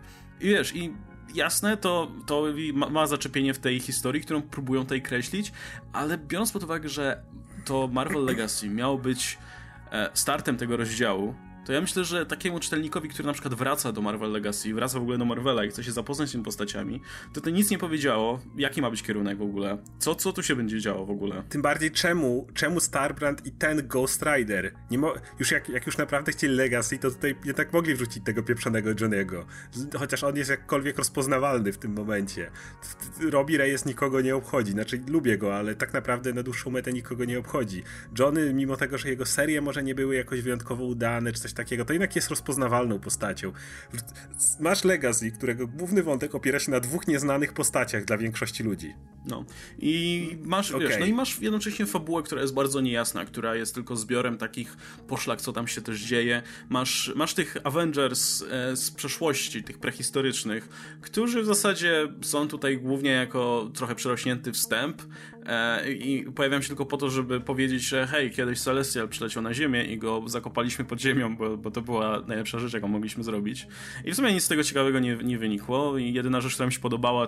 Speaker 1: i jasne, to ma zaczepienie w tej historii, którą próbują tutaj kreślić, ale biorąc pod uwagę, że to Marvel Legacy miało być startem tego rozdziału, to ja myślę, że takiemu czytelnikowi, który na przykład wraca do Marvel Legacy, wraca w ogóle do Marvela i chce się zapoznać z tymi postaciami, to nic nie powiedziało, jaki ma być kierunek w ogóle, co tu się będzie działo w ogóle.
Speaker 2: Tym bardziej czemu Starbrand i ten Ghost Rider, jak już naprawdę chcieli Legacy, to tutaj jednak mogli wrzucić tego pieprzonego Johnny'ego, chociaż on jest jakkolwiek rozpoznawalny w tym momencie. Robbie Reyes nikogo nie obchodzi, znaczy lubię go, ale tak naprawdę na dłuższą metę nikogo nie obchodzi. Johnny, mimo tego, że jego serie może nie były jakoś wyjątkowo udane, czy coś takiego, to jednak jest rozpoznawalną postacią. Masz Legacy, którego główny wątek opiera się na dwóch nieznanych postaciach dla większości ludzi.
Speaker 1: No. I masz, masz jednocześnie fabułę, która jest bardzo niejasna, która jest tylko zbiorem takich poszlak, co tam się też dzieje. Masz tych Avengers z przeszłości, tych prehistorycznych, którzy w zasadzie są tutaj głównie jako trochę przerośnięty wstęp i pojawiają się tylko po to, żeby powiedzieć, że hej, kiedyś Celestial przyleciał na Ziemię i go zakopaliśmy pod ziemią, bo to była najlepsza rzecz, jaką mogliśmy zrobić. I w sumie nic z tego ciekawego nie wynikło i jedyna rzecz, która mi się podobała,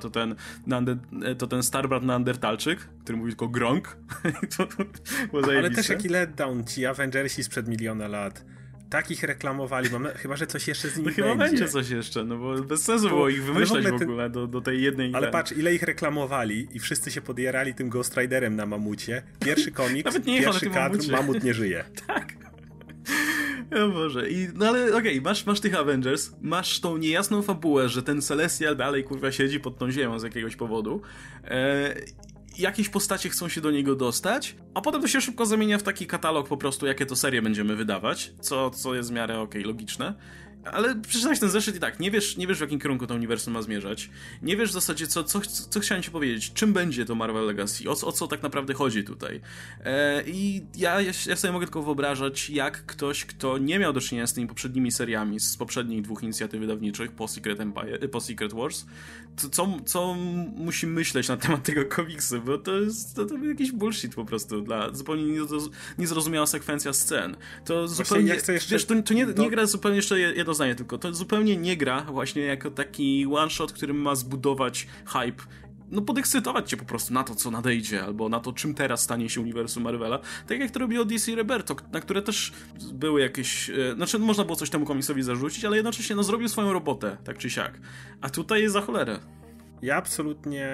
Speaker 1: to ten Starbrand Neandertalczyk, który mówi tylko Gronk.
Speaker 2: Ale też jaki letdown ci Avengersi sprzed miliona lat. Takich reklamowali, chyba, że coś jeszcze z nimi
Speaker 1: chyba będzie coś jeszcze, no bo bez sensu było ich wymyślać w ogóle do tej jednej...
Speaker 2: Ale patrz, ile ich reklamowali i wszyscy się podjarali tym Ghost Riderem na mamucie. Pierwszy komiks, pierwszy kadr, mamut nie żyje.
Speaker 1: Tak. O Boże. Ale okej, masz tych Avengers, masz tą niejasną fabułę, że ten Celestial dalej kurwa siedzi pod tą ziemią z jakiegoś powodu. Jakieś postacie chcą się do niego dostać, a potem to się szybko zamienia w taki katalog po prostu, jakie to serie będziemy wydawać, co jest w miarę logiczne. Ale przeczytałeś ten zeszyt i tak, nie wiesz w jakim kierunku to uniwersum ma zmierzać, nie wiesz w zasadzie co chciałem ci powiedzieć, czym będzie to Marvel Legacy, o co tak naprawdę chodzi tutaj. I ja sobie mogę tylko wyobrażać, jak ktoś, kto nie miał do czynienia z tymi poprzednimi seriami, z poprzednich dwóch inicjatyw wydawniczych, po Secret Wars, co musi myśleć na temat tego komiksu, bo to był jakiś bullshit po prostu, zupełnie niezrozumiała sekwencja scen. To zupełnie,
Speaker 2: ja chcę jeszcze...
Speaker 1: wiesz, to nie gra zupełnie jeszcze jedno zdanie tylko. To zupełnie nie gra właśnie jako taki one-shot, który ma zbudować hype, no podekscytować cię po prostu na to, co nadejdzie, albo na to, czym teraz stanie się uniwersum Marvela. Tak jak to robiło DC Rebirth, na które też były jakieś... Znaczy, można było coś temu komiksowi zarzucić, ale jednocześnie no zrobił swoją robotę, tak czy siak. A tutaj jest za cholerę.
Speaker 2: Ja absolutnie...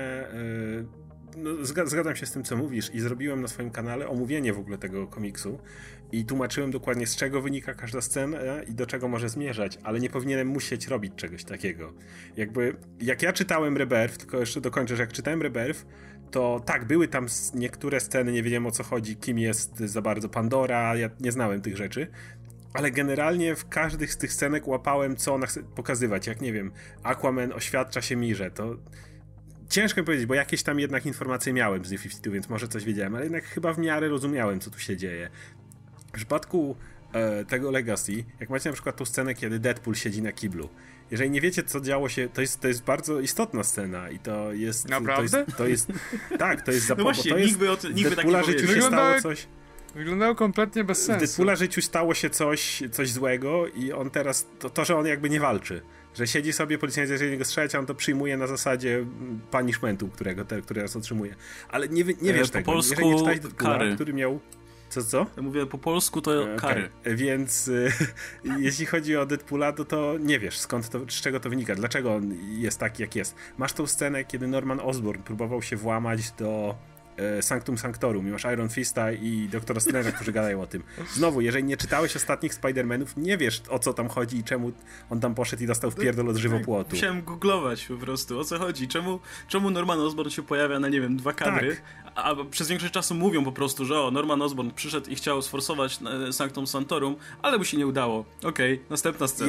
Speaker 2: Zgadzam się z tym, co mówisz i zrobiłem na swoim kanale omówienie w ogóle tego komiksu i tłumaczyłem dokładnie, z czego wynika każda scena i do czego może zmierzać, ale nie powinienem musieć robić czegoś takiego. Jakby, jak ja czytałem Rebirth, tylko jeszcze dokończę, że jak czytałem Rebirth, to tak, były tam niektóre sceny, nie wiedziałem o co chodzi, kim jest za bardzo Pandora, ja nie znałem tych rzeczy, ale generalnie w każdej z tych scenek łapałem, co ona chce pokazywać. Jak, nie wiem, Aquaman oświadcza się Mirze, to ciężko mi powiedzieć, bo jakieś tam jednak informacje miałem z New 52, więc może coś wiedziałem, ale jednak chyba w miarę rozumiałem, co tu się dzieje. W przypadku tego Legacy, jak macie na przykład tą scenę, kiedy Deadpool siedzi na kiblu, jeżeli nie wiecie, co działo się, to jest bardzo istotna scena i to jest...
Speaker 3: Naprawdę?
Speaker 2: Tak, to jest
Speaker 1: No właśnie, nikt by tak nie
Speaker 2: życiu się stało coś...
Speaker 3: Wyglądało kompletnie bez sensu.
Speaker 2: W Deadpoola życiu stało się coś złego i on teraz, to że on jakby nie walczy. Że siedzi sobie, policjant zaczyna niego strzelać, a on to przyjmuje na zasadzie punishmentu, który teraz otrzymuje. Ale nie wiesz
Speaker 1: po
Speaker 2: tego.
Speaker 1: polsku
Speaker 2: jeżeli nie czytałeś Deadpoola,
Speaker 1: kary.
Speaker 2: który miał... Co?
Speaker 1: Ja mówię po polsku to kary.
Speaker 2: Więc jeśli chodzi o Deadpoola, to nie wiesz z czego to wynika, dlaczego on jest taki jak jest. Masz tą scenę, kiedy Norman Osborn próbował się włamać do Sanctum Sanctorum i masz Iron Fista i Doktora Strange'a, którzy gadają o tym. Znowu, jeżeli nie czytałeś ostatnich Spider-Manów, nie wiesz, o co tam chodzi i czemu on tam poszedł i dostał wpierdol od żywopłotu.
Speaker 1: Musiałem googlować po prostu, o co chodzi. Czemu Norman Osborn się pojawia na, nie wiem, 2 kadry, a przez większość czasu mówią po prostu, że Norman Osborn przyszedł i chciał sforsować Sanctum Sanctorum, ale mu się nie udało. Okej, następna scena.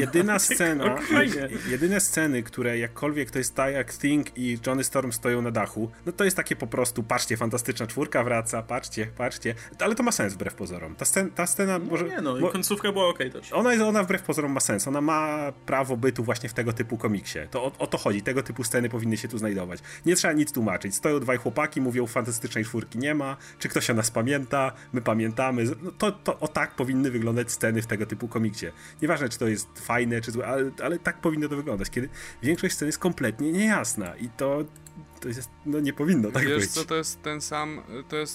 Speaker 2: Jedyne sceny, które jakkolwiek to jest tak jak Thing i Johnny Storm stoją na dachu, no to jest takie po prostu, patrzcie, Fantastyczna Czwórka wraca, patrzcie, ale to ma sens wbrew pozorom. Ta scena może...
Speaker 1: i końcówka była okej też.
Speaker 2: Ona wbrew pozorom ma sens, ona ma prawo bytu właśnie w tego typu komiksie. To o to chodzi, tego typu sceny powinny się tu znajdować. Nie trzeba nic tłumaczyć. Stoją 2 chłopaki, mówią Fantastycznej Czwórki nie ma, czy ktoś o nas pamięta, my pamiętamy. No to tak powinny wyglądać sceny w tego typu komiksie. Nieważne, czy to jest fajne, czy złe, ale tak powinno to wyglądać, kiedy większość scen jest kompletnie niejasna i to jest, no nie powinno tak być.
Speaker 3: Wiesz co, to jest ten sam, to jest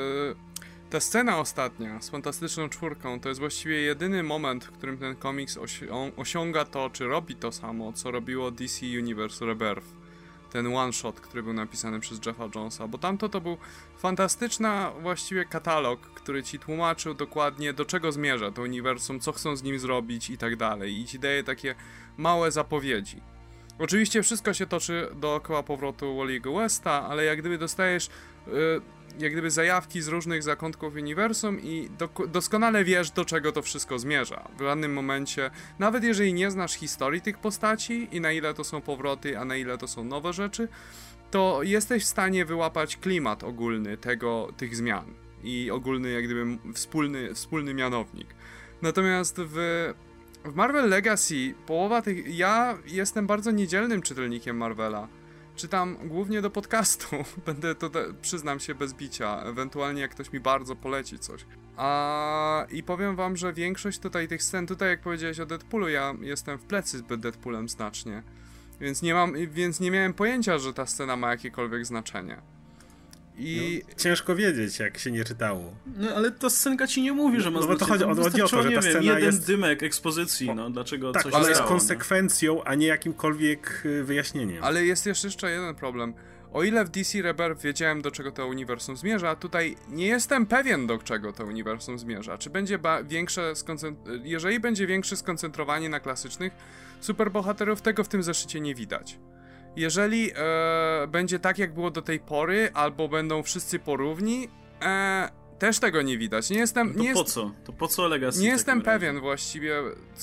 Speaker 3: ta scena ostatnia z Fantastyczną Czwórką, to jest właściwie jedyny moment, w którym ten komiks osiąga to, czy robi to samo, co robiło DC Universe Rebirth. Ten one-shot, który był napisany przez Jeffa Jonesa, bo tamto to był fantastyczna właściwie katalog, który ci tłumaczył dokładnie, do czego zmierza to uniwersum, co chcą z nim zrobić i tak dalej, i ci daje takie małe zapowiedzi. Oczywiście wszystko się toczy dookoła powrotu Wally'ego Westa, ale jak gdyby dostajesz jak gdyby zajawki z różnych zakątków uniwersum i doskonale wiesz, do czego to wszystko zmierza. W danym momencie, nawet jeżeli nie znasz historii tych postaci i na ile to są powroty, a na ile to są nowe rzeczy, to jesteś w stanie wyłapać klimat ogólny tych zmian i ogólny jak gdyby wspólny mianownik. Natomiast w Marvel Legacy połowa tych... Ja jestem bardzo niedzielnym czytelnikiem Marvela. Czytam głównie do podcastu. Przyznam się bez bicia. Ewentualnie jak ktoś mi bardzo poleci coś. I powiem wam, że większość tutaj tych scen, jak powiedziałeś o Deadpoolu, ja jestem w plecy z Deadpoolem znacznie. Więc nie miałem pojęcia, że ta scena ma jakiekolwiek znaczenie.
Speaker 2: Ciężko wiedzieć, jak się nie czytało.
Speaker 1: No ale ta scenka ci nie mówi, że ma znaczenie.
Speaker 2: No to chodzi o to, że ta scena
Speaker 1: jeden dymek ekspozycji, dlaczego
Speaker 2: tak,
Speaker 1: coś
Speaker 2: ona
Speaker 1: się
Speaker 2: jest
Speaker 1: stało,
Speaker 2: konsekwencją, a nie jakimkolwiek wyjaśnieniem.
Speaker 3: Ale jest jeszcze jeden problem. O ile w DC Rebirth wiedziałem, do czego to uniwersum zmierza, tutaj nie jestem pewien, do czego to uniwersum zmierza. Czy będzie jeżeli będzie większe skoncentrowanie na klasycznych superbohaterów, tego w tym zeszycie nie widać. Jeżeli będzie tak, jak było do tej pory, albo będą wszyscy porówni, też tego nie widać.
Speaker 1: To po co Legacy?
Speaker 3: Nie jestem pewien właściwie,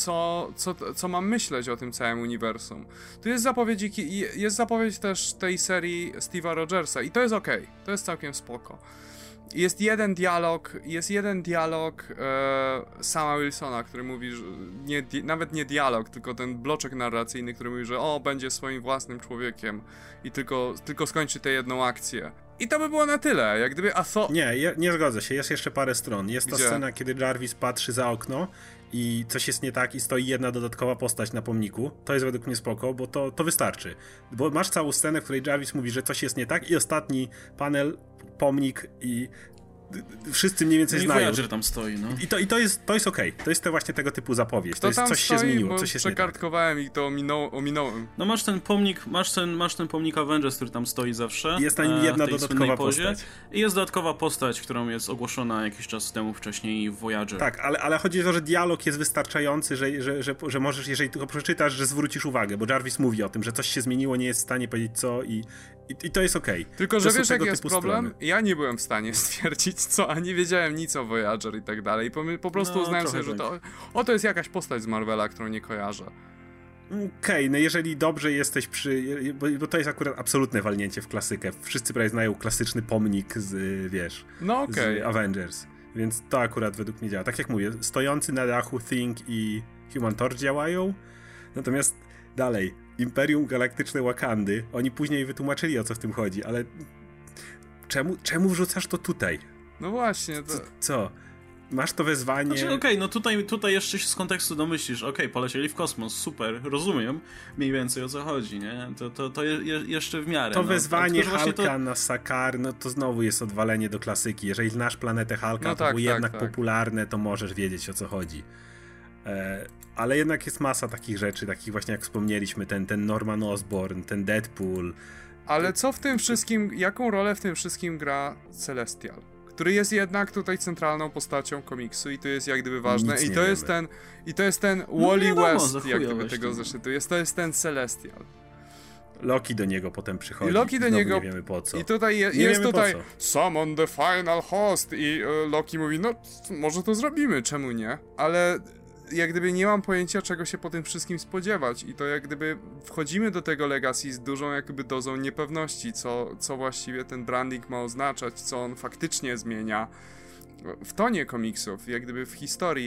Speaker 3: co mam myśleć o tym całym uniwersum. Tu jest zapowiedź też tej serii Steve'a Rogersa i to jest okej. To jest całkiem spoko. Jest jeden dialog Sama Wilsona, który mówi, że nawet nie dialog, tylko ten bloczek narracyjny, który mówi, że będzie swoim własnym człowiekiem i tylko skończy tę jedną akcję. I to by było na tyle, jak gdyby
Speaker 2: Nie zgodzę się, jest jeszcze parę stron. Jest ta
Speaker 3: Gdzie?
Speaker 2: scena, kiedy Jarvis patrzy za okno i coś jest nie tak i stoi jedna dodatkowa postać na pomniku. To jest według mnie spoko, bo to wystarczy. Bo masz całą scenę, w której Jarvis mówi, że coś jest nie tak i ostatni panel, pomnik i wszyscy mniej więcej znają.
Speaker 1: Voyager tam stoi, no.
Speaker 2: I to jest okej. To jest właśnie tego typu zapowiedź.
Speaker 3: To jest, coś
Speaker 2: się zmieniło,
Speaker 3: bo
Speaker 2: coś jest nie tak.
Speaker 3: przekartkowałem i to ominąłem.
Speaker 1: No masz ten pomnik, masz ten pomnik Avengers, który tam stoi zawsze.
Speaker 2: Jest na nim jedna dodatkowa postać.
Speaker 1: I jest dodatkowa postać, którą jest ogłoszona jakiś czas temu wcześniej w Voyager.
Speaker 2: Tak, ale chodzi o to, że dialog jest wystarczający, że możesz, jeżeli tylko przeczytasz, że zwrócisz uwagę, bo Jarvis mówi o tym, że coś się zmieniło, nie jest w stanie powiedzieć co i to jest okej.
Speaker 3: Tylko, że
Speaker 2: to
Speaker 3: wiesz jaki jest problem?
Speaker 2: Strony.
Speaker 3: Ja nie byłem w stanie stwierdzić co, a nie wiedziałem nic o Voyager i tak dalej. Po prostu uznałem sobie, że to jest jakaś postać z Marvela, którą nie kojarzę.
Speaker 2: Okej, no jeżeli dobrze jesteś bo to jest akurat absolutne walnięcie w klasykę. Wszyscy prawie znają klasyczny pomnik z, z Avengers. Więc to akurat według mnie działa. Tak jak mówię, stojący na dachu Thing i Human Torch działają, natomiast dalej, Imperium Galaktyczne Wakandy, oni później wytłumaczyli, o co w tym chodzi, ale czemu wrzucasz to tutaj?
Speaker 3: No właśnie, to...
Speaker 2: Co? Masz to wezwanie...
Speaker 1: Znaczy, no tutaj jeszcze się z kontekstu domyślisz, polecieli w kosmos, super, rozumiem mniej więcej o co chodzi, nie? To jeszcze w miarę.
Speaker 2: To wezwanie Hulka
Speaker 1: to...
Speaker 2: na Sakaar, no to znowu jest odwalenie do klasyki. Jeżeli znasz planetę Hulka, to było jednak popularne, to możesz wiedzieć o co chodzi. Ale jednak jest masa takich rzeczy, takich właśnie jak wspomnieliśmy, ten Norman Osborn, ten Deadpool.
Speaker 3: Ale co w tym wszystkim, jaką rolę w tym wszystkim gra Celestial? Który jest jednak tutaj centralną postacią komiksu i to jest jak gdyby ważne. I to jest ten Wally West, jak gdyby tego zeszytu. To jest ten Celestial.
Speaker 2: Loki do niego potem przychodzi.
Speaker 3: I Loki do niego.
Speaker 2: Nie wiemy po co.
Speaker 3: I tutaj jest tutaj summon the final host i Loki mówi, no może to zrobimy, czemu nie? Ale jak gdyby nie mam pojęcia, czego się po tym wszystkim spodziewać i to jak gdyby wchodzimy do tego Legacy z dużą jakby dozą niepewności, co właściwie ten branding ma oznaczać, co on faktycznie zmienia w tonie komiksów, jak gdyby w historii,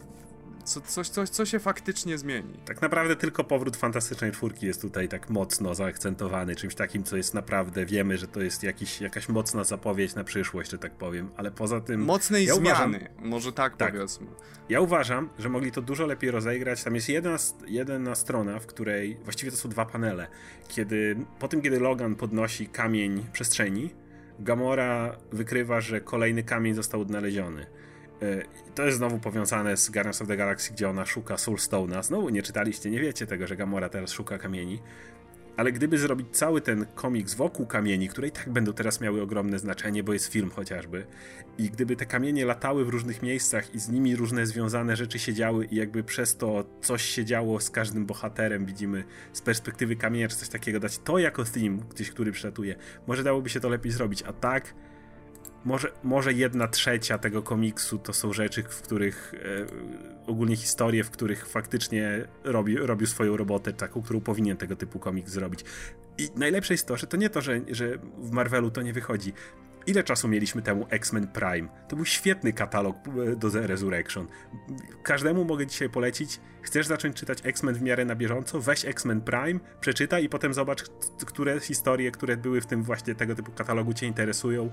Speaker 3: co się faktycznie zmieni.
Speaker 2: Tak naprawdę tylko powrót Fantastycznej Czwórki jest tutaj tak mocno zaakcentowany, czymś takim, co jest naprawdę, wiemy, że to jest jakaś mocna zapowiedź na przyszłość, że tak powiem, ale poza tym...
Speaker 3: Mocnej zmiany, może tak powiedzmy.
Speaker 2: Ja uważam, że mogli to dużo lepiej rozegrać. Tam jest jedna strona, w której, właściwie to są dwa panele, po tym, kiedy Logan podnosi kamień przestrzeni, Gamora wykrywa, że kolejny kamień został odnaleziony. To jest znowu powiązane z Guardians of the Galaxy, gdzie ona szuka Soulstone'a. Znowu nie czytaliście, nie wiecie tego, że Gamora teraz szuka kamieni. Ale gdyby zrobić cały ten komiks wokół kamieni, które i tak będą teraz miały ogromne znaczenie, bo jest film chociażby, i gdyby te kamienie latały w różnych miejscach i z nimi różne związane rzeczy się działy i jakby przez to coś się działo z każdym bohaterem, widzimy z perspektywy kamienia czy coś takiego, dać to jako theme gdzieś, który przylatuje, może dałoby się to lepiej zrobić, a tak może 1/3 tego komiksu to są rzeczy, w których ogólnie historie, w których faktycznie robił swoją robotę taką, którą powinien tego typu komiks zrobić. I najlepsze jest to, że to nie to, że w Marvelu to nie wychodzi. Ile czasu mieliśmy temu X-Men Prime? To był świetny katalog do The Resurrection. Każdemu mogę dzisiaj polecić. Chcesz zacząć czytać X-Men w miarę na bieżąco? Weź X-Men Prime, przeczytaj i potem zobacz, które historie, które były w tym właśnie tego typu katalogu cię interesują.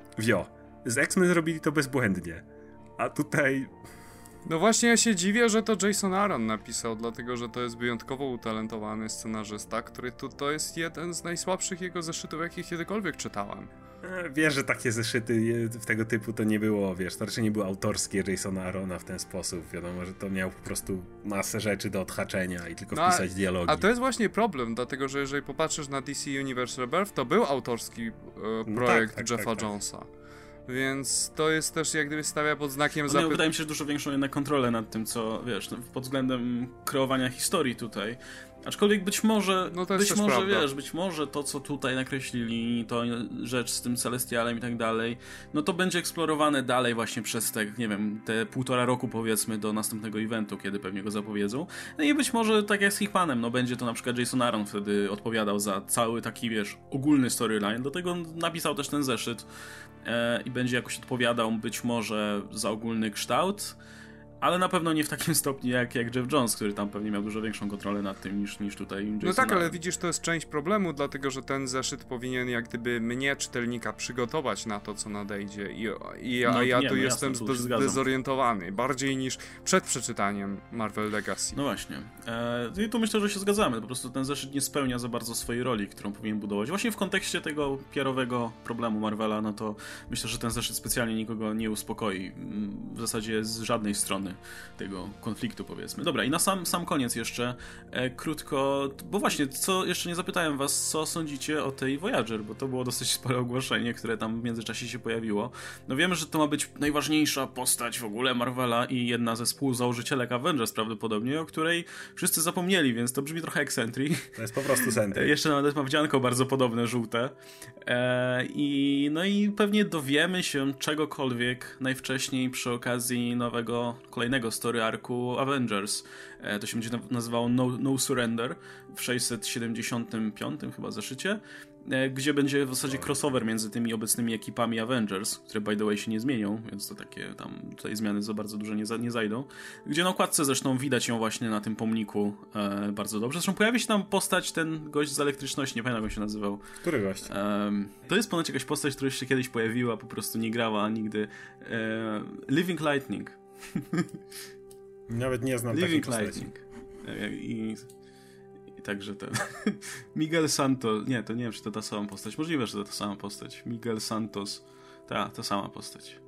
Speaker 2: Z X-Men zrobili to bezbłędnie. A tutaj...
Speaker 3: No właśnie ja się dziwię, że to Jason Aaron napisał, dlatego że to jest wyjątkowo utalentowany scenarzysta, który to jest jeden z najsłabszych jego zeszytów, jakich kiedykolwiek czytałem.
Speaker 2: Wiesz, że takie zeszyty tego typu to nie było, to raczej nie było autorskie Jasona Aarona w ten sposób. Wiadomo, że to miał po prostu masę rzeczy do odhaczenia i tylko wpisać dialogi.
Speaker 3: A to jest właśnie problem, dlatego że jeżeli popatrzysz na DC Universe Rebirth, to był autorski projekt Jeffa Jonesa. Więc to jest też jak gdyby stawia pod znakiem
Speaker 1: zapytania. Wydaje mi się, że dużo większą jednak kontrolę nad tym, co pod względem kreowania historii tutaj. Aczkolwiek być może to, co tutaj nakreślili, to rzecz z tym Celestialem i tak dalej, no to będzie eksplorowane dalej właśnie przez te 1,5 roku powiedzmy do następnego eventu, kiedy pewnie go zapowiedzą. No i być może tak jak z Hickmanem, no będzie to na przykład Jason Aaron wtedy odpowiadał za cały taki, ogólny storyline. Do tego napisał też ten zeszyt i będzie jakoś odpowiadał być może za ogólny kształt. Ale na pewno nie w takim stopniu jak Jeff Jones, który tam pewnie miał dużo większą kontrolę nad tym niż tutaj Jason.
Speaker 3: No tak, ale widzisz, to jest część problemu, dlatego że ten zeszyt powinien jak gdyby mnie, czytelnika, przygotować na to, co nadejdzie ja tu jestem zdezorientowany, bardziej niż przed przeczytaniem Marvel Legacy.
Speaker 1: No właśnie. I tu myślę, że się zgadzamy. Po prostu ten zeszyt nie spełnia za bardzo swojej roli, którą powinien budować. Właśnie w kontekście tego PR-owego problemu Marvela, no to myślę, że ten zeszyt specjalnie nikogo nie uspokoi. W zasadzie z żadnej strony tego konfliktu, powiedzmy. Dobra, i na sam koniec jeszcze krótko, bo właśnie, co jeszcze nie zapytałem was, co sądzicie o tej Voyager, bo to było dosyć spore ogłoszenie, które tam w międzyczasie się pojawiło. No wiemy, że to ma być najważniejsza postać w ogóle Marvela i jedna ze współzałożycielek Avengers prawdopodobnie, o której wszyscy zapomnieli, więc to brzmi trochę jak Sentry.
Speaker 2: To jest po prostu Sentry.
Speaker 1: Jeszcze nawet ma wdzianko bardzo podobne, żółte. No i pewnie dowiemy się czegokolwiek najwcześniej przy okazji kolejnego story arku Avengers. To się będzie nazywało No Surrender w 675 chyba zeszycie, gdzie będzie w zasadzie crossover między tymi obecnymi ekipami Avengers, które by the way się nie zmienią, więc to takie tam tutaj zmiany za bardzo duże nie zajdą. Gdzie na okładce zresztą widać ją właśnie na tym pomniku bardzo dobrze. Zresztą pojawi się tam postać, ten gość z elektryczności, nie pamiętam jak się nazywał.
Speaker 2: Który gość?
Speaker 1: To jest ponoć jakaś postać, która się kiedyś pojawiła, po prostu nie grała nigdy. Living Lightning.
Speaker 2: Nawet nie znam takiej postaci.
Speaker 1: I także ten Miguel Santos, nie, to nie wiem, czy to ta sama postać, możliwe, że to ta sama postać. Miguel Santos, ta sama postać.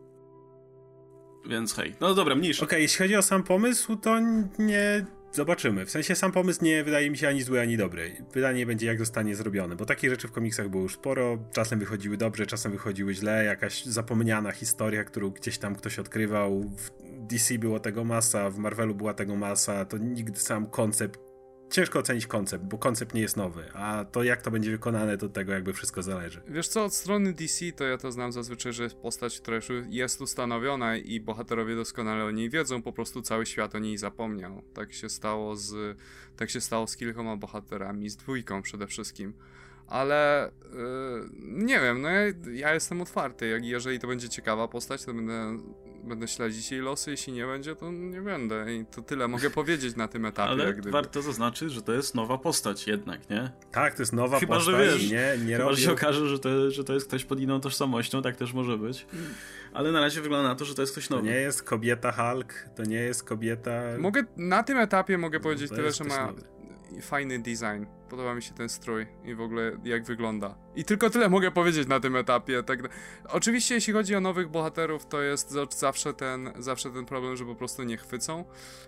Speaker 1: Więc hej, no dobra, mniejsza.
Speaker 2: Okej, jeśli chodzi o sam pomysł, to nie zobaczymy. W sensie sam pomysł nie wydaje mi się ani zły, ani dobry. Pytanie będzie, jak zostanie zrobione, bo takich rzeczy w komiksach było już sporo. Czasem wychodziły dobrze, czasem wychodziły źle. Jakaś zapomniana historia, którą gdzieś tam ktoś odkrywał. W DC było tego masa, w Marvelu była tego masa. To nigdy sam koncept. Ciężko ocenić koncept, bo koncept nie jest nowy, a to jak to będzie wykonane, to od tego jakby wszystko zależy.
Speaker 3: Wiesz co, od strony DC to ja to znam zazwyczaj, że jest postać, która już jest ustanowiona i bohaterowie doskonale o niej wiedzą, po prostu cały świat o niej zapomniał. Tak się stało z kilkoma bohaterami, z dwójką przede wszystkim. Ale nie wiem, no ja jestem otwarty. Jeżeli to będzie ciekawa postać, to będę śledzić jej losy, jeśli nie będzie, to nie będę. I to tyle mogę powiedzieć na tym etapie.
Speaker 1: Ale warto zaznaczyć, że to jest nowa postać jednak, nie?
Speaker 2: Tak, to jest nowa postać.
Speaker 1: Że wiesz,
Speaker 2: chyba,
Speaker 1: że się okaże, że to jest ktoś pod inną tożsamością, tak też może być. Ale na razie wygląda na to, że to jest ktoś nowy.
Speaker 2: To nie jest kobieta Hulk, to nie jest kobieta...
Speaker 3: Na tym etapie mogę powiedzieć tyle, że ma fajny design. Podoba mi się ten strój i w ogóle jak wygląda. I tylko tyle mogę powiedzieć na tym etapie. Tak. Oczywiście jeśli chodzi o nowych bohaterów, to jest zawsze ten problem, że po prostu nie chwycą.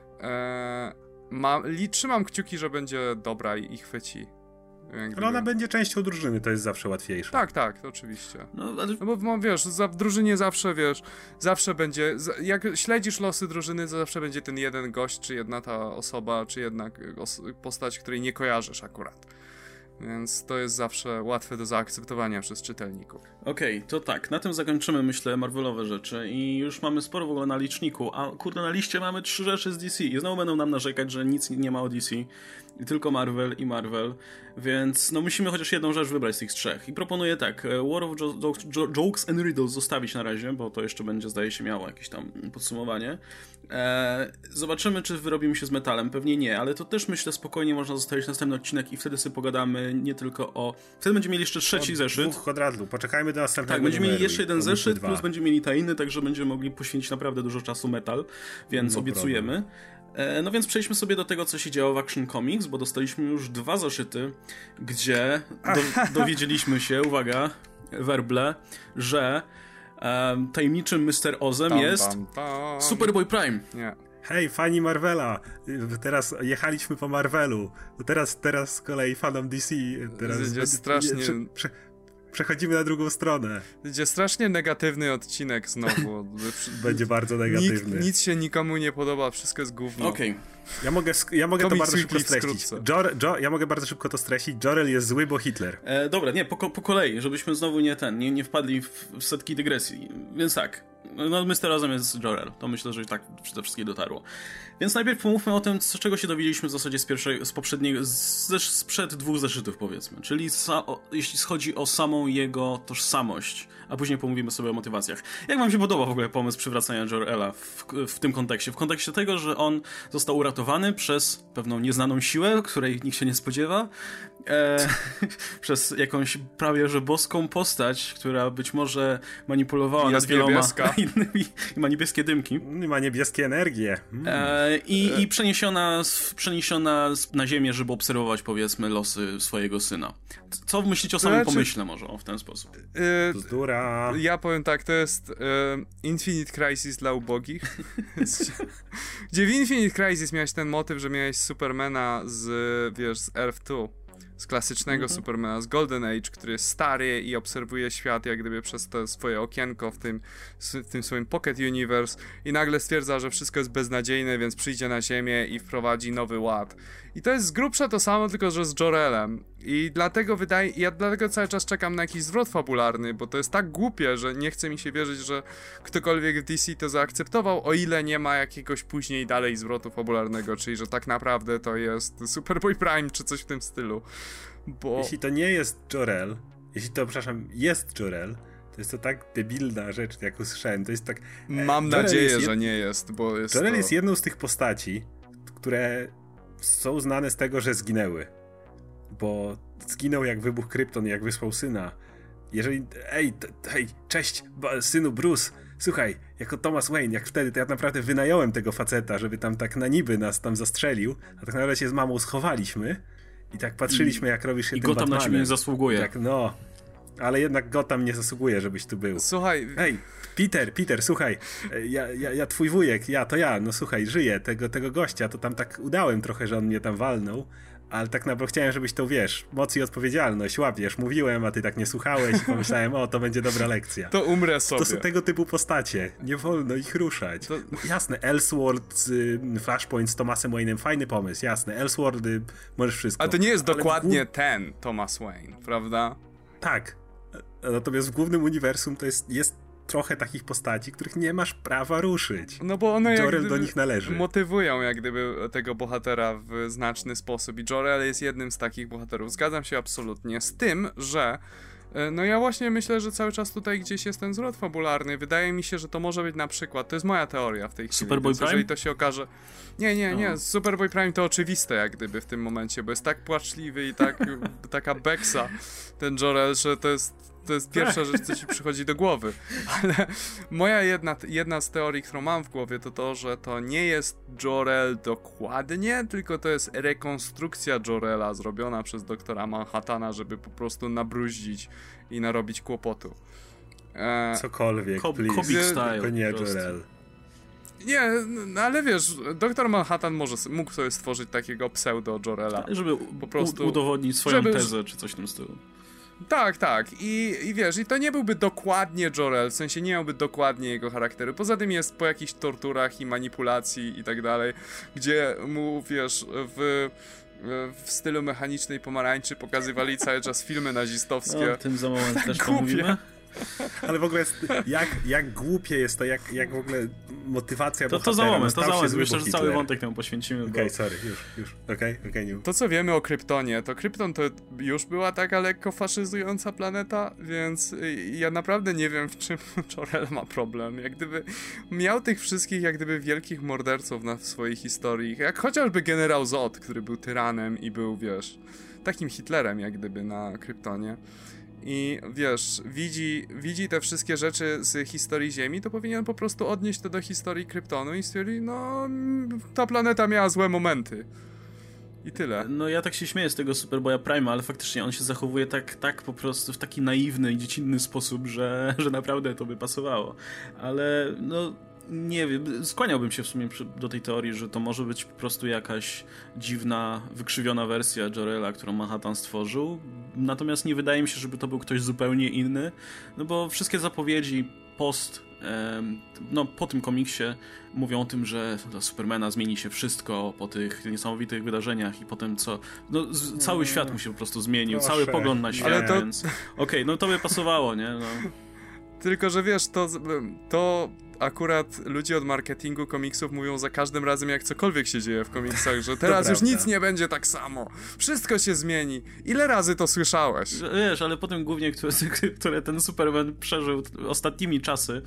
Speaker 3: Trzymam kciuki, że będzie dobra i chwyci.
Speaker 2: Ale ona będzie częścią drużyny, to jest zawsze łatwiejsze.
Speaker 3: Tak, to oczywiście. No bo wiesz, w drużynie zawsze będzie, jak śledzisz losy drużyny, to zawsze będzie ten jeden gość, czy jedna ta osoba, czy jedna postać, której nie kojarzysz akurat. Więc to jest zawsze łatwe do zaakceptowania przez czytelników.
Speaker 1: Okej, to tak, na tym zakończymy, myślę, Marvelowe rzeczy i już mamy sporo w ogóle na liczniku, a kurde, na liście mamy 3 rzeczy z DC i znowu będą nam narzekać, że nic nie ma o DC i tylko Marvel i Marvel, więc no musimy chociaż jedną rzecz wybrać z tych 3 i proponuję tak, War of Jokes and Riddles zostawić na razie, bo to jeszcze będzie, zdaje się, miało jakieś tam podsumowanie. Zobaczymy, czy wyrobimy się z metalem, pewnie nie, ale to też myślę spokojnie można zostawić następny odcinek i wtedy sobie pogadamy nie tylko o... Wtedy będziemy mieli jeszcze 3 zeszyt.
Speaker 2: 2 kwadratów, poczekajmy do następnego.
Speaker 1: Tak, będziemy mieli jeszcze jeden zeszyt, plus będziemy mieli tajny, także będziemy mogli poświęcić naprawdę dużo czasu metal, więc obiecujemy. No więc przejdźmy sobie do tego, co się działo w Action Comics, bo dostaliśmy już 2 zeszyty, gdzie dowiedzieliśmy się, uwaga, werble, że tajemniczym Mr. Ozem jest Superboy Prime.
Speaker 3: Nie.
Speaker 2: Hej, fani Marvela, teraz jechaliśmy po Marvelu, teraz z kolei fanom DC, teraz
Speaker 3: strasznie...
Speaker 2: Przechodzimy na drugą stronę.
Speaker 3: Będzie strasznie negatywny odcinek znowu.
Speaker 2: Będzie bardzo negatywny.
Speaker 3: Nic się nikomu nie podoba, wszystko jest gówno.
Speaker 1: Okej.
Speaker 2: Ja mogę to bardzo szybko streścić. Ja mogę bardzo szybko to streścić. Jor-El jest zły, bo Hitler.
Speaker 1: Dobra, nie, po kolei, żebyśmy znowu nie wpadli w setki dygresji. Więc tak, No, Mr. Razem jest Jor-El. To myślę, że tak przede wszystkim dotarło. Więc najpierw pomówmy o tym, czego się dowiedzieliśmy w zasadzie z poprzedniego, sprzed 2 zeszytów, powiedzmy. Czyli jeśli chodzi o samą jego tożsamość, a później pomówimy sobie o motywacjach. Jak wam się podoba w ogóle pomysł przywracania Jor-Ela w tym kontekście? W kontekście tego, że on został uratowany przez pewną nieznaną siłę, której nikt się nie spodziewa, przez jakąś prawie że boską postać, która być może manipulowała nad wieloma innymi i ma niebieskie dymki.
Speaker 2: Ma niebieskie energie.
Speaker 1: I przeniesiona na ziemię, żeby obserwować, powiedzmy, losy swojego syna. Co myślicie o samym pomyśle może w ten sposób?
Speaker 2: Bzdura.
Speaker 3: Ja powiem tak, to jest Infinite Crisis dla ubogich. Gdzie w Infinite Crisis miałeś ten motyw, że miałeś Supermana z Earth 2. Z klasycznego Supermana, z Golden Age, który jest stary i obserwuje świat jak gdyby przez to swoje okienko w tym swoim Pocket Universe i nagle stwierdza, że wszystko jest beznadziejne, więc przyjdzie na Ziemię i wprowadzi nowy ład. I to jest z grubsza to samo, tylko że z Jor-Elem. I dlatego dlatego cały czas czekam na jakiś zwrot fabularny, bo to jest tak głupie, że nie chce mi się wierzyć, że ktokolwiek w DC to zaakceptował, o ile nie ma jakiegoś później dalej zwrotu fabularnego, czyli że tak naprawdę to jest Superboy Prime czy coś w tym stylu. Bo...
Speaker 2: Jeśli to nie jest Jor-El, jest Jor-El, to jest to tak debilna rzecz, jak usłyszałem. To jest tak...
Speaker 3: Mam nadzieję, że nie jest, bo jest
Speaker 2: Jor-El
Speaker 3: to...
Speaker 2: jest jedną z tych postaci, które są znane z tego, że zginęły. Bo zginął jak wybuchł Krypton, jak wysłał syna. Jeżeli... Hej, cześć, synu Bruce. Słuchaj, jako Thomas Wayne, jak wtedy, to ja naprawdę wynająłem tego faceta, żeby tam tak na niby nas tam zastrzelił, a tak naprawdę się z mamą schowaliśmy i tak patrzyliśmy, jak robisz się tym
Speaker 1: Gotham
Speaker 2: Batmanem.
Speaker 1: na ciebie nie zasługuje.
Speaker 2: Tak, no. Ale jednak Gotham nie zasługuje, żebyś tu był.
Speaker 3: Słuchaj...
Speaker 2: Hej, Peter, słuchaj, ja twój wujek, no słuchaj, żyję, tego gościa, to tam tak udałem trochę, że on mnie tam walnął, ale tak naprawdę chciałem, żebyś to, moc i odpowiedzialność łapiesz, mówiłem, a ty tak nie słuchałeś i pomyślałem, to będzie dobra lekcja.
Speaker 3: To umrę sobie.
Speaker 2: To są tego typu postacie, nie wolno ich ruszać. To... Jasne, Elseworld, Flashpoint z Thomasem Wayne'em, fajny pomysł, jasne, Elseworld, możesz wszystko.
Speaker 3: A to nie jest dokładnie ten Thomas Wayne, prawda?
Speaker 2: Tak, natomiast w głównym uniwersum to jest trochę takich postaci, których nie masz prawa ruszyć.
Speaker 3: No bo one
Speaker 2: Jor-El do nich należy.
Speaker 3: Motywują jak gdyby tego bohatera w znaczny sposób i Jor-El jest jednym z takich bohaterów. Zgadzam się absolutnie z tym, że no ja właśnie myślę, że cały czas tutaj gdzieś jest ten zwrot fabularny. Wydaje mi się, że to może być na przykład, to jest moja teoria w tej chwili.
Speaker 1: Superboy Prime?
Speaker 3: Jeżeli to się okaże... Nie. Superboy Prime to oczywiste jak gdyby w tym momencie, bo jest tak płaczliwy i taka beksa ten Jor-El, że to jest pierwsza rzecz, co ci przychodzi do głowy. Ale moja jedna z teorii, którą mam w głowie, to to, że to nie jest Jor-El dokładnie, tylko to jest rekonstrukcja Jor-Ela zrobiona przez doktora Manhattana, żeby po prostu nabruździć i narobić kłopotu.
Speaker 2: Cokolwiek,
Speaker 1: Comic style.
Speaker 2: Tylko nie Jor-El.
Speaker 3: Nie, no ale wiesz, doktor Manhattan mógł sobie stworzyć takiego pseudo Jor-Ela.
Speaker 1: Żeby po prostu udowodnić swoją tezę, czy coś w tym stylu.
Speaker 3: Tak. I wiesz, i to nie byłby dokładnie Jor-El, w sensie nie miałby dokładnie jego charakteru. Poza tym jest po jakichś torturach i manipulacji i tak dalej, gdzie mu, wiesz, w stylu mechanicznej pomarańczy pokazywali cały czas filmy nazistowskie.
Speaker 1: O tym za moment też pomówimy.
Speaker 2: Ale w ogóle jest, jak głupie jest to, jak w ogóle motywacja bohatera.
Speaker 1: To za moment, myślę, że cały wątek temu poświęcimy.
Speaker 2: Okej, sorry, już. Okej, nie.
Speaker 3: To co wiemy o Kryptonie, to Krypton to już była taka lekko faszyzująca planeta, więc ja naprawdę nie wiem, w czym Jor-El ma problem. Jak gdyby miał tych wszystkich jak gdyby wielkich morderców w swojej historii, jak chociażby generał Zod, który był tyranem i był, wiesz, takim Hitlerem jak gdyby na Kryptonie. I wiesz, widzi te wszystkie rzeczy z historii Ziemi, to powinien po prostu odnieść to do historii Kryptonu i stwierdzić, no ta planeta miała złe momenty. I tyle.
Speaker 1: No ja tak się śmieję z tego Superboya Prima, ale faktycznie on się zachowuje tak po prostu w taki naiwny i dziecinny sposób, że naprawdę to by pasowało. Ale no... Nie wiem, skłaniałbym się w sumie do tej teorii, że to może być po prostu jakaś dziwna, wykrzywiona wersja Jor-Ela, którą Manhattan stworzył. Natomiast nie wydaje mi się, żeby to był ktoś zupełnie inny, no bo wszystkie zapowiedzi po tym komiksie mówią o tym, że do Supermana zmieni się wszystko po tych niesamowitych wydarzeniach i po tym, co... No, cały świat mu się po prostu zmienił, cały pogląd na świat, więc... Okej, no to by pasowało, nie? No.
Speaker 3: Tylko, że wiesz, to akurat ludzie od marketingu komiksów mówią za każdym razem, jak cokolwiek się dzieje w komiksach, że teraz już nic nie będzie tak samo. Wszystko się zmieni. Ile razy to słyszałeś?
Speaker 1: Wiesz, ale potem głównie, które ten Superman przeżył ostatnimi czasy,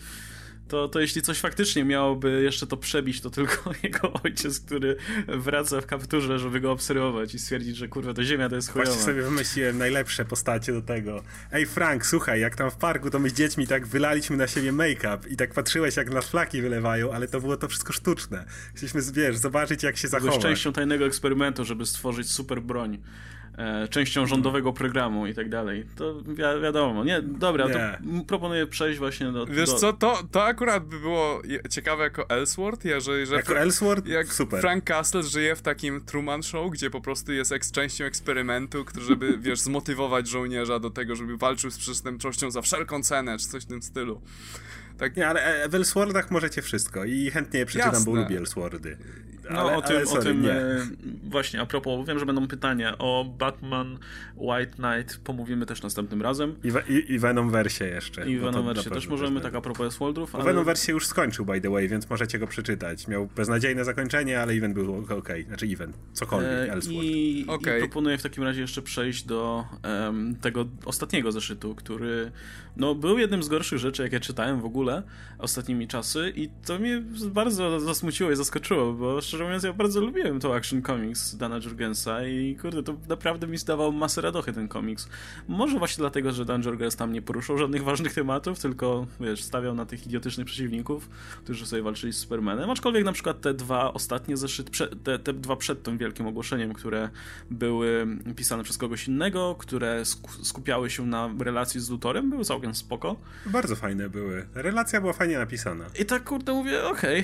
Speaker 1: to jeśli coś faktycznie miałoby jeszcze to przebić, to tylko jego ojciec, który wraca w kapturze, żeby go obserwować i stwierdzić, że kurwa, to Ziemia to jest chujowa.
Speaker 2: Właśnie sobie wymyśliłem najlepsze postacie do tego. Ej Frank, słuchaj, jak tam w parku, to my z dziećmi tak wylaliśmy na siebie make-up i tak patrzyłeś, jak nas flaki wylewają, ale to było to wszystko sztuczne. Chcieliśmy, wiesz, zobaczyć, jak się zachować.
Speaker 1: Byłeś częścią tajnego eksperymentu, żeby stworzyć super broń. Częścią rządowego programu i tak dalej. To wiadomo. Nie, dobra, to proponuję przejść właśnie do...
Speaker 3: Wiesz co, to akurat by było ciekawe jako Ellsworth, że
Speaker 2: jako Ellsworth?
Speaker 3: Jak
Speaker 2: super.
Speaker 3: Frank Castle żyje w takim Truman Show, gdzie po prostu jest częścią eksperymentu, żeby, wiesz, zmotywować żołnierza do tego, żeby walczył z przestępczością za wszelką cenę, czy coś w tym stylu. Tak.
Speaker 2: Nie, ale w Ellsworthach możecie wszystko i chętnie je przeczytam, bo lubię Ellsworthy.
Speaker 1: No o tym właśnie, a propos, wiem, że będą pytania o Batman White Knight, pomówimy też następnym razem.
Speaker 2: I Venomverse jeszcze.
Speaker 1: I Venomverse też możemy, tak a propos Elseworldów.
Speaker 2: Ale... Venomverse już skończył, by the way, więc możecie go przeczytać. Miał beznadziejne zakończenie, ale event był okej. Znaczy event, cokolwiek, Elseworld.
Speaker 1: I proponuję w takim razie jeszcze przejść do tego ostatniego zeszytu, który był jednym z gorszych rzeczy, jakie czytałem w ogóle ostatnimi czasy i to mnie bardzo zasmuciło i zaskoczyło, bo szczerze mówiąc, ja bardzo lubiłem to Action Comics Dana Jurgensa i kurde, to naprawdę mi zdawał masę radochy ten komiks. Może właśnie dlatego, że Dan Jurgens tam nie poruszał żadnych ważnych tematów, tylko, wiesz, stawiał na tych idiotycznych przeciwników, którzy sobie walczyli z Supermanem, aczkolwiek na przykład te dwa ostatnie zeszyty, te dwa przed tym wielkim ogłoszeniem, które były pisane przez kogoś innego, które skupiały się na relacji z Luthorem, były całkiem spoko.
Speaker 2: Bardzo fajne były. Relacja była fajnie napisana.
Speaker 1: I tak, kurde, mówię, okej,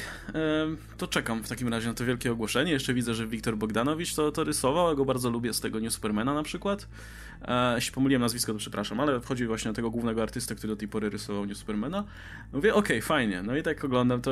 Speaker 1: to czekam w takim razie na to wielkie ogłoszenie. Jeszcze widzę, że Wiktor Bogdanowicz to rysował, ja go bardzo lubię z tego New Supermana na przykład. Jeśli pomyliłem nazwisko, to przepraszam, ale wchodzi właśnie o tego głównego artystę, który do tej pory rysował New Supermana. Mówię, okej, fajnie. No i tak oglądam.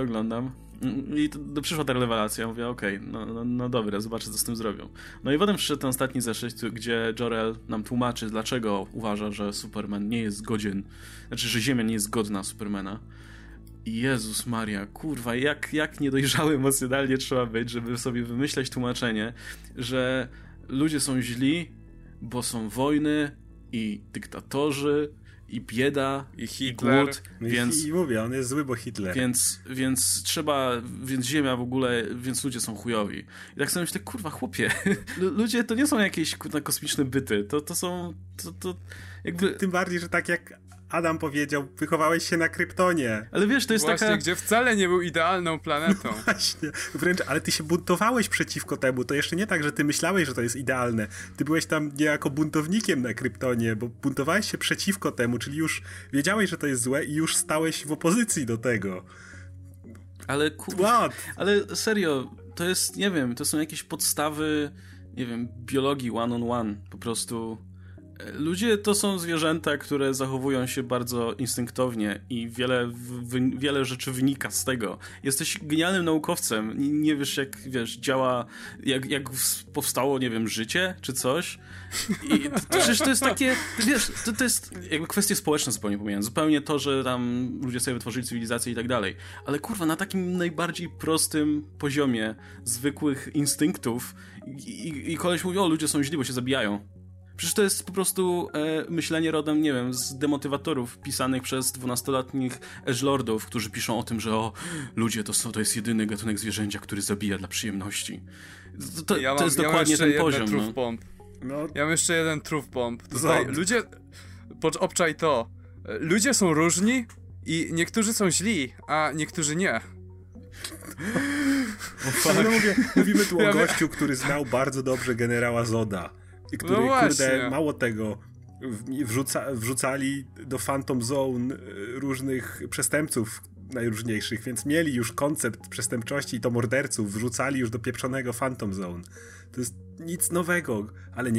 Speaker 1: I przyszła ta rewelacja. Mówię, okej, no dobra, zobaczę, co z tym zrobią. No i potem przyszedł ten ostatni zeszyt, gdzie Jor-El nam tłumaczy, dlaczego uważa, że Superman nie jest godzien, znaczy, że Ziemia nie jest godna Supermana. Jezus Maria, kurwa, jak niedojrzały emocjonalnie trzeba być, żeby sobie wymyśleć tłumaczenie, że ludzie są źli, bo są wojny i dyktatorzy i bieda
Speaker 3: i Hitler.
Speaker 1: Głód, więc
Speaker 2: i mówię, on jest zły, bo Hitler.
Speaker 1: Więc Ziemia w ogóle, więc ludzie są chujowi. I tak sobie myślę, kurwa, chłopie, ludzie to nie są jakieś kurwa kosmiczne byty, to są jakby...
Speaker 2: Tym bardziej, że tak jak Adam powiedział, wychowałeś się na Kryptonie.
Speaker 1: Ale wiesz, to jest
Speaker 3: właśnie,
Speaker 1: taka...
Speaker 3: gdzie wcale nie był idealną planetą.
Speaker 2: Właśnie, wręcz, ale ty się buntowałeś przeciwko temu. To jeszcze nie tak, że ty myślałeś, że to jest idealne. Ty byłeś tam niejako buntownikiem na Kryptonie, bo buntowałeś się przeciwko temu, czyli już wiedziałeś, że to jest złe i już stałeś w opozycji do tego.
Speaker 1: Ale kurwa, ale serio, to jest, nie wiem, to są jakieś podstawy, nie wiem, biologii one-on-one, po prostu... Ludzie to są zwierzęta, które zachowują się bardzo instynktownie i wiele rzeczy wynika z tego. Jesteś genialnym naukowcem, nie wiesz jak, wiesz, działa, jak powstało, nie wiem, życie czy coś. I przecież to jest takie, wiesz, to jest jakby kwestie społeczne zupełnie pomijając. Zupełnie to, że tam ludzie sobie wytworzyli cywilizację i tak dalej. Ale kurwa, na takim najbardziej prostym poziomie zwykłych instynktów i koleś mówi, o, ludzie są źli, bo się zabijają. Przecież to jest po prostu myślenie rodem, nie wiem, z demotywatorów pisanych przez 12-letnich edgelordów, którzy piszą o tym, że ludzie to jest jedyny gatunek zwierzęcia, który zabija dla przyjemności. To jest dokładnie ten poziom.
Speaker 3: Ja mam jeszcze jeden truth bomb. Ludzie... Obczaj to. Ludzie są różni i niektórzy są źli, a niektórzy nie.
Speaker 2: Mówimy tu o gościu, który znał bardzo dobrze generała Zoda. I który, kurde, mało tego, wrzucali do Phantom Zone różnych przestępców najróżniejszych, więc mieli już koncept przestępczości i to morderców wrzucali już do pieprzonego Phantom Zone. To jest nic nowego, ale nie.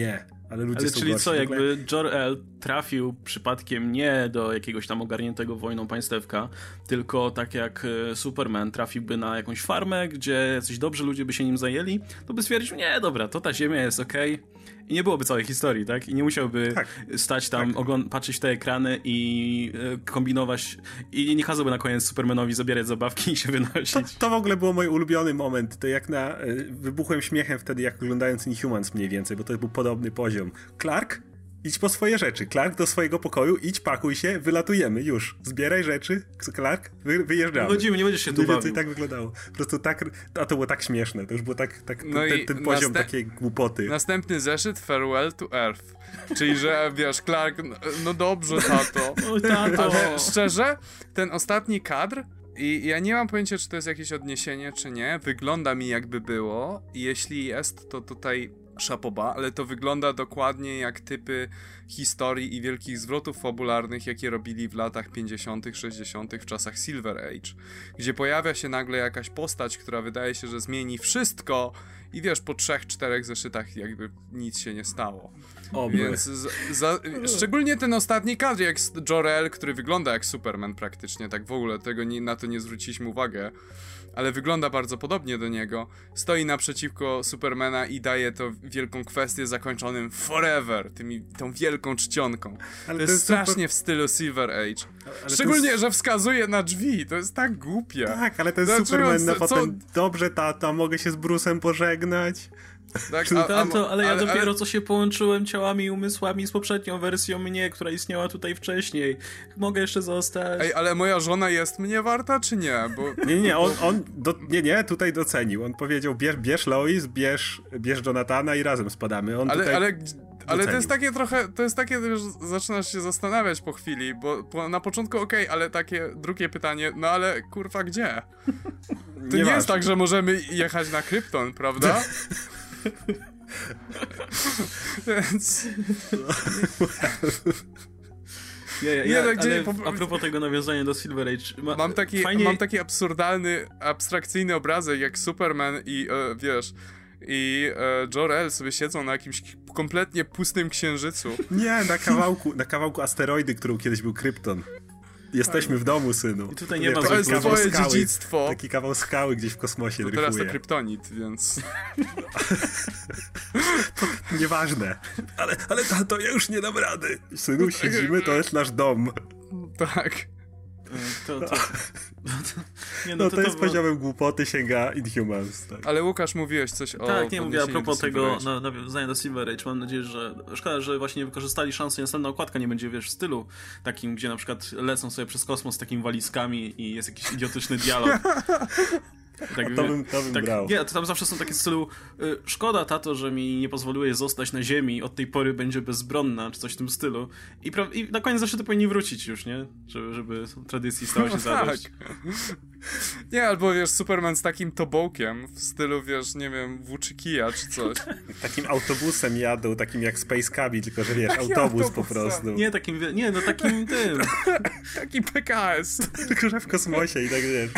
Speaker 2: ale ludzie
Speaker 1: Ale
Speaker 2: są
Speaker 1: czyli
Speaker 2: gorsi.
Speaker 1: co,
Speaker 2: W ogóle-
Speaker 1: jakby Jor-El trafił przypadkiem nie do jakiegoś tam ogarniętego wojną państewka, tylko tak jak Superman trafiłby na jakąś farmę, gdzie jacyś dobrzy ludzie by się nim zajęli, to by stwierdził, nie, dobra, to ta ziemia jest okej. I nie byłoby całej historii, tak? I nie musiałby stać tam, patrzeć w te ekrany i kombinować. I nie kazałby na koniec Supermanowi zabierać zabawki i się wynosić.
Speaker 2: To w ogóle był mój ulubiony moment. To jak wybuchłem śmiechem wtedy, jak oglądając Inhumans mniej więcej, bo to był podobny poziom. Clark, idź po swoje rzeczy. Clark, do swojego pokoju, idź, pakuj się, wylatujemy, już. Zbieraj rzeczy, Clark, wyjeżdżamy.
Speaker 1: Chodzimy, nie będziesz się tu
Speaker 2: Mniej więcej
Speaker 1: bawił.
Speaker 2: tak wyglądało. Po prostu tak, a to było tak śmieszne. To już było tak
Speaker 3: No
Speaker 2: ten poziom takiej głupoty.
Speaker 3: Następny zeszyt Farewell to Earth. Czyli, że wiesz, Clark, no dobrze, tato.
Speaker 1: O, tato.
Speaker 3: Ale szczerze, ten ostatni kadr, i ja nie mam pojęcia, czy to jest jakieś odniesienie, czy nie. Wygląda mi jakby było. I jeśli jest, to tutaj szapoba, ale to wygląda dokładnie jak typy historii i wielkich zwrotów fabularnych, jakie robili w latach 50., 60., w czasach Silver Age, gdzie pojawia się nagle jakaś postać, która wydaje się, że zmieni wszystko i wiesz, po 3-4 zeszytach jakby nic się nie stało. Więc szczególnie ten ostatni kadr, jak Jor-El, który wygląda jak Superman praktycznie, tak w ogóle na to nie zwróciliśmy uwagę, ale wygląda bardzo podobnie do niego, stoi naprzeciwko Supermana i daje to wielką kwestię zakończonym forever, tą wielką czcionką.
Speaker 2: Ale
Speaker 3: to jest strasznie w stylu Silver Age.
Speaker 2: Ale
Speaker 3: Szczególnie, że wskazuje na drzwi, to jest tak głupie.
Speaker 2: Tak, ale ten
Speaker 3: Zaczynając,
Speaker 2: Superman, no potem, dobrze tata, mogę się z Bruce'em pożegnać.
Speaker 3: Tak,
Speaker 1: Ale ja dopiero co się połączyłem ciałami i umysłami z poprzednią wersją mnie, która istniała tutaj wcześniej. Mogę jeszcze zostać.
Speaker 3: Ej, ale moja żona jest mnie warta, czy nie? Bo...
Speaker 2: Nie, tutaj docenił. On powiedział, bierz Lois, bierz Jonathana i razem spadamy.
Speaker 3: Ale to jest takie trochę, że zaczynasz się zastanawiać po chwili, bo na początku okej, ale takie drugie pytanie, no ale kurwa gdzie? To nie jest tak, że możemy jechać na Krypton, prawda? Więc...
Speaker 1: A propos tego nawiązania do Silver Age,
Speaker 3: mam taki absurdalny, abstrakcyjny obrazek, jak Superman i Jor-El sobie siedzą na jakimś kompletnie pustym księżycu.
Speaker 2: Nie, na kawałku asteroidy, którą kiedyś był Krypton. Jesteśmy w domu, synu.
Speaker 1: I tutaj nie ma
Speaker 3: to jest twoje dziedzictwo.
Speaker 2: Taki kawał skały gdzieś w kosmosie
Speaker 3: dryfuje. Teraz to kryptonit, więc...
Speaker 2: Nieważne. Ale tato, ja już nie dam rady. Synu, siedzimy, to jest nasz dom.
Speaker 3: Tak.
Speaker 2: To jest poziomem głupoty, sięga Inhumans. Tak.
Speaker 3: Ale Łukasz, mówiłeś coś o...
Speaker 1: Tak, nie mówię a propos tego nawiązania do Silver Age. Mam nadzieję, że szkoda, że właśnie nie wykorzystali szansy i następna okładka nie będzie, wiesz, w stylu takim, gdzie na przykład lecą sobie przez kosmos z takimi walizkami i jest jakiś idiotyczny dialog. Tak,
Speaker 2: to bym brał.
Speaker 1: Nie, to tam zawsze są takie w stylu szkoda, tato, że mi nie pozwoliłeś zostać na ziemi, od tej pory będzie bezbronna, czy coś w tym stylu. I na koniec zawsze to powinni wrócić już, nie? Żeby tradycji stało się zadość.
Speaker 3: Tak. Nie, albo wiesz, Superman z takim tobołkiem w stylu, wiesz, nie wiem, włóczykija czy coś.
Speaker 2: Takim autobusem jadą, takim jak Space Cabi, tylko że wiesz, autobus po prostu.
Speaker 1: Nie, takim tym.
Speaker 3: Taki PKS.
Speaker 2: Tylko że w kosmosie i tak wiesz.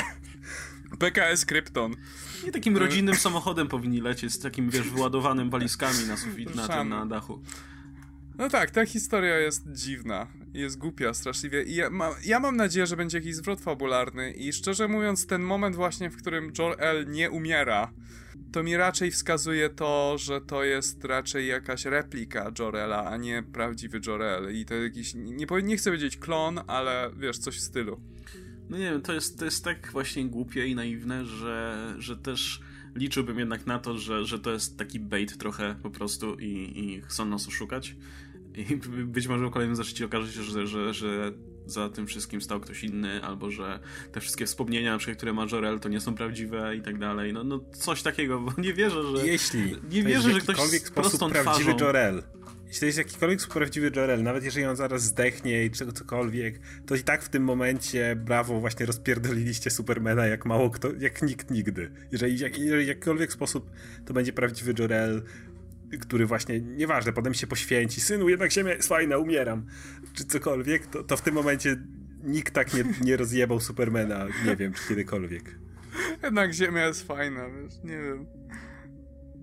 Speaker 3: PKS Krypton.
Speaker 1: Nie takim rodzinnym samochodem powinni lecieć, z takim, wiesz, wyładowanym walizkami na sufit, na dachu.
Speaker 3: No tak, ta historia jest dziwna. Jest głupia straszliwie. I ja mam nadzieję, że będzie jakiś zwrot fabularny i szczerze mówiąc, ten moment właśnie, w którym Jor-El nie umiera, to mi raczej wskazuje to, że to jest raczej jakaś replika Jor-Ela, a nie prawdziwy Jor-El. I to jakiś, nie chcę powiedzieć klon, ale wiesz, coś w stylu.
Speaker 1: No nie wiem, to jest tak właśnie głupie i naiwne, że też liczyłbym jednak na to, że to jest taki bait trochę po prostu i chcą nas oszukać. I być może w kolejnym zeszycie okaże się, że za tym wszystkim stał ktoś inny, albo że te wszystkie wspomnienia, na przykład, które ma Jor-El, to nie są prawdziwe i tak dalej. No coś takiego, bo nie wierzę, że... Nie wierzę, że ktoś prostą
Speaker 2: prawdziwy
Speaker 1: twarzą...
Speaker 2: Jor-El. Jeśli to jest jakikolwiek prawdziwy Jor-El, nawet jeżeli on zaraz zdechnie i cokolwiek, to i tak w tym momencie, brawo, właśnie rozpierdoliliście Supermana jak mało kto, jak nikt nigdy. Jeżeli w jakikolwiek sposób to będzie prawdziwy Jor-El, który właśnie, nieważne, potem się poświęci, synu, jednak ziemia jest fajna, umieram, czy cokolwiek, to w tym momencie nikt tak nie rozjebał Supermana, nie wiem, czy kiedykolwiek.
Speaker 3: Jednak ziemia jest fajna, wiesz, nie wiem.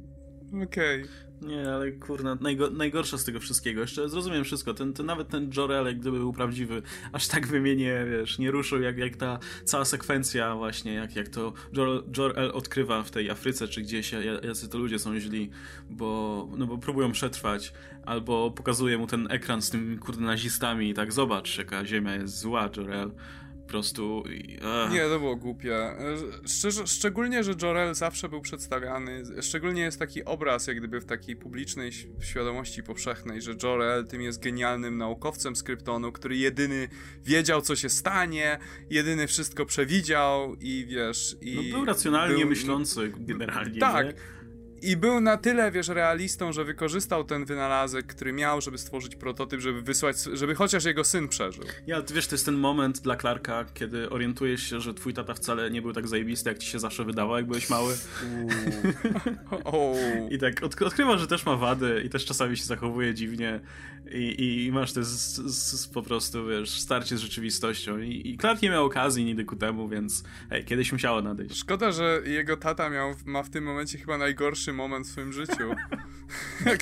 Speaker 3: Okej.
Speaker 1: Nie, ale kurna, najgorsze z tego wszystkiego. Jeszcze zrozumiem wszystko. Nawet ten Jor-El, jak gdyby był prawdziwy, aż tak by mnie nie ruszył, jak ta cała sekwencja właśnie, jak to Jor-El odkrywa w tej Afryce, czy gdzieś, jacy to ludzie są źli, bo próbują przetrwać, albo pokazuje mu ten ekran z tymi kurde nazistami i tak, zobacz, jaka ziemia jest zła, Jor-El. Po prostu...
Speaker 3: Nie, to było głupie. Szczególnie, że Jor-El zawsze był przedstawiany, szczególnie jest taki obraz, jak gdyby w takiej publicznej świadomości powszechnej, że Jor-El tym jest genialnym naukowcem z Kryptonu, który jedyny wiedział, co się stanie, jedyny wszystko przewidział i wiesz...
Speaker 1: był racjonalnie myślący generalnie,
Speaker 3: tak.
Speaker 1: Nie?
Speaker 3: I był na tyle, wiesz, realistą, że wykorzystał ten wynalazek, który miał, żeby stworzyć prototyp, żeby wysłać, żeby chociaż jego syn przeżył.
Speaker 1: Wiesz, to jest ten moment dla Clarka, kiedy orientujesz się, że twój tata wcale nie był tak zajebisty, jak ci się zawsze wydawał, jak byłeś mały. I tak odkrywasz, że też ma wady i też czasami się zachowuje dziwnie i masz to po prostu, wiesz, starcie z rzeczywistością. I Clark nie miał okazji nigdy ku temu, więc kiedyś musiało nadejść.
Speaker 3: Szkoda, że jego tata ma w tym momencie chyba najgorszy moment w swoim życiu. Jak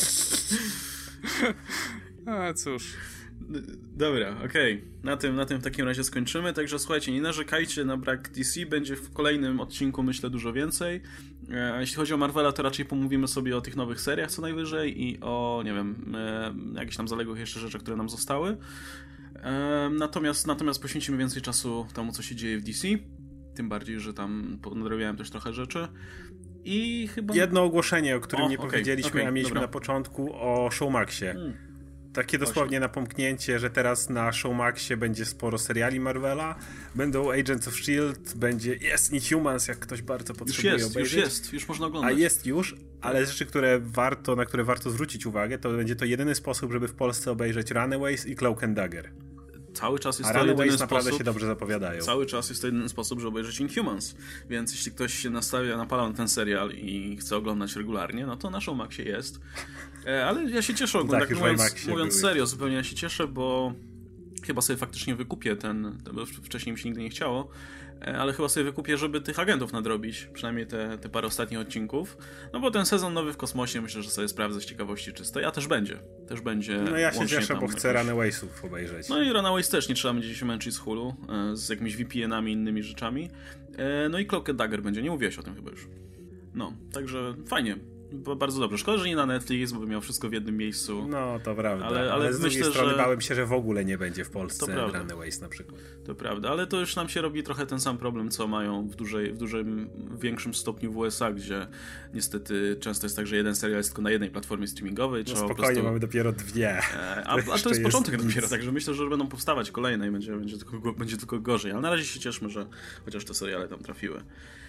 Speaker 3: A cóż.
Speaker 1: Dobra, okej. Na tym w takim razie skończymy. Także słuchajcie, nie narzekajcie na brak DC. Będzie w kolejnym odcinku, myślę, dużo więcej. A jeśli chodzi o Marvela, to raczej pomówimy sobie o tych nowych seriach co najwyżej i o, nie wiem, jakichś tam zaległych jeszcze rzeczach, które nam zostały. Natomiast poświęcimy więcej czasu temu, co się dzieje w DC. Tym bardziej, że tam nadrabiałem też trochę rzeczy. I chyba...
Speaker 2: Jedno ogłoszenie, o którym nie powiedzieliśmy, a mieliśmy
Speaker 1: dobra.
Speaker 2: na początku, o Showmaxie. Takie dosłownie napomknięcie, że teraz na Showmaxie będzie sporo seriali Marvela, będą Agents of S.H.I.E.L.D., będzie Inhumans, jak ktoś bardzo potrzebuje obejrzeć.
Speaker 1: Już można oglądać.
Speaker 2: A jest już, ale rzeczy, na które warto zwrócić uwagę, to będzie to jedyny sposób, żeby w Polsce obejrzeć Runaways i Cloak and Dagger.
Speaker 1: Cały czas jest
Speaker 2: a
Speaker 1: to jedyny
Speaker 2: Runaways
Speaker 1: sposób.
Speaker 2: naprawdę się dobrze zapowiadają.
Speaker 1: Cały czas jest to jedyny sposób, żeby obejrzeć Inhumans. Więc jeśli ktoś się napala na ten serial i chce oglądać regularnie, no to na Showmaxie jest. Ale ja się cieszę oglądać. Tak, mówiąc serio, zupełnie ja się cieszę, bo chyba sobie faktycznie wykupię bo wcześniej mi się nigdy nie chciało, ale chyba sobie wykupię, żeby tych agentów nadrobić, przynajmniej te parę ostatnich odcinków, no bo ten sezon nowy w kosmosie myślę, że sobie sprawdzę z ciekawości czystej, a też będzie.
Speaker 2: No ja się cieszę, bo chcę Runawaysów obejrzeć.
Speaker 1: No i Runaways też, nie trzeba będzie się męczyć z Hulu, z jakimiś VPN-ami i innymi rzeczami. No i Cloak and Dagger będzie, nie mówiłeś o tym chyba już. No, także fajnie. Bardzo dobrze. Szkoda, że nie na Netflix, bo by miał wszystko w jednym miejscu.
Speaker 2: No, to prawda.
Speaker 1: Ale
Speaker 2: z drugiej strony bałem się, że w ogóle nie będzie w Polsce Runaways na przykład.
Speaker 1: To prawda, ale to już nam się robi trochę ten sam problem, co mają w większym stopniu w USA, gdzie niestety często jest tak, że jeden serial jest tylko na jednej platformie streamingowej.
Speaker 2: No spokojnie, mamy dopiero 2.
Speaker 1: A to jest początek dopiero, także myślę, że będą powstawać kolejne i będzie tylko gorzej. Ale na razie się cieszmy, że chociaż te seriale tam trafiły.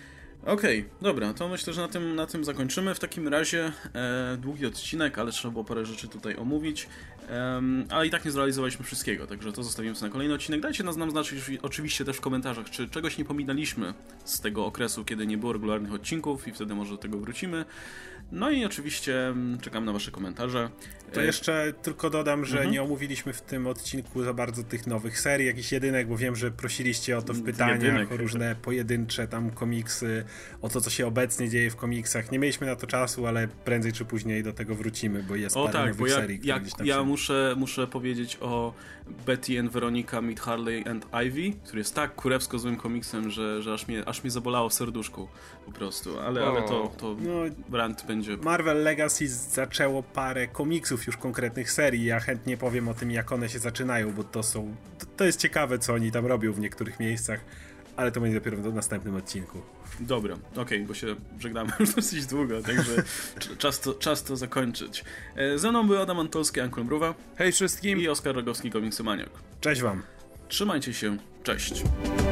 Speaker 1: Okej, dobra, to myślę, że na tym zakończymy. W takim razie długi odcinek, ale trzeba było parę rzeczy tutaj omówić. Ale i tak nie zrealizowaliśmy wszystkiego, także to zostawimy sobie na kolejny odcinek. Dajcie nam znać oczywiście też w komentarzach, czy czegoś nie pominęliśmy z tego okresu, kiedy nie było regularnych odcinków i wtedy może do tego wrócimy. No i oczywiście czekam na wasze komentarze.
Speaker 2: To jeszcze tylko dodam, że nie omówiliśmy w tym odcinku za bardzo tych nowych serii, jakichś jedynek, bo wiem, że prosiliście o to w pytaniach, o różne pojedyncze tam komiksy, o to, co się obecnie dzieje w komiksach. Nie mieliśmy na to czasu, ale prędzej czy później do tego wrócimy, bo jest parę nowych serii, które gdzieś tam
Speaker 1: muszę powiedzieć o Betty and Veronica Meet Harley and Ivy, który jest tak kurewsko złym komiksem, że aż mnie zabolało w serduszku po prostu, ale to rant będzie.
Speaker 2: Marvel Legacy zaczęło parę komiksów już konkretnych serii, ja chętnie powiem o tym, jak one się zaczynają, bo to jest ciekawe, co oni tam robią w niektórych miejscach, ale to będzie dopiero w następnym odcinku.
Speaker 1: Dobra, okej, bo się żegnamy już dosyć długo, także czas to zakończyć. Ze mną był Adam Antolski, Ankul Mruwa.
Speaker 3: Hej wszystkim!
Speaker 1: I Oskar Rogowski, Komiksomaniak.
Speaker 2: Cześć wam!
Speaker 1: Trzymajcie się, cześć!